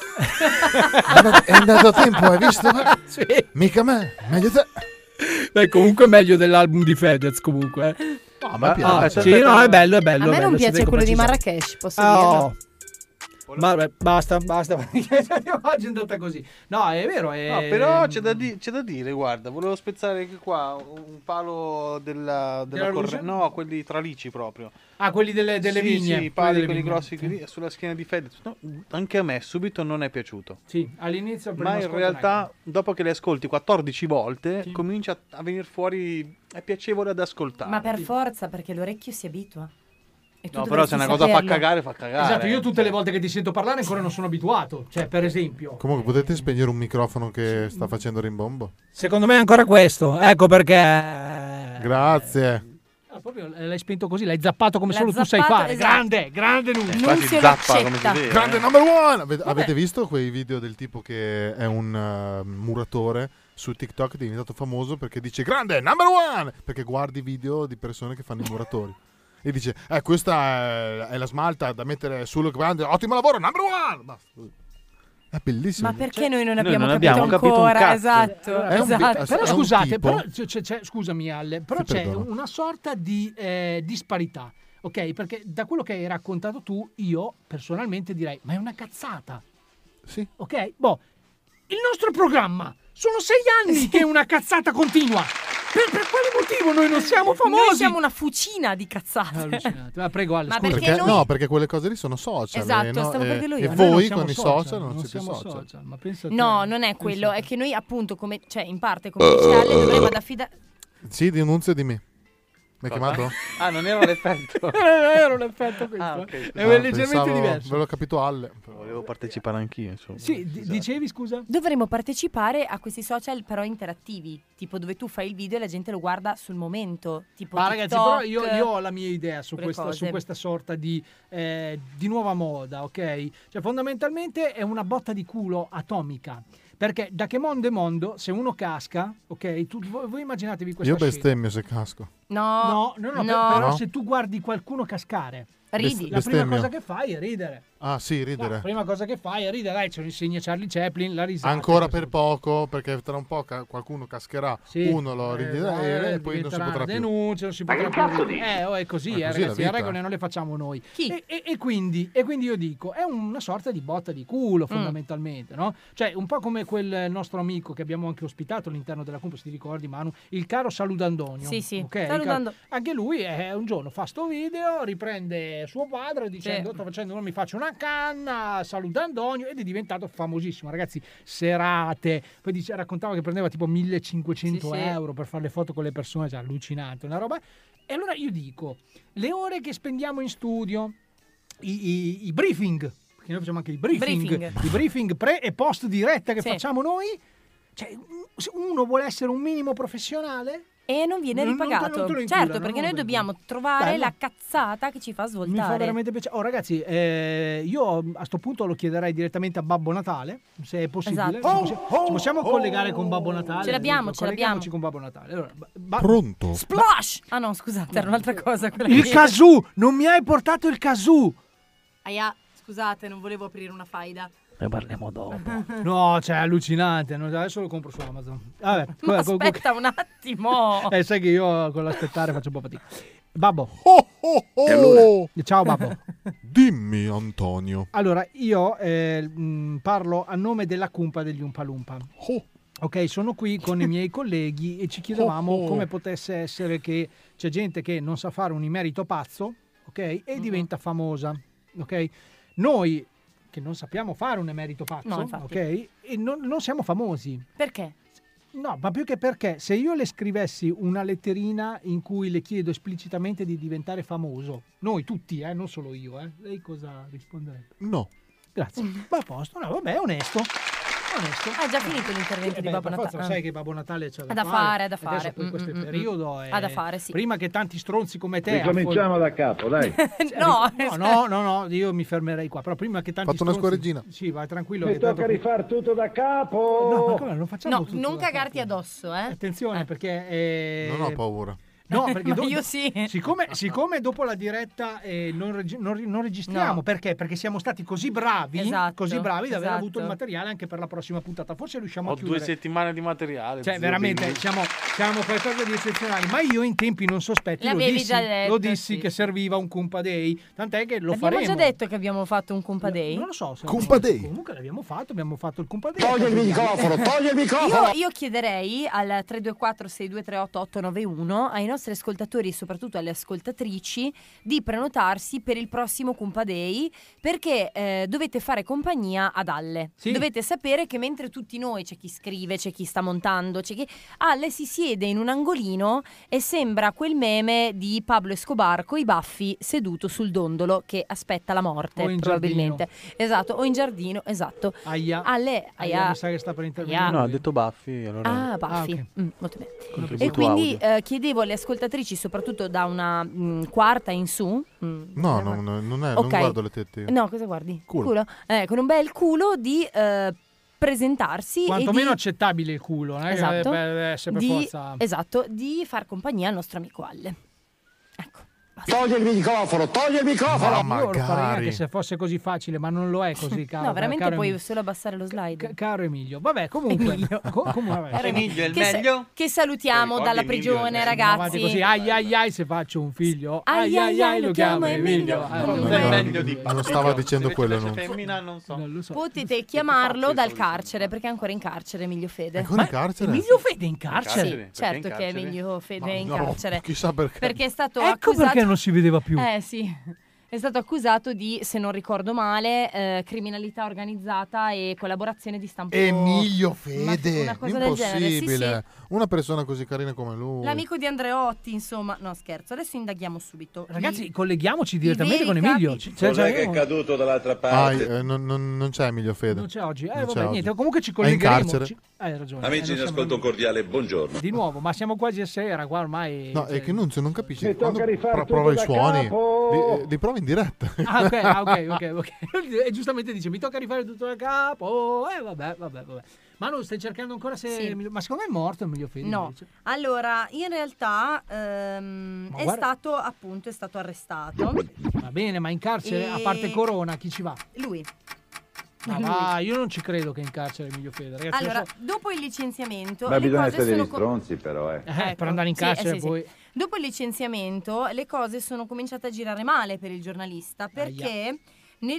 È andato a tempo, hai visto? Sì. Mica me, meglio te. Beh, comunque meglio dell'album di Fedez, comunque. A me piace. Sì, no, è bello. A me non piace quello di Marrakesh, posso dirlo. Ma basta. Oggi è andata così. No, è vero. No, però c'è da dire, guarda, volevo spezzare anche qua un palo della corrente. No, quelli tralici proprio. Quelli delle vigne. Sì, i pali, quelli grossi sulla schiena di Fedez. No, anche a me subito non è piaciuto. Sì, all'inizio. Ma in realtà, dopo che le ascolti 14 volte, comincia a venire fuori. È piacevole ad ascoltare. Ma per forza, perché l'orecchio si abitua. No, però se una cosa fa cagare. Esatto, io tutte le volte che ti sento parlare ancora non sono abituato. Cioè, per esempio. Comunque, potete spegnere un microfono che sta facendo rimbombo? Secondo me è ancora questo. Ecco perché. Grazie. Proprio l'hai spento così, l'hai zappato come solo tu sai fare. Esatto. Grande Nunzio. Nunzio l'accetta. Grande number one. Avete visto quei video del tipo che è un muratore su TikTok, è diventato famoso perché dice grande number one, perché guardi video di persone che fanno i muratori e dice questa è la smalta da mettere sul grande, ottimo lavoro, number one. Basta. È bellissimo. Ma perché noi non abbiamo capito ancora? Esatto. Però scusate, scusami Ale, però c'è una sorta di disparità, ok? Perché da quello che hai raccontato tu, io personalmente direi, ma è una cazzata. Sì. Ok? Il nostro programma sono 6 anni che è una cazzata continua. Per quale motivo noi non siamo famosi? Noi siamo una fucina di cazzate. Ma prego Ale, scusa. Perché quelle cose lì sono social. Esatto, stavo per dirlo io. E voi con i social non siete social. Ma no, non è quello, è che noi appunto, come, cioè in parte come dice Ale, dovremmo ad affidare. Sì, di Nunzio di me. Mi hai chiamato? Non era l'effetto. Era un effetto questo. Okay. È leggermente diverso. Ve l'ho capito Ale. Volevo partecipare anch'io, insomma. Sì, dicevi scusa? Dovremmo partecipare a questi social però interattivi, tipo dove tu fai il video e la gente lo guarda sul momento, tipo TikTok, ragazzi, però io ho la mia idea su questa sorta di nuova moda, ok? Cioè fondamentalmente è una botta di culo atomica. Perché da che mondo è mondo, se uno casca, ok? Voi immaginatevi questa scena. Io bestemmio se casco. No. Però se tu guardi qualcuno cascare, Ridi. La prima cosa che fai è ridere. Ah sì, ridere. La prima cosa che fai è ridere, dai, ce lo insegna Charlie Chaplin, la risata. Ancora per poco, perché tra un po' qualcuno cascherà, Sì. uno lo ridirà e poi non si potrà più. Denuncia, non si potrà più. È così, ragazzi, le regole non le facciamo noi. E quindi io dico, è una sorta di botta di culo fondamentalmente, no? Cioè, un po' come quel nostro amico che abbiamo anche ospitato all'interno della Cumpa, se ti ricordi Manu, il caro Saludandonio. Sì. Okay? Anche lui un giorno fa sto video, riprende suo padre dicendo sto facendo, mi faccio una canna, Saludandonio, ed è diventato famosissimo, ragazzi, serate. Poi raccontava che prendeva tipo 1500 euro per fare le foto con le persone, cioè allucinante, una roba. E allora io dico, le ore che spendiamo in studio, i briefing, perché noi facciamo anche i briefing pre e post diretta che facciamo noi, cioè uno vuole essere un minimo professionale e non viene ripagato. Non te lo incula, certo, perché noi dobbiamo trovare la cazzata che ci fa svoltare. Mi fa veramente piacere. Ragazzi, io a sto punto lo chiederei direttamente a Babbo Natale, se è possibile. Esatto. Ci possiamo collegare con Babbo Natale? Ce l'abbiamo. Con Babbo Natale. Allora, Pronto? Splash! Ah no, scusate, era un'altra cosa. Il kazoo! Non mi hai portato il kazoo! Aia, scusate, non volevo aprire una faida. Ne parliamo dopo. No, cioè, allucinante. Adesso lo compro su Amazon. Vabbè, aspetta un attimo. Sai che io con l'aspettare faccio un po' fatica. Babbo. E allora? Ciao Babbo. Dimmi, Antonio. Allora, io parlo a nome della Cumpa degli Umpalumpa. Ok, sono qui con i miei colleghi e ci chiedevamo come potesse essere che c'è gente che non sa fare un emerito pazzo, ok, e diventa famosa, ok? Noi che non sappiamo fare un emerito pazzo, ok? E non siamo famosi. Perché? No, ma più che perché, se io le scrivessi una letterina in cui le chiedo esplicitamente di diventare famoso, noi tutti, non solo io, lei cosa risponderebbe? No. Grazie. Ma a posto, no, vabbè, onesto. Ha già finito l'intervento di Babbo Natale. Sai che Babbo Natale c'è da fare. Adesso poi questo periodo è da fare, sì. Prima che tanti stronzi come te. Ricominciamo da capo, dai. No, io mi fermerei qua. Però prima che tanti Fatto stronzi. una scorreggina. Sì, vai tranquillo. Mi tocca rifare tutto da capo. No, ma come non facciamo tutto? Non cagarti addosso, Attenzione, perché non ho paura. No, perché io sì. Siccome dopo la diretta non registriamo, perché? Perché siamo stati così bravi, da aver avuto il materiale anche per la prossima puntata. Forse riusciamo a chiudere. 2 settimane di materiale. Cioè, veramente siamo qualcosa di eccezionale. Ma io in tempi non sospetti lo dissi che serviva un Cumpa Day. Tant'è che lo faremo. Abbiamo già detto che abbiamo fatto un Cumpa Day? Non lo so. Cumpa Day. Comunque l'abbiamo fatto il Cumpa Day. Togli il microfono. Io chiederei al 324 6238 891 ai nostri ascoltatori e soprattutto alle ascoltatrici di prenotarsi per il prossimo Cumpa Day, perché dovete fare compagnia ad Alle. Dovete sapere che mentre tutti noi, c'è chi scrive, c'è chi sta montando, c'è chi, Alle si siede in un angolino e sembra quel meme di Pablo Escobar coi baffi seduto sul dondolo che aspetta la morte, probabilmente. Esatto, o in giardino, esatto. Aia. Alle, aia. Mi sa che sta per intervenire. No, ha detto baffi. Allora... baffi. Okay. Molto bene. E quindi chiedevo alle ascoltatrici, soprattutto da una quarta in su. Non guardo le tette. No, cosa guardi? Culo. Con un bel culo di presentarsi. Quantomeno accettabile il culo, non è che deve essere per forza. Esatto, di far compagnia al nostro amico Alle. Ecco. Togli il microfono. Io lo farei anche se fosse così facile, ma non lo è così, caro. No, veramente caro puoi Emilio. solo abbassare lo slide. Caro Emilio. Vabbè, comunque. Emilio è il meglio. Che salutiamo dalla prigione, ragazzi. Così, ai se faccio un figlio. Ai lo chiamo Emilio. Non stava dicendo quello, no. Femmina, non so. Potete chiamarlo dal carcere, perché è ancora in carcere Emilio Fede. Ancora in carcere? Emilio Fede in carcere? Sì, certo che Emilio Fede è in carcere. Chissà perché. Perché è stato accusato. Ecco perché non si vedeva più. Sì. È stato accusato di, se non ricordo male, criminalità organizzata e collaborazione di stampo. Emilio Fede, una cosa impossibile. del genere. Sì. Una persona così carina come lui. L'amico di Andreotti, insomma. No, scherzo. Adesso indaghiamo subito. Ragazzi, colleghiamoci direttamente con Emilio. Cos'è che è caduto dall'altra parte? Non c'è Emilio Fede. Non c'è oggi. Non c'è vabbè, oggi. niente. Comunque ci collegheremo. È in carcere. Hai ragione. Amici, in ascolto un cordiale buongiorno. Di nuovo, ma siamo quasi a sera qua ormai. No, è che Nunzio non capisce. Mi tocca rifare prova i tutto da suoni. capo. Li provi in diretta. Ok. E giustamente dice, mi tocca rifare tutto da capo. Vabbè. Ma non stai cercando ancora se... Sì. Ma secondo me è morto Emilio Fede. No, invece. allora in realtà guarda- è stato arrestato. Va bene, ma in carcere, a parte Corona, chi ci va? Lui. Ma va, io non ci credo che in carcere Emilio Fede. Ragazzi, Allora, io so- dopo il licenziamento, Ma le bisogna cose essere degli sono stronzi però, per andare in Sì, carcere sì. poi... Dopo il licenziamento le cose sono cominciate a girare male per il giornalista perché nel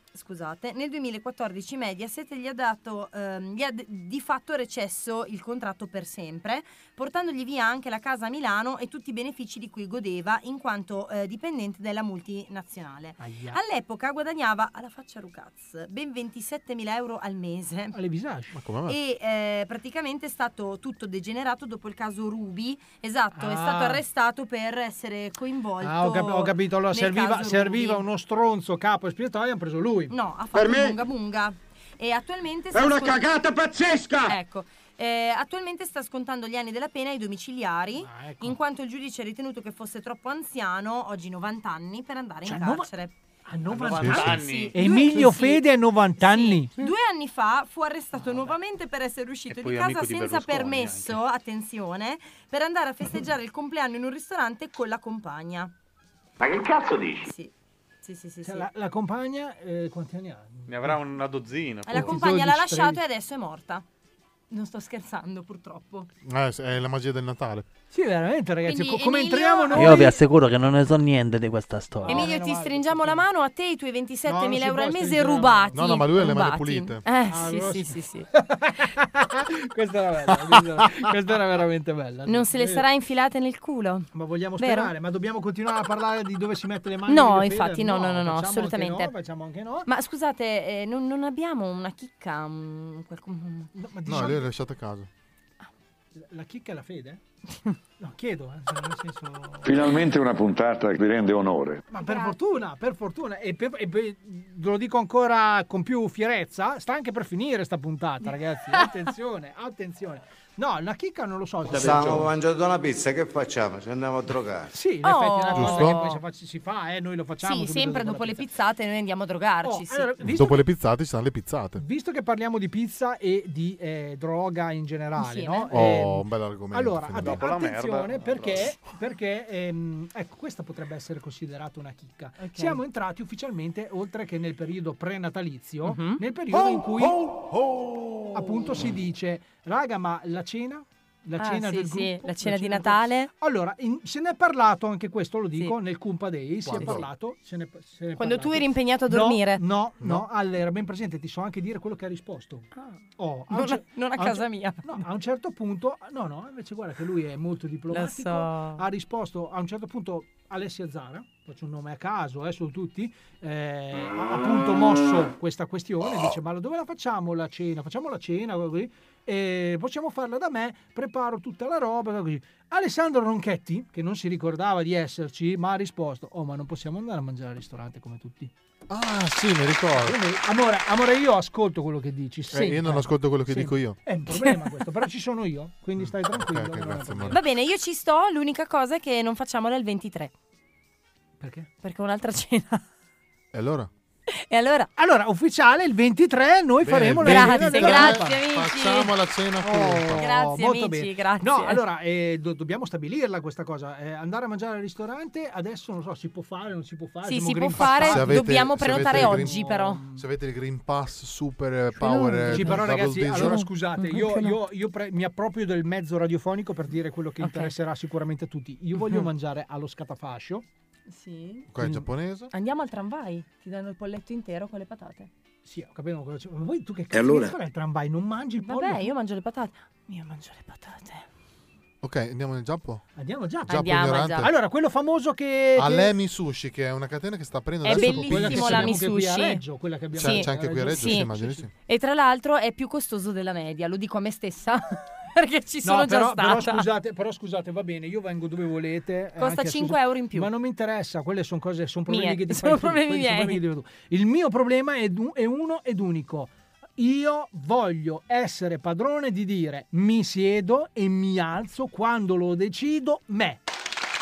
2014 Mediaset gli ha di fatto recesso il contratto per sempre, portandogli via anche la casa a Milano e tutti i benefici di cui godeva in quanto dipendente della multinazionale. All'epoca guadagnava, alla faccia Rucaz, ben 27.000 euro al mese. Alle visage. Ma come va? E praticamente è stato tutto degenerato dopo il caso Ruby. Esatto, è stato arrestato per essere coinvolto. Ho capito, allora nel caso serviva Ruby. uno stronzo capo espiatorio, hanno preso lui. No, ha fatto bunga bunga. E attualmente È una cagata pazzesca! Ecco. Attualmente sta scontando gli anni della pena ai domiciliari, in quanto il giudice ha ritenuto che fosse troppo anziano, oggi 90 anni, per andare in carcere. A 90 anni? Sì. Emilio Fede a 90 anni? 2 anni fa fu arrestato nuovamente per essere uscito E di poi casa amico di senza Berlusconi permesso, attenzione, per andare a festeggiare il compleanno in un ristorante con la compagna. Ma che cazzo dici? Sì. Cioè, la compagna, quanti anni ha? Ne avrà una dozzina. La compagna l'ha lasciato e adesso è morta. Non sto scherzando, purtroppo. È la magia del Natale. Sì, veramente, ragazzi. Quindi, Come Emilio- entriamo noi? Io vi assicuro che non ne so niente di questa storia. Emilio, ti stringiamo la mano, a te i tuoi 27.000 euro al mese stringere. rubati. No, ma lui ha le mani Rubati. pulite. Sì. Questa era bella. Questa era veramente bella. Non se le sarà infilate nel culo. Ma vogliamo Vero? sperare? Ma dobbiamo continuare a parlare di dove si mette le mani? No, Emilio Fede? infatti, no, facciamo assolutamente. anche no, facciamo anche no. Ma scusate, non abbiamo una chicca? No, ma No, diciamo- lui l'ha lasciato a casa. La chicca è la fede? No, chiedo, cioè, nel senso... Finalmente una puntata che vi rende onore. Ma per fortuna. E ve lo dico ancora con più fierezza, sta anche per finire sta puntata, ragazzi. Attenzione. No, la chicca non lo so. Stiamo mangiando una pizza, che facciamo? Ci andiamo a drogare. Sì, in effetti è una cosa Giusto. che poi si fa, noi lo facciamo. Sì, sempre dopo le pizzate noi andiamo a drogarci. sì. Allora, Dopo le pizzate ci sono le pizzate. Visto che parliamo di pizza e di droga in generale, Insieme. no? Un bel argomento. Allora, finalmente. Dopo la attenzione merda, perché ecco, questa potrebbe essere considerata una chicca. Ok. Siamo entrati ufficialmente, oltre che nel periodo prenatalizio, Mhm. nel periodo in cui appunto si dice, raga, ma la cena? La cena del gruppo? la cena di del Natale. gruppo? Allora, se ne è parlato, anche questo lo dico, nel Cumpa Day, si è Quando? parlato. Se ne è Quando parlato. tu eri impegnato a dormire. No, allora, era ben presente, ti so anche dire quello che ha risposto. Non a casa mia. No, a un certo punto, no, invece guarda che lui è molto diplomatico. Lo so. Ha risposto a un certo punto Alessia Zara, faccio un nome a caso, su tutti, ha appunto mosso questa questione, dice ma dove la facciamo la cena? Facciamo la cena, così, possiamo farla da me, preparo tutta la roba, così. Alessandro Ronchetti, che non si ricordava di esserci, ma ha risposto, ma non possiamo andare a mangiare al ristorante come tutti. Ah, sì, mi ricordo. Quindi, amore, io ascolto quello che dici. Io non ascolto quello che Sempre. dico io. È un problema questo, però ci sono io, quindi stai tranquillo. Ok, non è un grazie, problema. Va bene, io ci sto, l'unica cosa è che non facciamola il 23. Perché? Perché ho un'altra cena. E allora? E allora? Allora, ufficiale, il 23 noi Bene, faremo il la 23. cena. Grazie, amici. Facciamo la cena Cumpa. Grazie, molto amici, bene. grazie. No, allora, dobbiamo stabilirla questa cosa. Andare a mangiare al ristorante, adesso non so, si può fare, non si può fare. Sì, siamo si può green fare, passati. Se avete- dobbiamo se prenotare avete il oggi green- però. Se avete il Green Pass Super Power Sì, però Double ragazzi, Vision. allora scusate, io mi approprio del mezzo radiofonico per dire quello che Ok. interesserà sicuramente a tutti. Io voglio mangiare allo scatafascio. Sì. Qua è giapponese. Andiamo al tramvai, ti danno il polletto intero con le patate. Sì, ho capito cosa c'è. Ma voi tu che E cazzo allora? fai il tramvai? Non mangi il pollo? Vabbè, io mangio le patate. Io mangio le patate. Ok, andiamo nel Giappo. Andiamo già. Giappo Andiamo, ignorante. già. Allora, quello famoso che... Alemi Sushi, che è una catena che sta aprendo È adesso bellissimo pochissimo. Quella che l'Ami abbiamo qui a Sushi. Reggio, quella che abbiamo Sì. C'è anche qui a Reggio, Sì. sì, immagini sì. E tra l'altro è più costoso della media, lo dico a me stessa, perché ci sono No, già però stata. scusate, va bene, io vengo dove volete. Costa anche 5 euro in più. Ma non mi interessa, quelle sono cose, sono problemi Mie, che ti sono fai tu, problemi quelli sono miei. problemi che devi tu. Il mio problema è uno ed unico. Io voglio essere padrone di dire mi siedo e mi alzo quando lo decido me.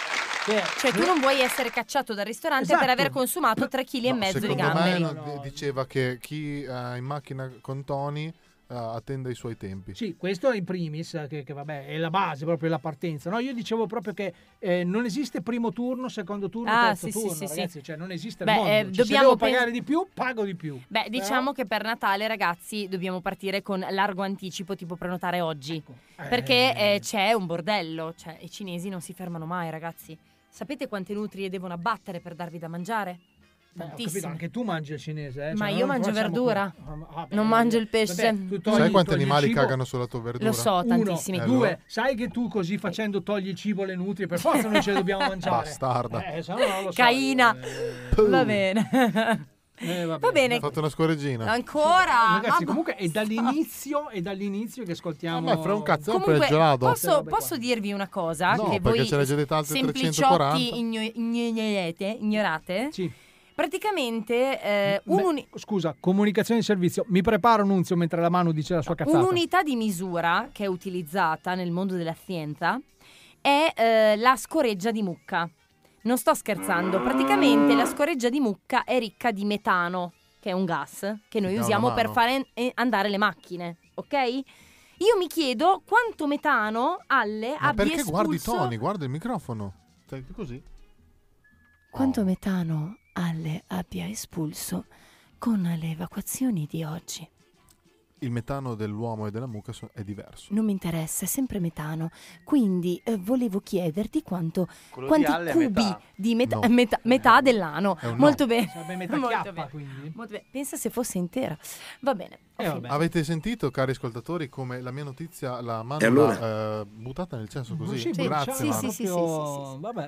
Cioè tu non vuoi essere cacciato dal ristorante per aver consumato 3,5 kg di gamberi. Me diceva che chi è in macchina con Tony attende i suoi tempi. Sì, questo è in primis, che vabbè, è la base, proprio la partenza. No, io dicevo proprio che non esiste primo turno, secondo turno, terzo turno, ragazzi, cioè non esiste il mondo. Se devo pagare di più, pago di più. Beh, diciamo che per Natale, ragazzi, dobbiamo partire con largo anticipo, tipo prenotare oggi. Perché c'è un bordello, cioè i cinesi non si fermano mai, ragazzi. Sapete quante nutrie devono abbattere per darvi da mangiare? Ho capito, anche tu mangi il cinese, Ma io mangio verdura, non mangio il pesce. Sai quanti animali cagano sulla tua verdura? Lo so, tantissimi. 2, sai che tu così facendo togli il cibo alle nutrie, per forza noi ce le dobbiamo mangiare. Bastarda. Se no non lo so. Caina. Va bene. Va bene. Ho fatto una scorreggina. Ancora? Ragazzi, comunque è dall'inizio che ascoltiamo. Ma fra un cazzo comunque, per il gelato. Posso dirvi una cosa? No, che perché voi ce l'hai già detta altre sempliciotti ignorate? Sì. Praticamente scusa, comunicazione di servizio. Mi preparo Nunzio mentre la Manu dice la sua cazzata. Un'unità di misura che è utilizzata nel mondo della scienza è la scoreggia di mucca. Non sto scherzando, praticamente la scoreggia di mucca è ricca di metano, che è un gas che noi usiamo per fare andare le macchine, ok? Io mi chiedo quanto metano Alle abbia perché espulso. Guardi Tony, guarda il microfono. Stai così? Quanto metano Alle abbia espulso con le evacuazioni di oggi. Il metano dell'uomo e della mucca è diverso. Non mi interessa, è sempre metano. Quindi volevo chiederti quanti Alle cubi di No. metà dell'ano. È un no. Molto bene. Sarebbe metà Molto chiappa, bene. quindi. Molto bene. Pensa se fosse intera. Va bene. Avete sentito, cari ascoltatori, come la mia notizia la Manu E allora? l'ha buttata nel cesso così? Sì, Grazie, Manu. sì. Vabbè.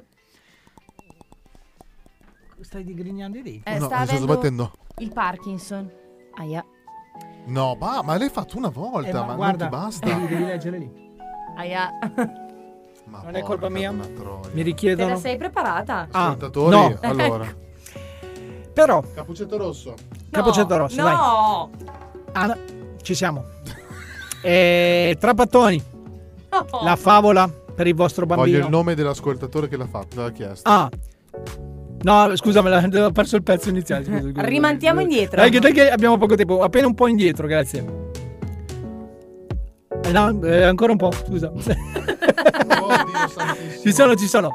Stai digrignando i denti? No, sta mi sto avendo sbattendo. il Parkinson. Aia. No, ma l'hai fatto una volta, ma guarda, non ti basta. Devi leggere lì. Aia. Ma Non è colpa mia. una troia. Mi Te richiedono. la sei preparata? Ascoltatori, no. allora. Però Cappuccetto rosso. Cappuccetto rosso, dai. No. Ci siamo. Trapattoni. La favola per il vostro bambino. Voglio il nome dell'ascoltatore che l'ha fatto, l'ha chiesto. No, scusa, ho perso il pezzo iniziale. Scusa. Rimandiamo indietro. Dai che abbiamo poco tempo. Appena un po' indietro, grazie. No, ancora un po', scusa. Ci sono.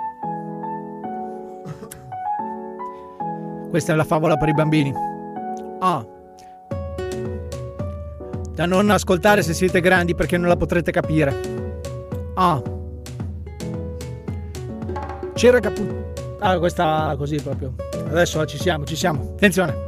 Questa è la favola per i bambini. Da non ascoltare se siete grandi perché non la potrete capire. C'era questa così proprio. Adesso ci siamo. Attenzione.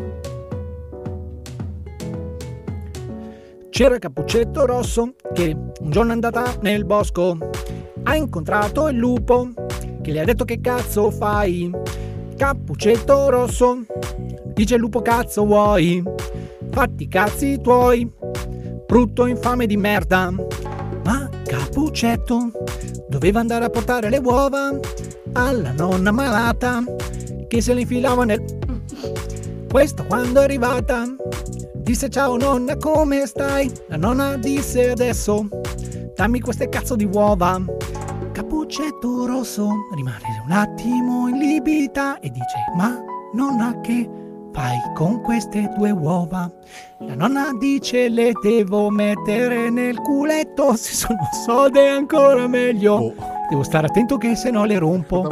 C'era Cappuccetto Rosso che un giorno è andata nel bosco. Ha incontrato il lupo che le ha detto: che cazzo fai? Cappuccetto Rosso, dice il lupo: cazzo vuoi? Fatti i cazzi tuoi, brutto infame di merda. Ma Cappuccetto doveva andare a portare le uova alla nonna malata che se le infilava nel... Questo quando è arrivata disse: ciao nonna, come stai? La nonna disse: adesso dammi queste cazzo di uova. Cappuccetto Rosso rimane un attimo in lievita e dice: ma nonna, che fai con queste 2 uova? La nonna dice: le devo mettere nel culetto, se sono sode ancora meglio. Devo stare attento che se no le rompo.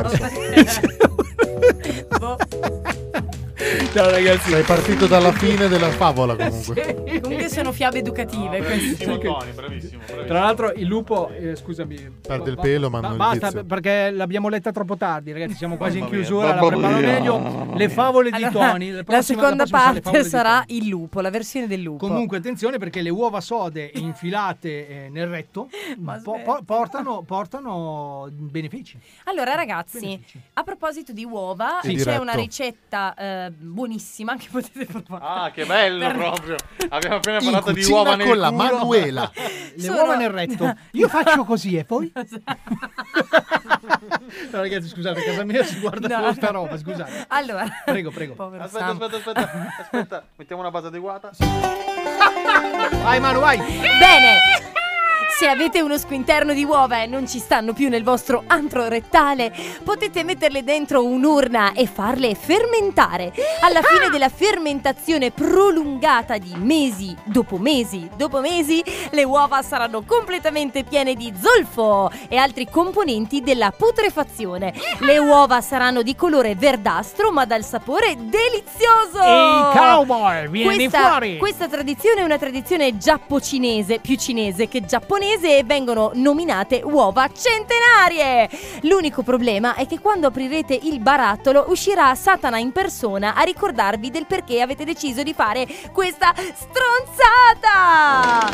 Ciao ragazzi. Sei partito dalla fine della favola comunque. Comunque sono fiabe educative queste. Bravissimo. Tra l'altro il lupo, scusami, perde il pelo, ma non basta, il vizio. perché l'abbiamo letta troppo tardi, ragazzi, siamo quasi in chiusura, la preparo meglio. Le favole di Tony. La seconda parte sarà il lupo, la versione del lupo. Comunque attenzione, perché le uova sode infilate nel retto portano benefici. Allora ragazzi, a proposito di uova, Sì, c'è diretto. una ricetta buonissima che potete provare. Che bello proprio. Abbiamo appena parlato di cucina uova nel con la culo. Manuela. Le uova nel retto. Io faccio così e poi? No, ragazzi, scusate, a casa mia si guarda solo sta roba, scusate. Allora, prego. Aspetta. Mettiamo una base adeguata. Vai Manu, vai. Bene. Se avete uno squinterno di uova e non ci stanno più nel vostro antro rettale, potete metterle dentro un'urna e farle fermentare. Alla fine della fermentazione prolungata di mesi dopo mesi, le uova saranno completamente piene di zolfo e altri componenti della putrefazione. Le uova saranno di colore verdastro ma dal sapore delizioso. Ehi cowboy, vieni fuori! Questa tradizione è una tradizione giapponese, più cinese che giapponese, e vengono nominate uova centenarie. L'unico problema è che quando aprirete il barattolo uscirà Satana in persona a ricordarvi del perché avete deciso di fare questa stronzata.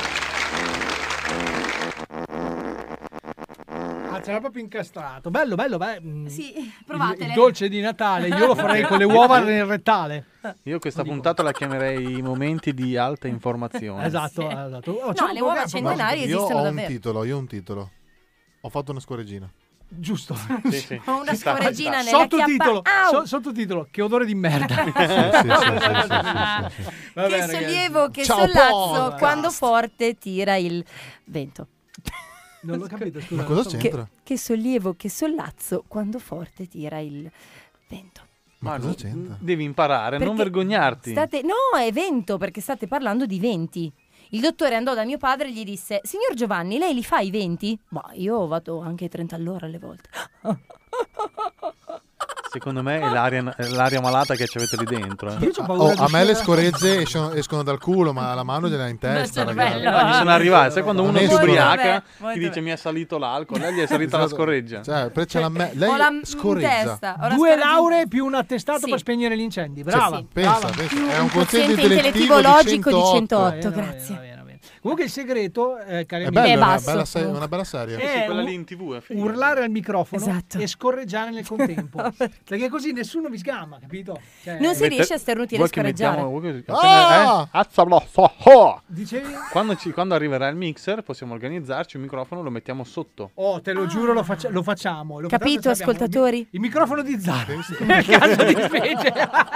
C'era proprio incastrato. Bello. Sì, provatele. Il dolce di Natale, io lo farei con le uova nel rettale. Io questa puntata la chiamerei i momenti di alta informazione. Esatto. No, le uova centenarie esistono davvero. Io ho un titolo. Ho fatto una scoreggina. Giusto. Sì. Ho una scoreggina nella sottotitolo, chiappa. sottotitolo, che odore di merda. Sì. Che sollievo, che sollazzo quando forte tira il vento. Non l'ho capito, scusa. Ma cosa c'entra? Che sollievo, che sollazzo quando forte tira il vento. Ma cosa c'entra? Devi imparare, non vergognarti. No, è vento, perché state parlando di venti. Il dottore andò da mio padre e gli disse: signor Giovanni, lei li fa i venti? Ma io vado anche 30 all'ora alle volte. Secondo me è l'aria malata che ci avete lì dentro. Io c'ho paura a me le scoregge escono dal culo, ma la mano gliela in testa, ragazzi. Gli sono arrivati. Sai quando uno si ubriaca, Molto ti dice mi è salito l'alcol, lei gli è salita la scorreggia. Cioè, lei ho la scorreggia. testa, 2 lauree più un attestato Sì. per spegnere gli incendi. Brava. Sì, pensa. È un quoziente intellettivo logico di 108. Grazie. Va bene. Comunque il segreto, cari È amici, bello, basso. una bella serie. è quella lì in TV, è figo. urlare al microfono Esatto. e scorreggiare nel contempo. Perché così nessuno vi sgamma, capito? Cioè, Non si riesce a sternutire e scorreggiare. dicevi? Quando arriverà il mixer possiamo organizzarci un microfono, lo mettiamo sotto. Oh, te lo giuro, lo facciamo. Capito, ascoltatori? Il microfono di Zara. Nel caso di specie.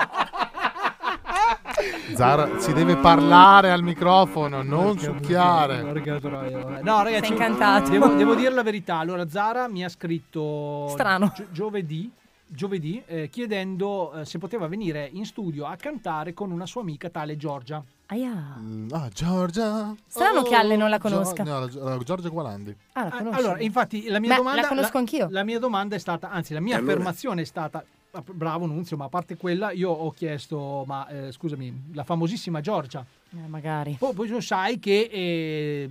Zara, si deve parlare al microfono, non succhiare. No, ragazzi, Sei incantato. Devo dire la verità. Allora, Zara mi ha scritto Strano. giovedì chiedendo se poteva venire in studio a cantare con una sua amica tale Giorgia. Giorgia. Strano che Alle non la conosca. Giorgia Gualandi. La conosci? Allora, infatti, la mia domanda. La conosco anch'io. La mia domanda è stata, anzi, la mia affermazione è stata: bravo Nunzio, ma a parte quella, io ho chiesto, ma scusami, la famosissima Giorgia. Magari. Poi tu sai che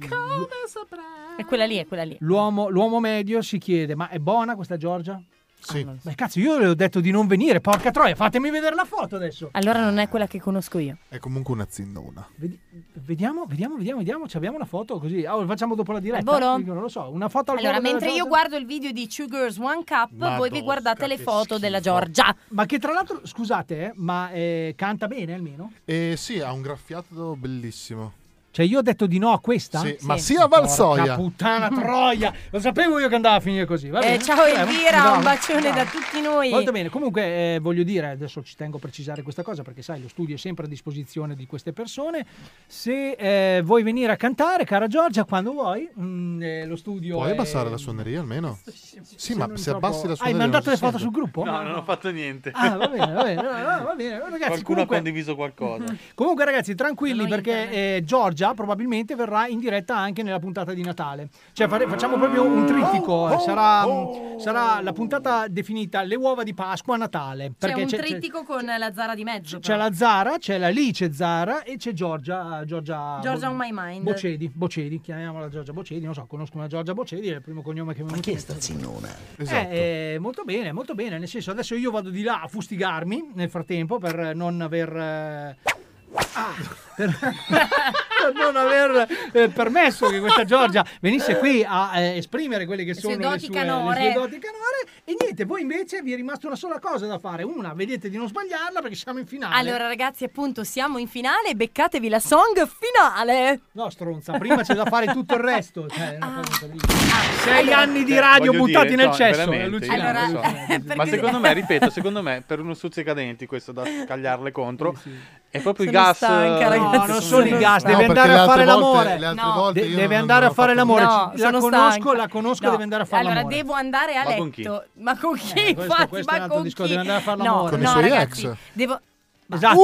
È quella lì. l'uomo medio si chiede: ma è buona questa Giorgia? Sì. Ma cazzo, io le ho detto di non venire, porca troia, fatemi vedere la foto adesso. Allora non è quella che conosco io. È comunque una zindona. Vediamo, ci abbiamo una foto così. Lo facciamo dopo la diretta. Al volo? Non lo so, una foto al Allora, volo mentre della io Giorgia? guardo il video di Two Girls One Cup, voi vi guardate Madosca, le che foto della schifo. Giorgia. Ma che tra l'altro, scusate, ma canta bene almeno? Sì, ha un graffiato bellissimo. Cioè io ho detto di no a questa? Sì, ma sia a Valsoia. Porca puttana troia. Lo sapevo io che andava a finire così. Va bene? Ciao Elvira, Bravo, un bacione bravo. da tutti noi. Molto bene, comunque voglio dire, adesso ci tengo a precisare questa cosa perché sai, lo studio è sempre a disposizione di queste persone. Se vuoi venire a cantare, cara Giorgia, quando vuoi, lo studio Puoi è... abbassare la suoneria almeno? Sì, ma non se troppo- abbassi la Hai suoneria mandato le non si foto sente. sul gruppo? No, non ho fatto niente. Ah, va bene, va bene. Ragazzi, Qualcuno ha comunque, condiviso qualcosa. comunque, ragazzi, tranquilli Non ho perché Giorgia probabilmente verrà in diretta anche nella puntata di Natale. Cioè facciamo proprio un trittico. Sarà la puntata definita Le uova di Pasqua a Natale. C'è Perché un trittico con la Zara di mezzo. c'è la Zara, c'è la Lice Zara e c'è Giorgia on my mind. Bocedi, chiamiamola Giorgia Bocedi, non so, conosco una Giorgia Bocedi, è il primo cognome che mi è venuto. Chi è sta zinnona? Esatto. Molto bene, nel senso adesso io vado di là a fustigarmi nel frattempo per non aver per non aver permesso che questa Giorgia venisse qui a esprimere quelle che sono le doti sue canore. doti canore. E niente, voi invece vi è rimasta una sola cosa da fare. Una, vedete di non sbagliarla perché siamo in finale. Allora ragazzi, appunto, siamo in finale, beccatevi la song finale. No, stronza, prima c'è da fare tutto il resto. Cioè, è una cosa incredibile. 6 anni di radio Voglio buttati dire, nel no, cesso. veramente, È allucinante. ma secondo me, ripeto, secondo me per uno stuzzicadenti questo da scagliarle contro è proprio Sono i gas. stanca, ragazzi, no, non sono i gas, deve perché andare le a fare altre volte- l'amore. le altre No. volte io Deve non andare a fare ho l'amore. No, La sono conosco, No. deve andare a fare Allora, l'amore. devo andare a Ma con chi? letto. Ma con chi? questo Infatti, è un ma altro con discorso, chi? deve andare a fare No, l'amore. Con i no, suoi ragazzi, ex. devo... Esatto.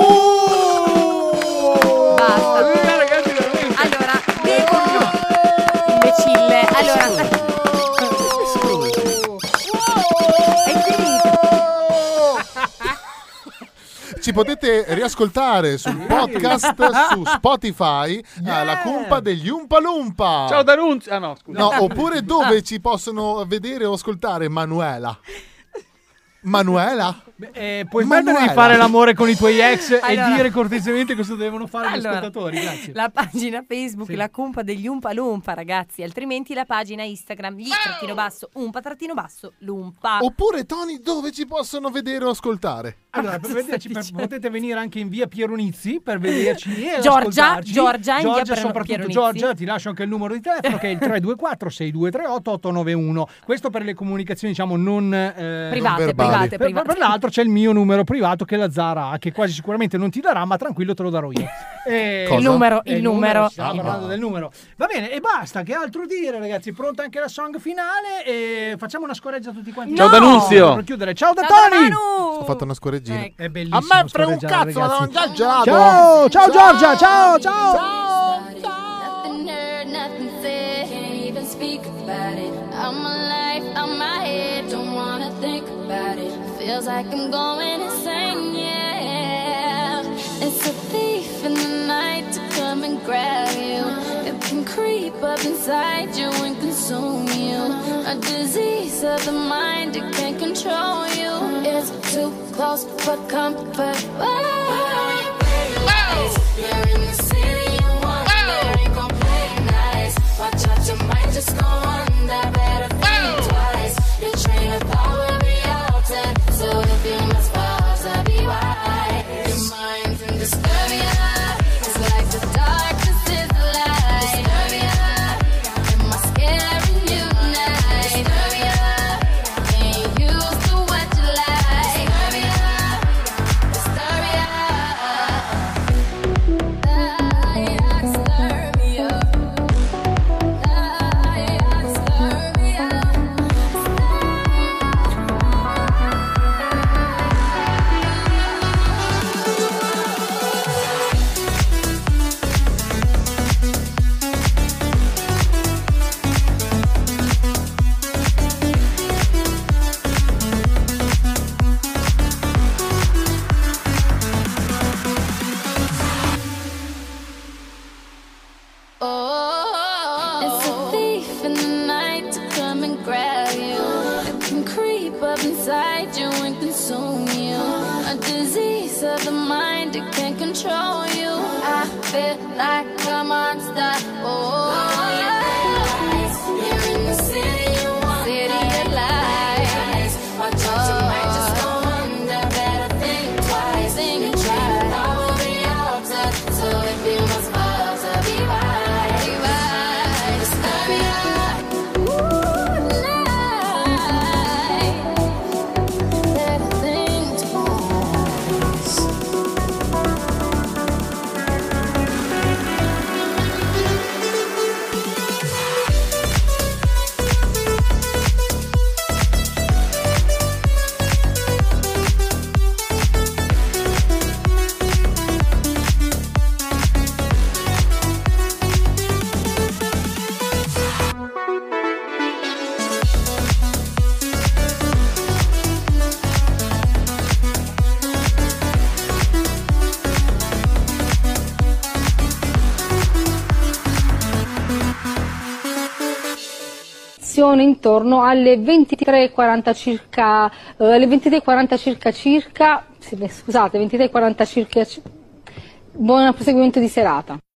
Basta. Ragazzi, veramente. Allora, devo... Imbecille. Allora... È finito. Ci potete riascoltare sul podcast su Spotify la cumpa degli Umpa Lumpa. Ciao D'Annunzio. Ah no, scusa. No, oppure dove ci possono vedere o ascoltare Manuela. Manuela? Puoi smettere di fare l'amore con i tuoi ex Allora. e dire cortesemente cosa devono fare gli Allora, ascoltatori. Grazie. la pagina Facebook, Sì. la cumpa degli Umpa Lumpa, ragazzi. Altrimenti la pagina Instagram, gli_umpa_lumpa. Oppure Tony, dove ci possono vedere o ascoltare? Allora, per vederci, potete venire anche in via Pieronizzi per vederci e Giorgia, ascoltarci. Giorgia, in via soprattutto Pieronizzi. Giorgia, ti lascio anche il numero di telefono che è il 324 6238 891. Questo per le comunicazioni, diciamo, non Private. Per l'altro c'è il mio numero privato che la Zara ha, che quasi sicuramente non ti darà, ma tranquillo, te lo darò io. Cosa? Il numero. Stiamo parlando del numero. Va bene, e basta, che altro dire, ragazzi? Pronta anche la song finale e facciamo una scoreggia tutti quanti. Ciao D'Annunzio. Per chiudere. Ciao da Ciao da Tony. Manu. Ho fatto una scoreggina. È bellissimo. A me frega un scorreggiare, cazzo, ma ragazzi. non già gelato. Ciao, ciao Giorgia, ciao, ciao. Nothing heard, nothing said. Can't even speak about it. Out my life, out my head. Don't wanna think about it. Feels like I'm going insane, yeah. It's a thief in the night to come and grab you. It can creep up inside you and consume you. A disease of the mind, it can't control you. It's too close for comfort. You're in the city, you want there ain't gon' play nice. Watch out, you might just go under. Better think twice. Your train of thought will be altered. So if you must pause, I'll be wise. Your mind's in disturbia. It's like the darkness is the light. Disturbia. Am I scaring you tonight? Disturbia. Ain't used to what you like. Disturbia. Disturbia. It's a thief in the night to come and grab you. It can creep up inside you and consume you. A disease of the mind, it can't control you. I feel like a monster. You're in the city, you want city of lies. Watch out, you might just go under. Better think twice. Think twice. I will be altered. So if you must fall, so be wise. Be wise. Disturbia. Ooh, night. Better think twice. Intorno alle 23:40 circa, alle 23:40 circa, scusate, 23:40 circa. Buon proseguimento di serata.